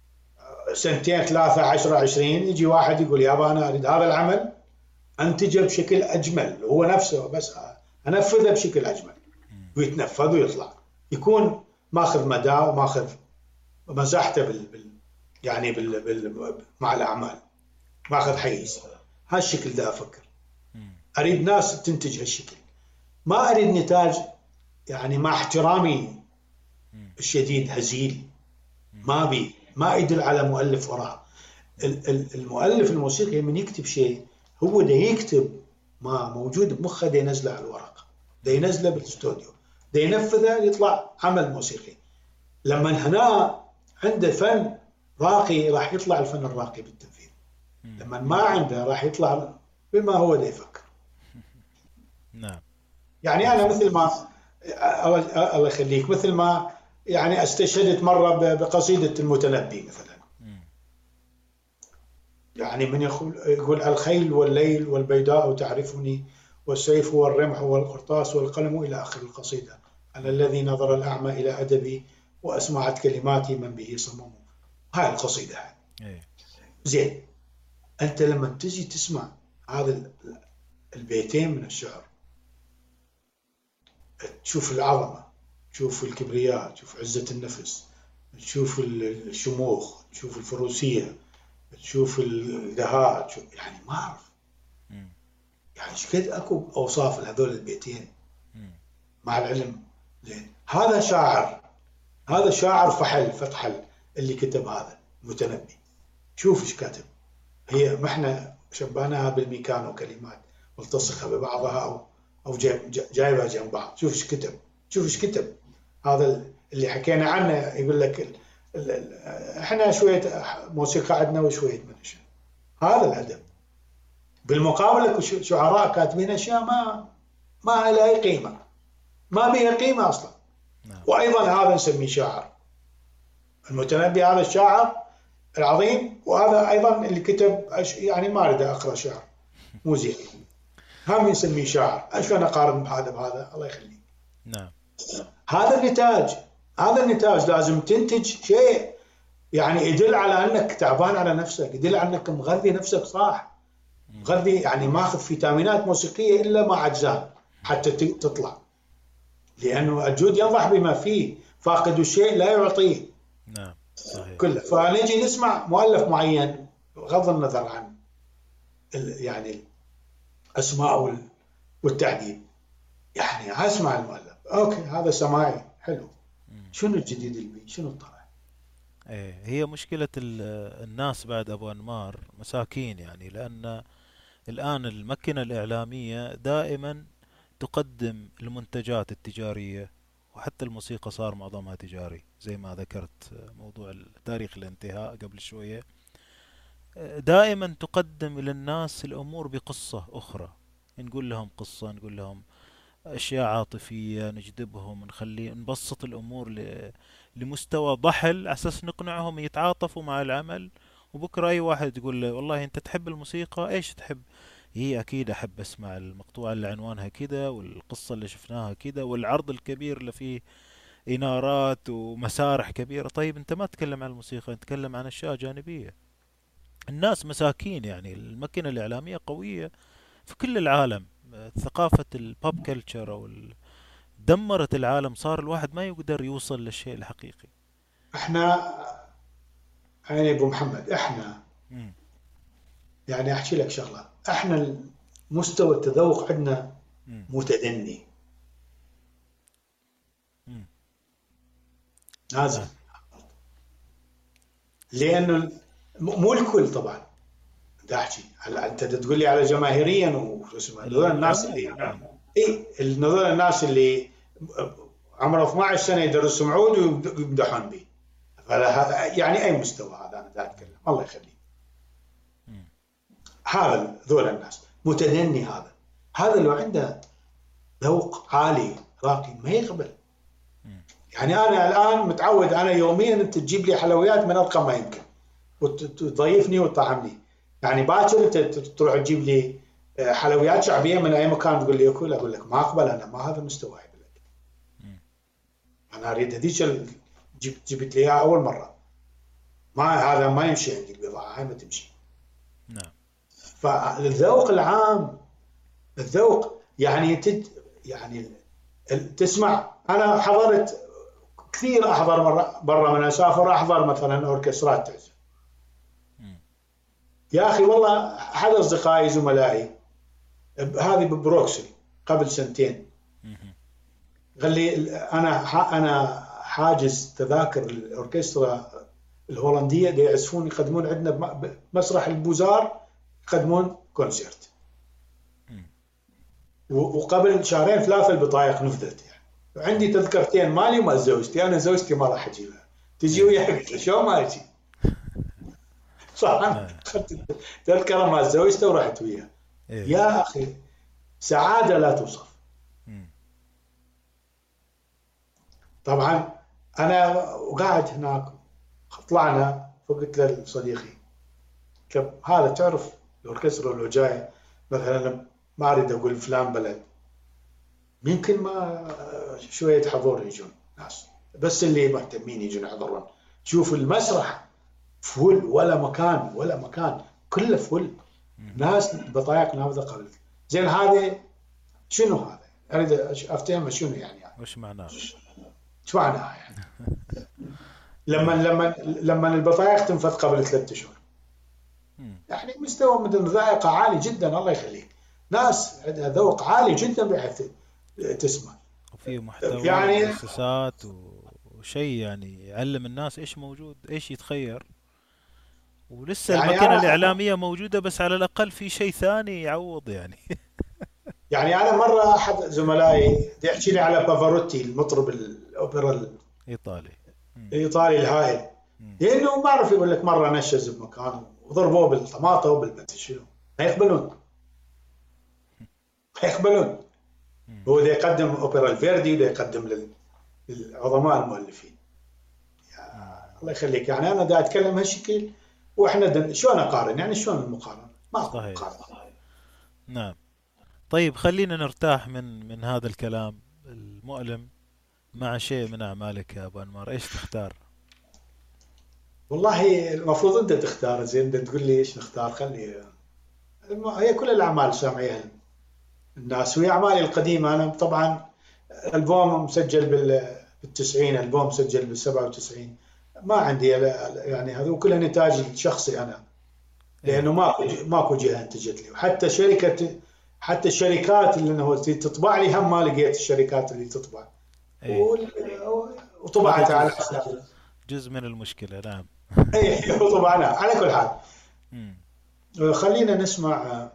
سنتين ثلاثه 10 20 يجي واحد يقول يابا انا اريد هذا العمل انتجه بشكل اجمل، هو نفسه بس انفذه بشكل اجمل، مم. ويتنفذ ويطلع، يكون ماخذ مداه وماخذ مساحته يعني مع الاعمال، ماخذ حيز. هالشكل دا افكر. مم. اريد ناس تنتج هالشكل، ما اريد نتاج يعني مع احترامي مم. الشديد هزيل، مم. ما يدل على مؤلف وراه. المؤلف الموسيقي من يكتب شيء هو ده يكتب ما موجود بمخه، ده ينزله على الورق، ده مم. ينزله بالاستوديو، ده ينفذه يطلع عمل موسيقي. لما هنا عنده فن راقي راح يطلع الفن الراقي بالتنفيذ، مم. لما ما عنده راح يطلع بما هو ده يفكر. نعم. يعني انا أحسن. مثل ما الله يخليك، مثل ما يعني استشهدت مره بقصيده المتنبي مثلا. مم. يعني من يقول الخيل والليل والبيداء تعرفني، والسيف والرمح والقرطاس والقلم إلى آخر القصيدة. أنا مم. الذي نظر الأعمى إلى أدبي وأسمعت كلماتي من به صمم. هاي القصيدة هاي. ايه. زين، أنت لما تجي تسمع هذا البيتين من الشعر تشوف العظمة، تشوف الكبرياء، تشوف عزة النفس، تشوف الشموخ، تشوف الفروسية، تشوف الدهاء، يعني ما أعرف مم. يعني ايش قد اكو اوصاف لهذول البيتين مم. مع العلم. زين، هذا شاعر، هذا شاعر فتحل اللي كتب هذا المتنبي. شوف ايش كاتب. هي ما احنا شبهناها بالميكانو كلمات ملتصقه ببعضها او جايبها جنب بعض. شوف ايش كتب، شوف ايش كتب. هذا اللي حكينا عنه يقول لك احنا شويه موسيقى عندنا وشويه من الشعر. هذا الادب. بالمقابل اكو شعراء كاتبين اشياء ما لها اي قيمه، ما بها قيمه اصلا. نعم. وايضا هذا نسميه شاعر. المتنبي هذا الشاعر العظيم، وهذا ايضا اللي كتب يعني ما اريد اقرا شعر مو زين، هم نسميه شاعر. عشان اقارن هذا بهذا؟ الله يخليك. نعم. هذا النتاج، هذا النتاج لازم تنتج شيء يعني يدل على انك تعبان على نفسك، يدل على انك مغذي نفسك صح، مم. مغذي يعني ماخذ فيتامينات موسيقيه الا مع اجزاء حتى تطلع. لانه الجود ينضح بما فيه، فاقد الشيء لا يعطيه نعم صحيح. كله. فنجي نسمع مؤلف معين بغض النظر عن يعني الاسماء والتعديل. يعني اسمع المؤلف، اوكي هذا سماعي حلو، مم. شنو الجديد اللي بيه؟ شنو الطلع؟ ايه، هي مشكلة الناس بعد ابو انمار مساكين يعني، لان الان المكنة الاعلامية دائما تقدم المنتجات التجارية، وحتى الموسيقى صار معظمها تجاري زي ما ذكرت موضوع تاريخ الانتهاء قبل شوية. دائما تقدم إلى الناس الأمور بقصة أخرى، نقول لهم قصة، نقول لهم أشياء عاطفية، نجذبهم، نخلي نبسط الأمور لمستوى ضحل على أساس نقنعهم يتعاطفوا مع العمل. وبكرة أي واحد يقول له والله أنت تحب الموسيقى، إيش تحب؟ هي أكيد أحب أسمع المقطوعة اللي عنوانها كذا، والقصة اللي شفناها كذا، والعرض الكبير اللي فيه إنارات ومسارح كبيرة. طيب أنت ما تتكلم عن الموسيقى، أنت تتكلم عن أشياء جانبية. الناس مساكين يعني، الماكينة الإعلامية قوية في كل العالم. ثقافة البوب كلتشر دمرت العالم، صار الواحد ما يقدر يوصل للشيء الحقيقي. احنا يعني ابو محمد، احنا مم. يعني احكي لك شغله، احنا مستوى التذوق عندنا مم. متدني مم. نازل. نعم. لانه مو الكل طبعا. بدي احكي هلا انت تقول لي على جماهيريا وشو اسمه، هذول الناس العموم، اللي نعم. اي هذول الناس اللي عمره 12 سنه يدرسهم عود ويمدحون به. يعني اي مستوى هذا انا دا اتكلم، الله يخليه. مم. هذا ذول الناس متدني. هذا لو عنده ذوق عالي راقي ما يقبل. مم. يعني انا الان متعود، انا يوميا انت تجيب لي حلويات من ارقى ما يمكن وتضيفني وتطعمني. يعني باكر انت تروح تجيب لي حلويات شعبيه من اي مكان تقول لي اكل، اقول لك ما اقبل، انا ما هذا مستواي بالاكل. مم. انا اريد هذيك جبت لي اياها اول مره، ما هذا ما يمشي عندي، البضاعه هاي ما تمشي. نعم. فالذوق العام، الذوق يعني يعني تسمع. انا حضرت كثير، احضر مره برا من اسافر، احضر مثلا اوركسترات تعزف. مم. يا اخي والله احد اصدقائي زملائي هذه ببروكسل قبل سنتين مم. قال لي انا حاجز تذاكر الاوركسترا الهولنديه دي يعزفون، يقدمون عندنا بمسرح البوزار، يقدمون كونسرت. مم. وقبل شهرين ثلاثه البطايق نفذت يعني. عندي تذكرتين مالي ومال زوجتي، انا زوجتي ما راح اجيبها، تجي ايه. وياك؟ قلت له شو ما اجي. صح، نعم. اخذت تذكره مال زوجته ورحت وياه. ايه. يا اخي سعاده لا توصف. مم. طبعا انا وقاعد هناك، طلعنا فقلت لصديقي هذا تعرف الاوركسترا لو جاي مثلا، ما اريد اقول فلان بلد، يمكن ما شويه حضور يجون ناس، بس اللي مهتمين يجون يحضرون. شوف المسرح فل، ولا مكان كله فل، مم. ناس بطايق نافذه قبل. زين هذه شنو هذا؟ اريد افتهم شنو يعني وش معناه؟ ايش معناها يعني؟ لما البطايق تنفذ قبل 3 اشهر، مم. يعني مستوى من الذائقه عالي جدا، الله يخليك. ناس عندها ذوق عالي جدا بحيث تسمع وفي محتوى يعني. ومؤسسات وشيء يعني يعلم الناس ايش موجود، ايش يتخير. ولسه يعني الماكينة انا الإعلامية موجودة، بس على الأقل في شيء ثاني يعوض يعني. يعني انا مره احد زملائي يحكي لي على بافاروتي المطرب الاوبرا إيطالي. مم. الايطالي الهائل، مم. لانه ما اعرف يقول لك مره نشز بمكان وضربوه بالطماطه وبالمدري شنو، ما يقبلون، ما يقبلون. مم. هو ده يقدم اوبرا الفيردي وده يقدم للعظماء المؤلفين. مم. الله يخليك، يعني انا دا اتكلم هالشكل، واحنا شلون اقارن؟ يعني شلون المقارنه؟ ماكو صحيح. مقارنه. نعم. طيب خلينا نرتاح من هذا الكلام المؤلم مع شيء من أعمالك يا أبو أنمار، إيش تختار؟ والله المفروض انت تختار، زين انت تقول لي ايش نختار، خلي هي كل الاعمال سامعيها الناس، وهي اعمالي القديمه. انا طبعا البوم مسجل بالتسعين، البوم مسجل بال97، ما عندي يعني هذا كله نتاج شخصي انا، إيه. لانه ماكو جهه انتجت لي، وحتى شركه حتى الشركات اللي انه تطبع لي هم ما لقيت الشركات اللي تطبع، ايه، هذا وطبعتها على جزء حساب. جزء من المشكلة. نعم. اي وطبعناها على كل حال. مم. خلينا نسمع.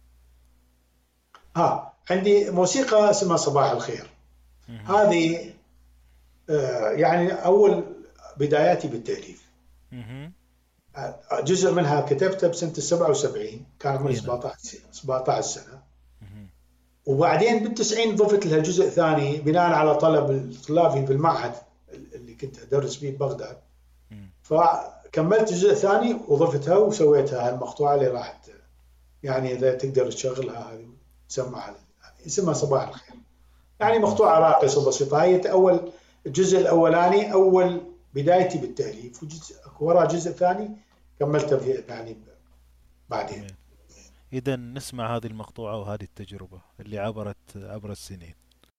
عندي موسيقى اسمها صباح الخير. مهم. هذه يعني اول بداياتي بالتأليف. مهم. جزء منها كتبته بسنة 77، كان عمري اي نعم. 17 سنة. مهم. وبعدين بال90 ضفت لها جزء ثاني بناء على طلب الطلاب في المعهد اللي كنت أدرس فيه ببغداد. مم. فكملت جزء ثاني وضفتها وسويتها المقطوعة اللي راحت، يعني إذا تقدر تشغلها هذه تسمعها. اسمها صباح الخير. يعني ممتاز. مقطوعة راقصة بسيطة. هي أول الجزء الأولاني أول بدايتي بالتأليف، وجزء وراه جزء ثاني كملته في يعني بعدين. جميل. إذا نسمع هذه المقطوعة وهذه التجربة اللي عبر السنين.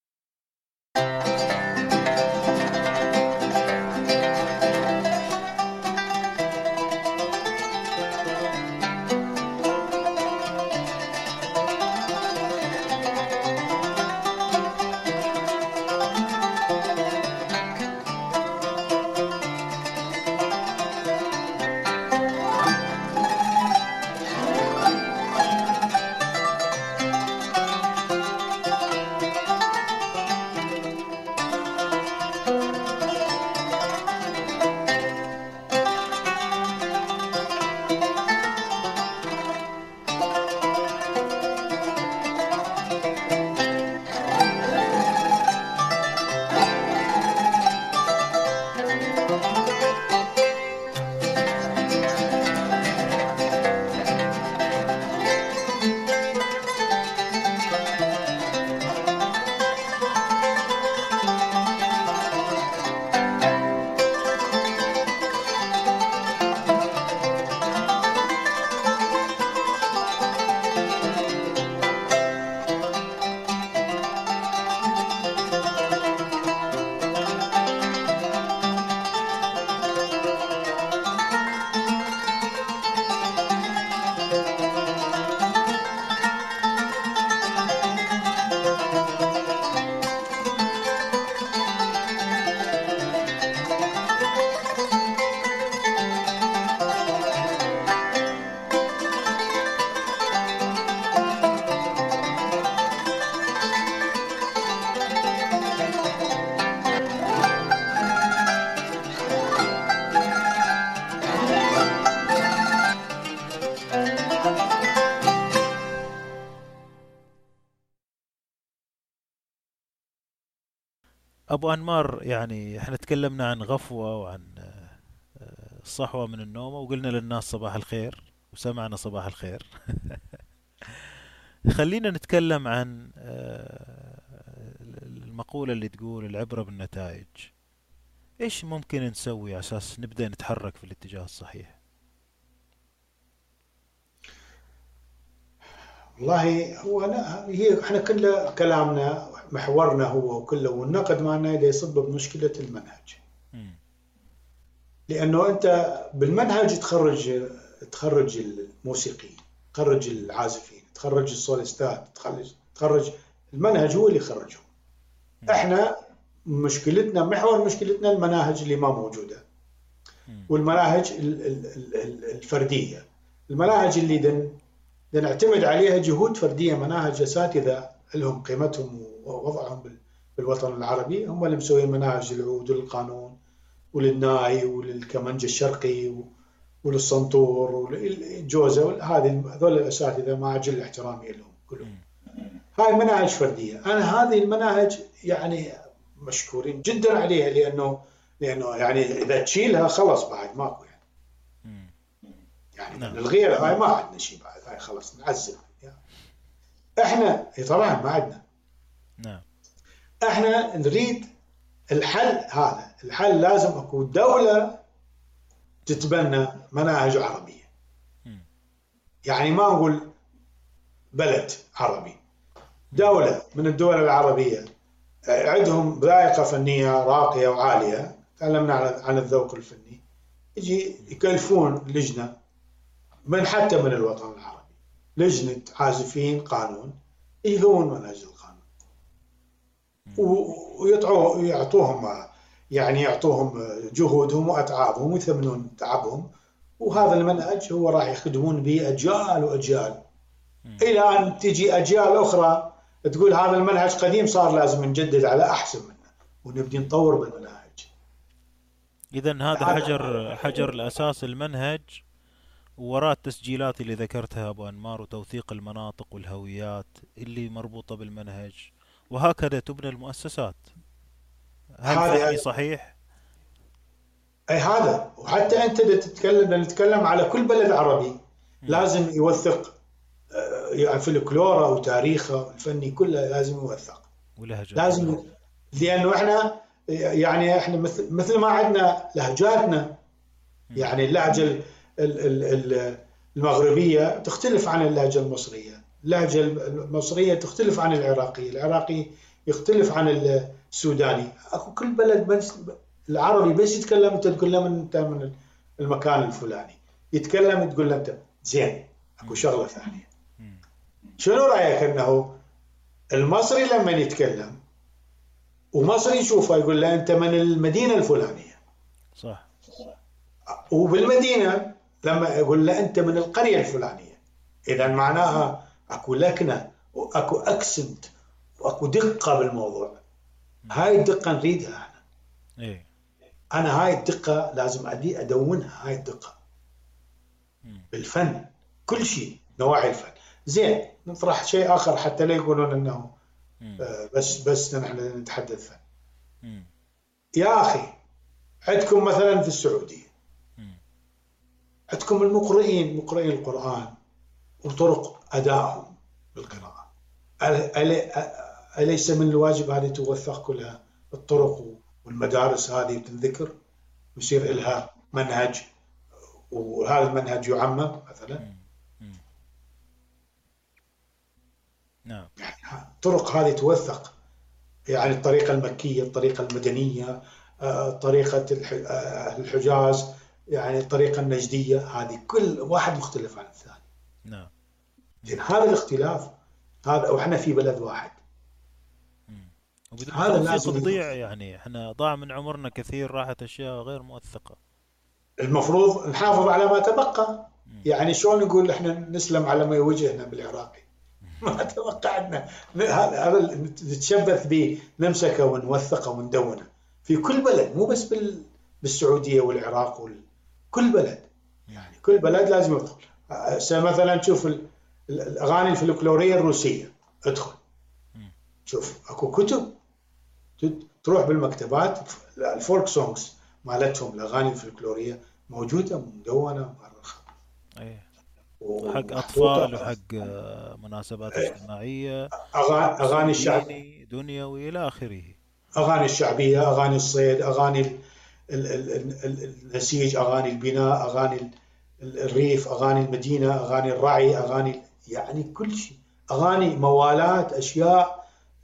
أبو أنمار، يعني احنا تكلمنا عن غفوة وعن الصحوة من النوم، وقلنا للناس صباح الخير وسمعنا صباح الخير. خلينا نتكلم عن المقولة اللي تقول العبرة بالنتائج. ايش ممكن نسوي على اساس نبدأ نتحرك في الاتجاه الصحيح؟ والله هو هي احنا كل كلامنا محورنا هو وكله، والنقد معنا إذا يصب بمشكلة المنهج. مم. لأنه أنت بالمنهج تخرج الموسيقيين، تخرج العازفين، تخرج السوليستات، تخرج المنهج هو اللي يخرجهم. مم. احنا مشكلتنا، محور مشكلتنا المناهج اللي ما موجودة، مم. والمناهج الفردية. المناهج اللي نعتمد عليها جهود فردية، مناهج أساتذة لهم قيمتهم ووضعهم بالوطن العربي، هم اللي مسويين مناهج للعود وللقانون وللناي وللكمنج الشرقي وللسنطور وللجوزة. هذول الأساتذة مع جل احترامي لهم كلهم. مم. هاي مناهج فردية. أنا هذه المناهج يعني مشكورين جدا عليها، لأنه يعني إذا تشيلها خلص بعد ماكو مم. يعني نعم. نلغيها. هاي ما عندنا شيء بعد، هاي خلص نعزل. احنا طبعا ما عندنا. نعم. احنا نريد الحل. هذا الحل لازم اكو دولة تتبنى مناهج عربية. مم. يعني ما نقول بلد عربي، مم. دولة من الدول العربية عندهم ذائقة فنية راقية وعالية. تكلمنا عن الذوق الفني. يجي يكلفون لجنة حتى من الوطن العربي، لجنة عازفين قانون، يهون منهج القانون، مم. ويعطوهم، يعني يعطوهم جهودهم وأتعابهم ويثمنون تعبهم، مم. وهذا المنهج هو راح يخدمون به أجيال وأجيال، مم. إلى أن تجي أجيال أخرى تقول هذا المنهج قديم، صار لازم نجدد على أحسن منه ونبدي مم. نطور بالمناهج. إذن هذا هذا حجر الأساس المنهج، ووراء التسجيلات اللي ذكرتها أبو أنمار وتوثيق المناطق والهويات اللي مربوطة بالمنهج، وهكذا تبنى المؤسسات. هل هذه فهمي صحيح؟ أي هذا. وحتى أنت نتكلم على كل بلد عربي مم. لازم يوثق، يعني فلكلوره وتاريخه الفني كله لازم يوثق، ولهجته، نعم. لازم. لأنه إحنا يعني إحنا مثل ما عندنا لهجاتنا، مم. يعني اللهجة المغربية تختلف عن اللهجة المصرية، اللهجة المصرية تختلف عن العراقي، العراقي يختلف عن السوداني. اكو كل بلد بس العربي بس يتكلم انت تقول له انت من المكان الفلاني، يتكلم تقول له انت زين. اكو مم. شغلة ثانية، مم. شنو رأيك انه المصري لما يتكلم ومصري يشوفه يقول له انت من المدينة الفلانية، صح. وبالمدينة لما يقول له أنت من القرية الفلانية، إذا مم. معناها أكو لكنة وأكو أكسنت وأكو دقة بالموضوع. مم. هاي الدقة نريدها احنا. إيه. أنا هاي الدقة لازم أدونها، هاي الدقة مم. بالفن، كل شيء نواحي الفن. زين، نطرح شيء آخر حتى لا يقولون أنه مم. بس نحن نتحدث فن. مم. يا أخي، عندكم مثلا في السعودية مم. عندكم المقرئين، مقرئين القرآن وطرق أدائهم مم. بالقراءة. أليس من الواجب هذه توثق كلها، الطرق والمدارس هذه تنذكر ويصير لها منهج، وهذا المنهج يعمم مثلا. مم. مم. نعم. يعني الطرق هذه توثق، يعني الطريقة المكية، الطريقة المدنية، طريقة الحجاز، يعني الطريقة النجدية، هذه كل واحد مختلف عن الثاني. نعم. زين، مم. هذا الاختلاف، هذا واحنا في بلد واحد، مم. وبدون هذا توثيق لازم تضيع، يوثق. يعني احنا ضاع من عمرنا كثير، راحت أشياء غير موثقة. المفروض نحافظ على ما تبقى. مم. يعني شلون نقول احنا نسلم على ما يوجهنا بالعراقي؟ ما تبقى عندنا، هذا نتشبث به، نمسكه ونوثقه وندونه في كل بلد، مو بس بالسعوديه والعراق كل بلد. مم. يعني كل بلد لازم يدخل. مثلا تشوف الاغاني الفلكلوريه الروسيه، ادخل مم. شوف اكو كتب، تروح بالمكتبات، الفولك سونغز مالتهم، الاغاني الفلكلوريه موجوده مدونه مؤرخه ايه. حق أطفال ومحطوطه. وحق مناسبات اجتماعية، اغاني رسوم الشعب، ديني دنيوي إلى آخره. اغاني الشعبيه، اغاني الصيد، اغاني النسيج، اغاني البناء، اغاني الريف، اغاني المدينه، اغاني الرعي، اغاني يعني كل شيء، اغاني موالات، اشياء،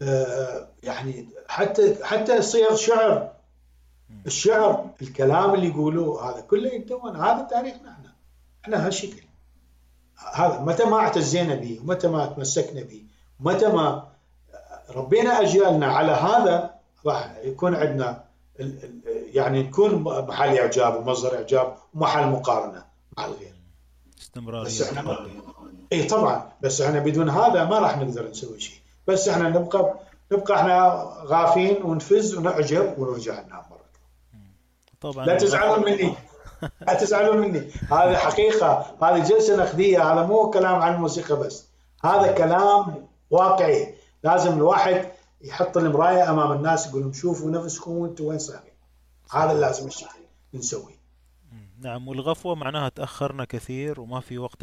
يعني حتى صيغ شعر، مم. الشعر، الكلام اللي يقولوه هذا كله يتدون، هذا تاريخنا احنا هالشكل. هذا متى ما اعتزينا به، ومتى ما تمسكنا به، ومتى ما ربينا اجيالنا على هذا، راح يكون عندنا يعني نكون محل اعجاب ومصدر اعجاب ومحل مقارنه مع الغير. بس استمرارية احنا، وتقدم. اي طبعا، بس احنا بدون هذا ما راح نقدر نسوي شيء. بس احنا نبقى احنا غافين ونفز ونعجب ونرجع ننام مره. مم. طبعا لا تزعلون الغفوة. مني، لا تزعلون مني، هذه حقيقه، هذه جلسه نقديه، هذا مو كلام عن الموسيقى بس، هذا صحيح. كلام واقعي. لازم الواحد يحط المرايه امام الناس، يقول لهم شوفوا نفسكم وانتم وين صايرين. هذا صحيح. لازم الشكل نسويه. نعم، والغفوة معناها تأخرنا كثير وما في وقت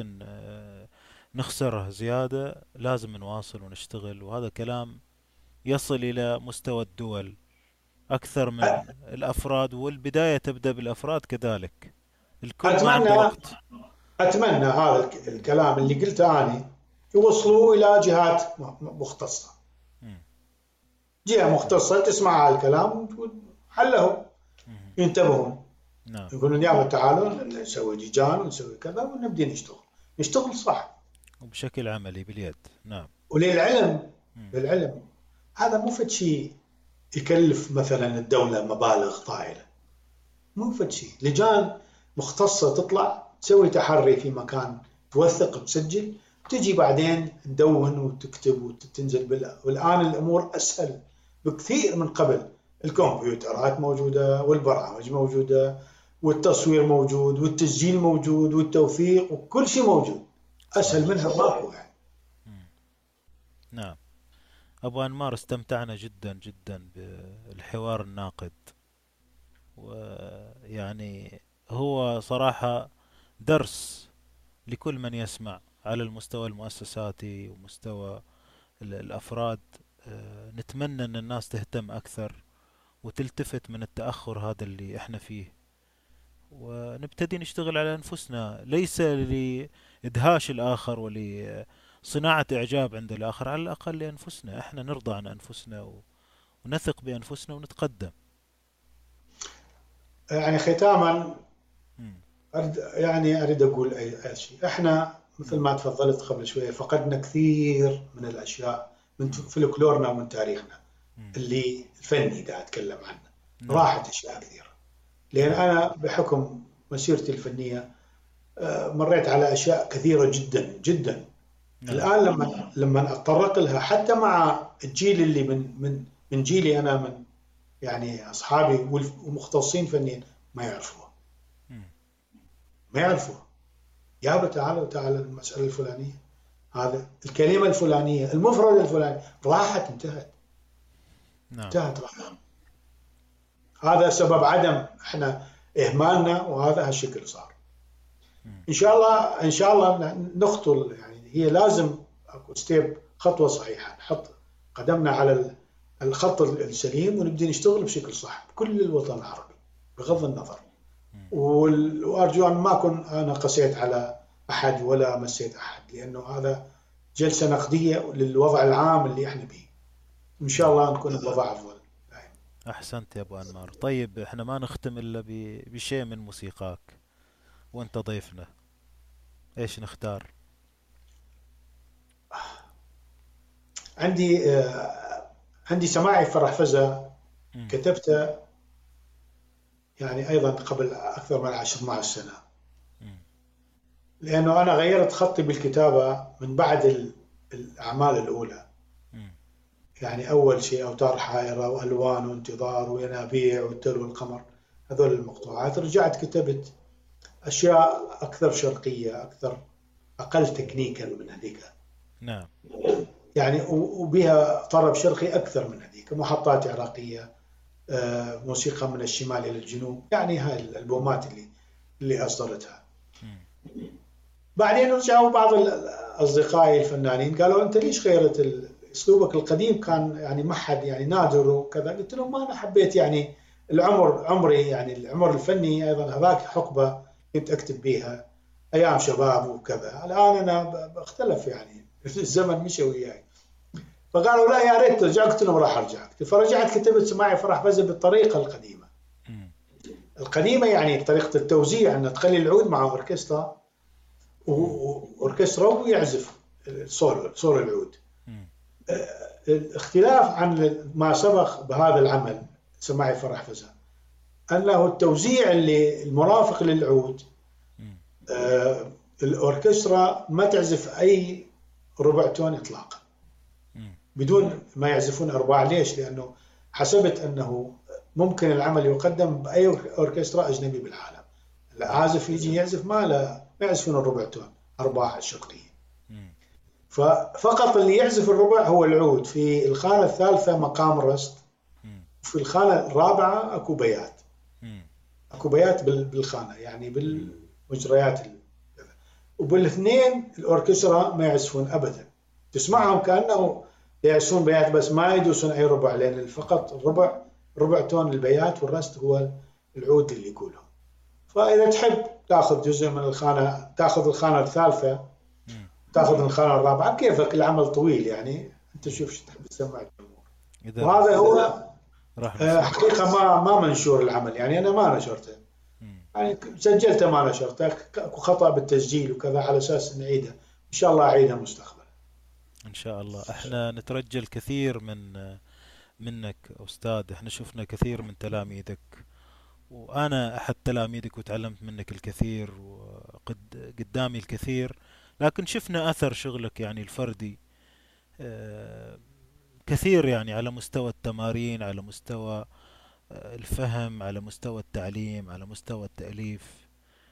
نخسره زيادة، لازم نواصل ونشتغل، وهذا كلام يصل إلى مستوى الدول أكثر من الأفراد، والبداية تبدأ بالأفراد كذلك. الكل ما عنده اتمنى وقت. اتمنى هذا الكلام اللي قلته انا يوصلوه الى جهات مختصه، مم. جهه نعم. مختصه تسمع هالكلام وحلهم مم. ينتبهون، نعم. يقولون يلا تعالوا نسوي لجان ونسوي كذا ونبدي نشتغل صح. وبشكل عملي باليد. نعم. وللعلم مم. للعلم هذا مو فد شيء يكلف مثلا الدولة مبالغ طائلة، مو فد شيء. لجان مختصة تطلع تسوي تحري في مكان، توثق تسجل، تجي بعدين تدون وتكتب وتنزل والآن الأمور أسهل بكثير من قبل. الكمبيوترات موجودة والبرامج موجودة والتصوير موجود والتسجيل موجود والتوثيق وكل شيء موجود، أسهل صحيح. منها ماكو يعني. مم. نعم. أبو أنمار، استمتعنا جدا جدا بالحوار الناقد، ويعني هو صراحة درس لكل من يسمع على المستوى المؤسساتي ومستوى الأفراد. نتمنى أن الناس تهتم أكثر وتلتفت من التأخر هذا اللي إحنا فيه، ونبتدي نشتغل على أنفسنا، ليس لإدهاش الآخر ولصناعة إعجاب عند الآخر، على الأقل لأنفسنا، إحنا نرضى عن أنفسنا ونثق بأنفسنا ونتقدم. يعني ختاما مم. أريد أقول أي شيء. إحنا مثل مم. ما تفضلت قبل شوية فقدنا كثير من الأشياء من مم. فلكلورنا ومن تاريخنا مم. اللي الفني دا أتكلم عنه. نعم. راحت أشياء كثيرة، لأن نعم. أنا بحكم مسيرتي الفنية مريت على أشياء كثيرة جدا جدا. نعم. الآن لما أتطرق لها حتى مع الجيل اللي من جيلي أنا، من يعني أصحابي ومختصين فنيا، ما يعرفوها، مم. ما يعرفوها. يابا تعالوا المسألة الفلانية، هذا الكلمة الفلانية، المفرد الفلاني، راحت انتهت. نعم. انتهت راحت. هذا سبب عدم احنا اهمالنا، وهذا هالشكل صار. مم. ان شاء الله نخطو، يعني هي لازم اكو ستيب، خطوة صحيحة، نحط قدمنا على الخط السليم ونبدي نشتغل بشكل صح بكل الوطن العربي بغض النظر. مم. وارجو ان ما اكون انا قسيت على احد ولا مسيت احد، لانه هذا جلسه نقديه للوضع العام اللي احنا به. ان شاء نعم. الله نكون بوضع افضل. أحسنت يا أبو أنمار. طيب إحنا ما نختم إلا بشيء من موسيقاك، وأنت ضيفنا، إيش نختار؟ عندي عندي سماعي فرح فزة، مم. كتبته يعني ايضا قبل اكثر من 10 12 سنه، مم. لانه انا غيرت خطي بالكتابه من بعد الاعمال الاولى. مم. يعني اول شيء اوتار حائره والوان وانتظار وينابيع والتلو والقمر، هذول المقطوعات. رجعت كتبت اشياء اكثر شرقيه، اكثر اقل تكنيكا من هذيك، نعم. يعني وبها طرب شرقي اكثر من هذيك، محطات عراقيه، موسيقى من الشمال الى الجنوب، يعني هاي الالبومات اللي اصدرتها. مم. بعدين رجعوا بعض اصدقائي الفنانين قالوا انت ليش غيرت اسلوبك القديم، كان يعني ما حد يعني نادر وكذا. قلت لهم ما انا حبيت يعني عمري، يعني العمر الفني ايضا هذاك حقبه كنت اكتب بيها ايام شباب وكذا. الان انا بختلف يعني الزمن مشى وياي. فقالوا لا يا ريت ترجع، قلت لهم راح ارجع. فرجعت كتبت سماعي فرح فزة بالطريقه القديمه. مم. القديمه يعني طريقه التوزيع، ان تخلي العود مع اوركسترا مم. واوركسترا ويعزف سولو العود. مم. الاختلاف عن ما سبق بهذا العمل سماعي فرح فزة انه التوزيع اللي المرافق للعود، مم. الاوركسترا ما تعزف اي ربع تون اطلاقا مم. بدون ما يعزفون ارباع. ليش؟ لانه حسبت انه ممكن العمل يقدم باي اوركسترا اجنبي بالعالم، نعم. العازف يجي يعزف ما يعزفون الربع تون ارباع الشرقيه. مم. ففقط اللي يعزف الربع هو العود. في الخانة الثالثة مقام رست، مم. وفي الخانة الرابعة أكو بيات. مم. أكو بيات بالخانة، يعني مم. بالمجريات وبالاثنين الأوركسترا ما يعزفون أبدا، مم. تسمعهم كأنه يعزفون بيات بس ما يدوسون أي ربع، لأن فقط ربع تون البيات، والرست هو العود اللي يقولهم. فإذا تحب تاخذ جزء من الخانة، تاخذ الخانة الثالثة، مم. تاخذ الخانة الرابعة، بكيفك، العمل طويل يعني انت شوف ايش تحب تسمع الجمهور. إذا وهذا هو راح نسمع. حقيقة ما منشور العمل، يعني انا ما نشرته، مم. يعني سجلته ما نشرته، اكو خطأ بالتسجيل وكذا، على اساس نعيده ان شاء الله، اعيده مستقبلا. إن شاء الله. احنا نترجى الكثير منك أستاذ. احنا شفنا كثير من تلاميذك، وأنا أحد تلاميذك وتعلمت منك الكثير، وقد قدامي الكثير، لكن شفنا أثر شغلك يعني الفردي آه، كثير، يعني على مستوى التمارين، على مستوى الفهم، على مستوى التعليم، على مستوى التأليف.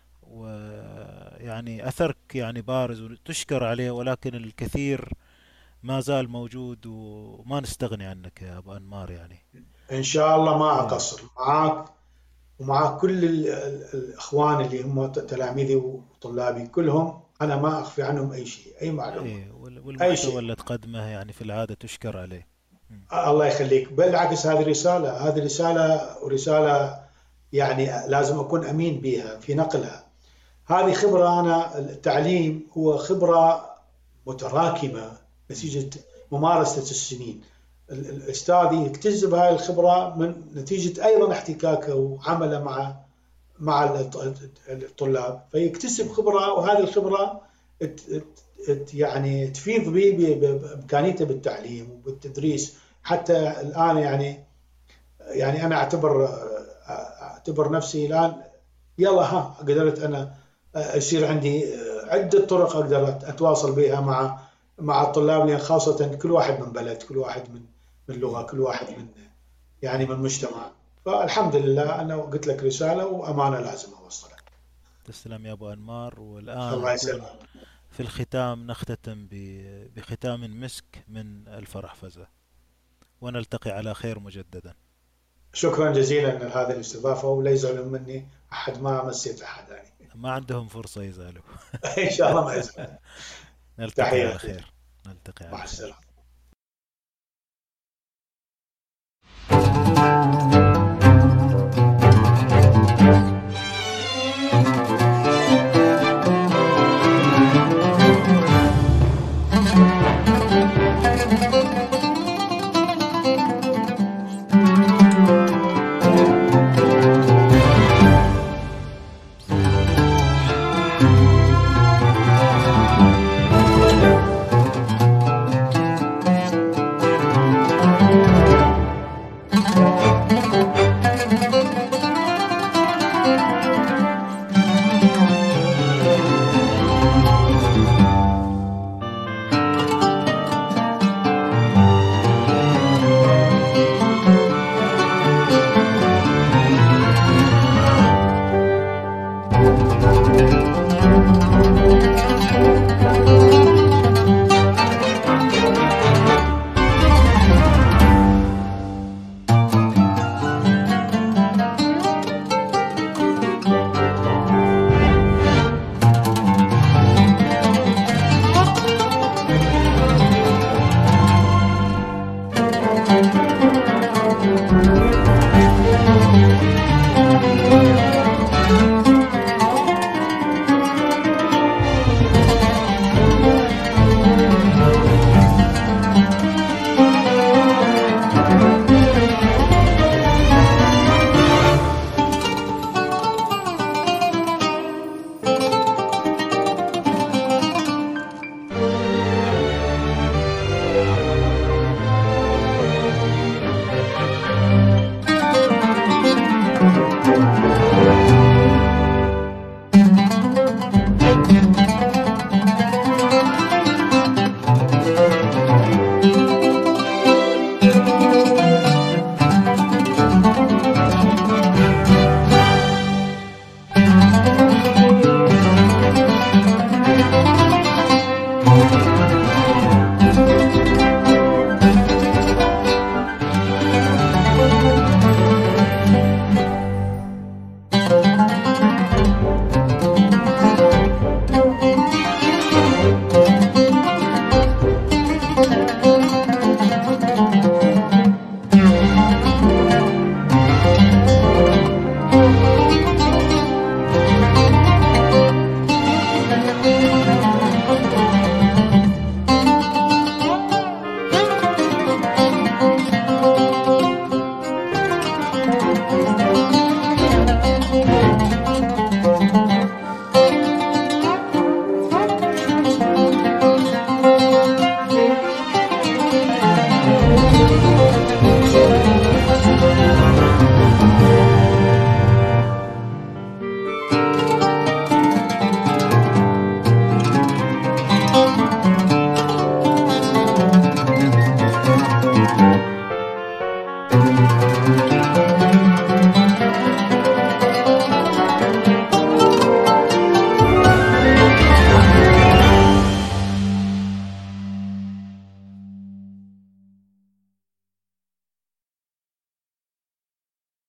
ويعني أثرك يعني بارز وتشكر عليه، ولكن الكثير ما زال موجود وما نستغني عنك يا أبو أنمار يعني. إن شاء الله ما إيه. أقصر معاك ومع كل الإخوان اللي هم تلاميذي وطلابي كلهم. أنا ما أخفي عنهم أي شيء، أي معلومة، إيه، أي والمحتوى شيء. اللي تقدمه يعني في العادة تشكر عليه. مم. الله يخليك، بالعكس هذه رسالة، هذه رسالة ورسالة يعني لازم أكون أمين بها في نقلها. هذه خبرة، أنا التعليم هو خبرة متراكمة مم. نتيجة ممارسة السنين. الأستاذ يكتسب هاي الخبرة من نتيجة أيضا احتكاكه وعمله مع الطلاب، فيكتسب مم. خبرة، وهذه الخبرة يعني تفيض به بإمكانيته بالتعليم وبالتدريس. حتى الآن يعني أنا أعتبر نفسي الآن يلا ها قدرت أنا يصير عندي عدة طرق أقدر أتواصل بها مع الطلاب، لأن خاصة كل واحد من بلد، كل واحد من لغة، مم. كل واحد من يعني مم. من مجتمع. فالحمد لله أنا قلت لك رسالة وأمانة لازم أوصلها. تسلم يا أبو أنمار. والآن الله نكون يسلمك. في الختام، نختتم بختام مسك من الفرح فزة، ونلتقي على خير مجددا. شكرا جزيلا لهذه الاستضافة، ولا يزعلون مني أحد، ما مسيت أحد يعني. ما عندهم فرصة يزعلوا. إن شاء الله ما يزعلون. نلتقي تحية على أخوي. خير. نلتقي مع على خير. السلامة.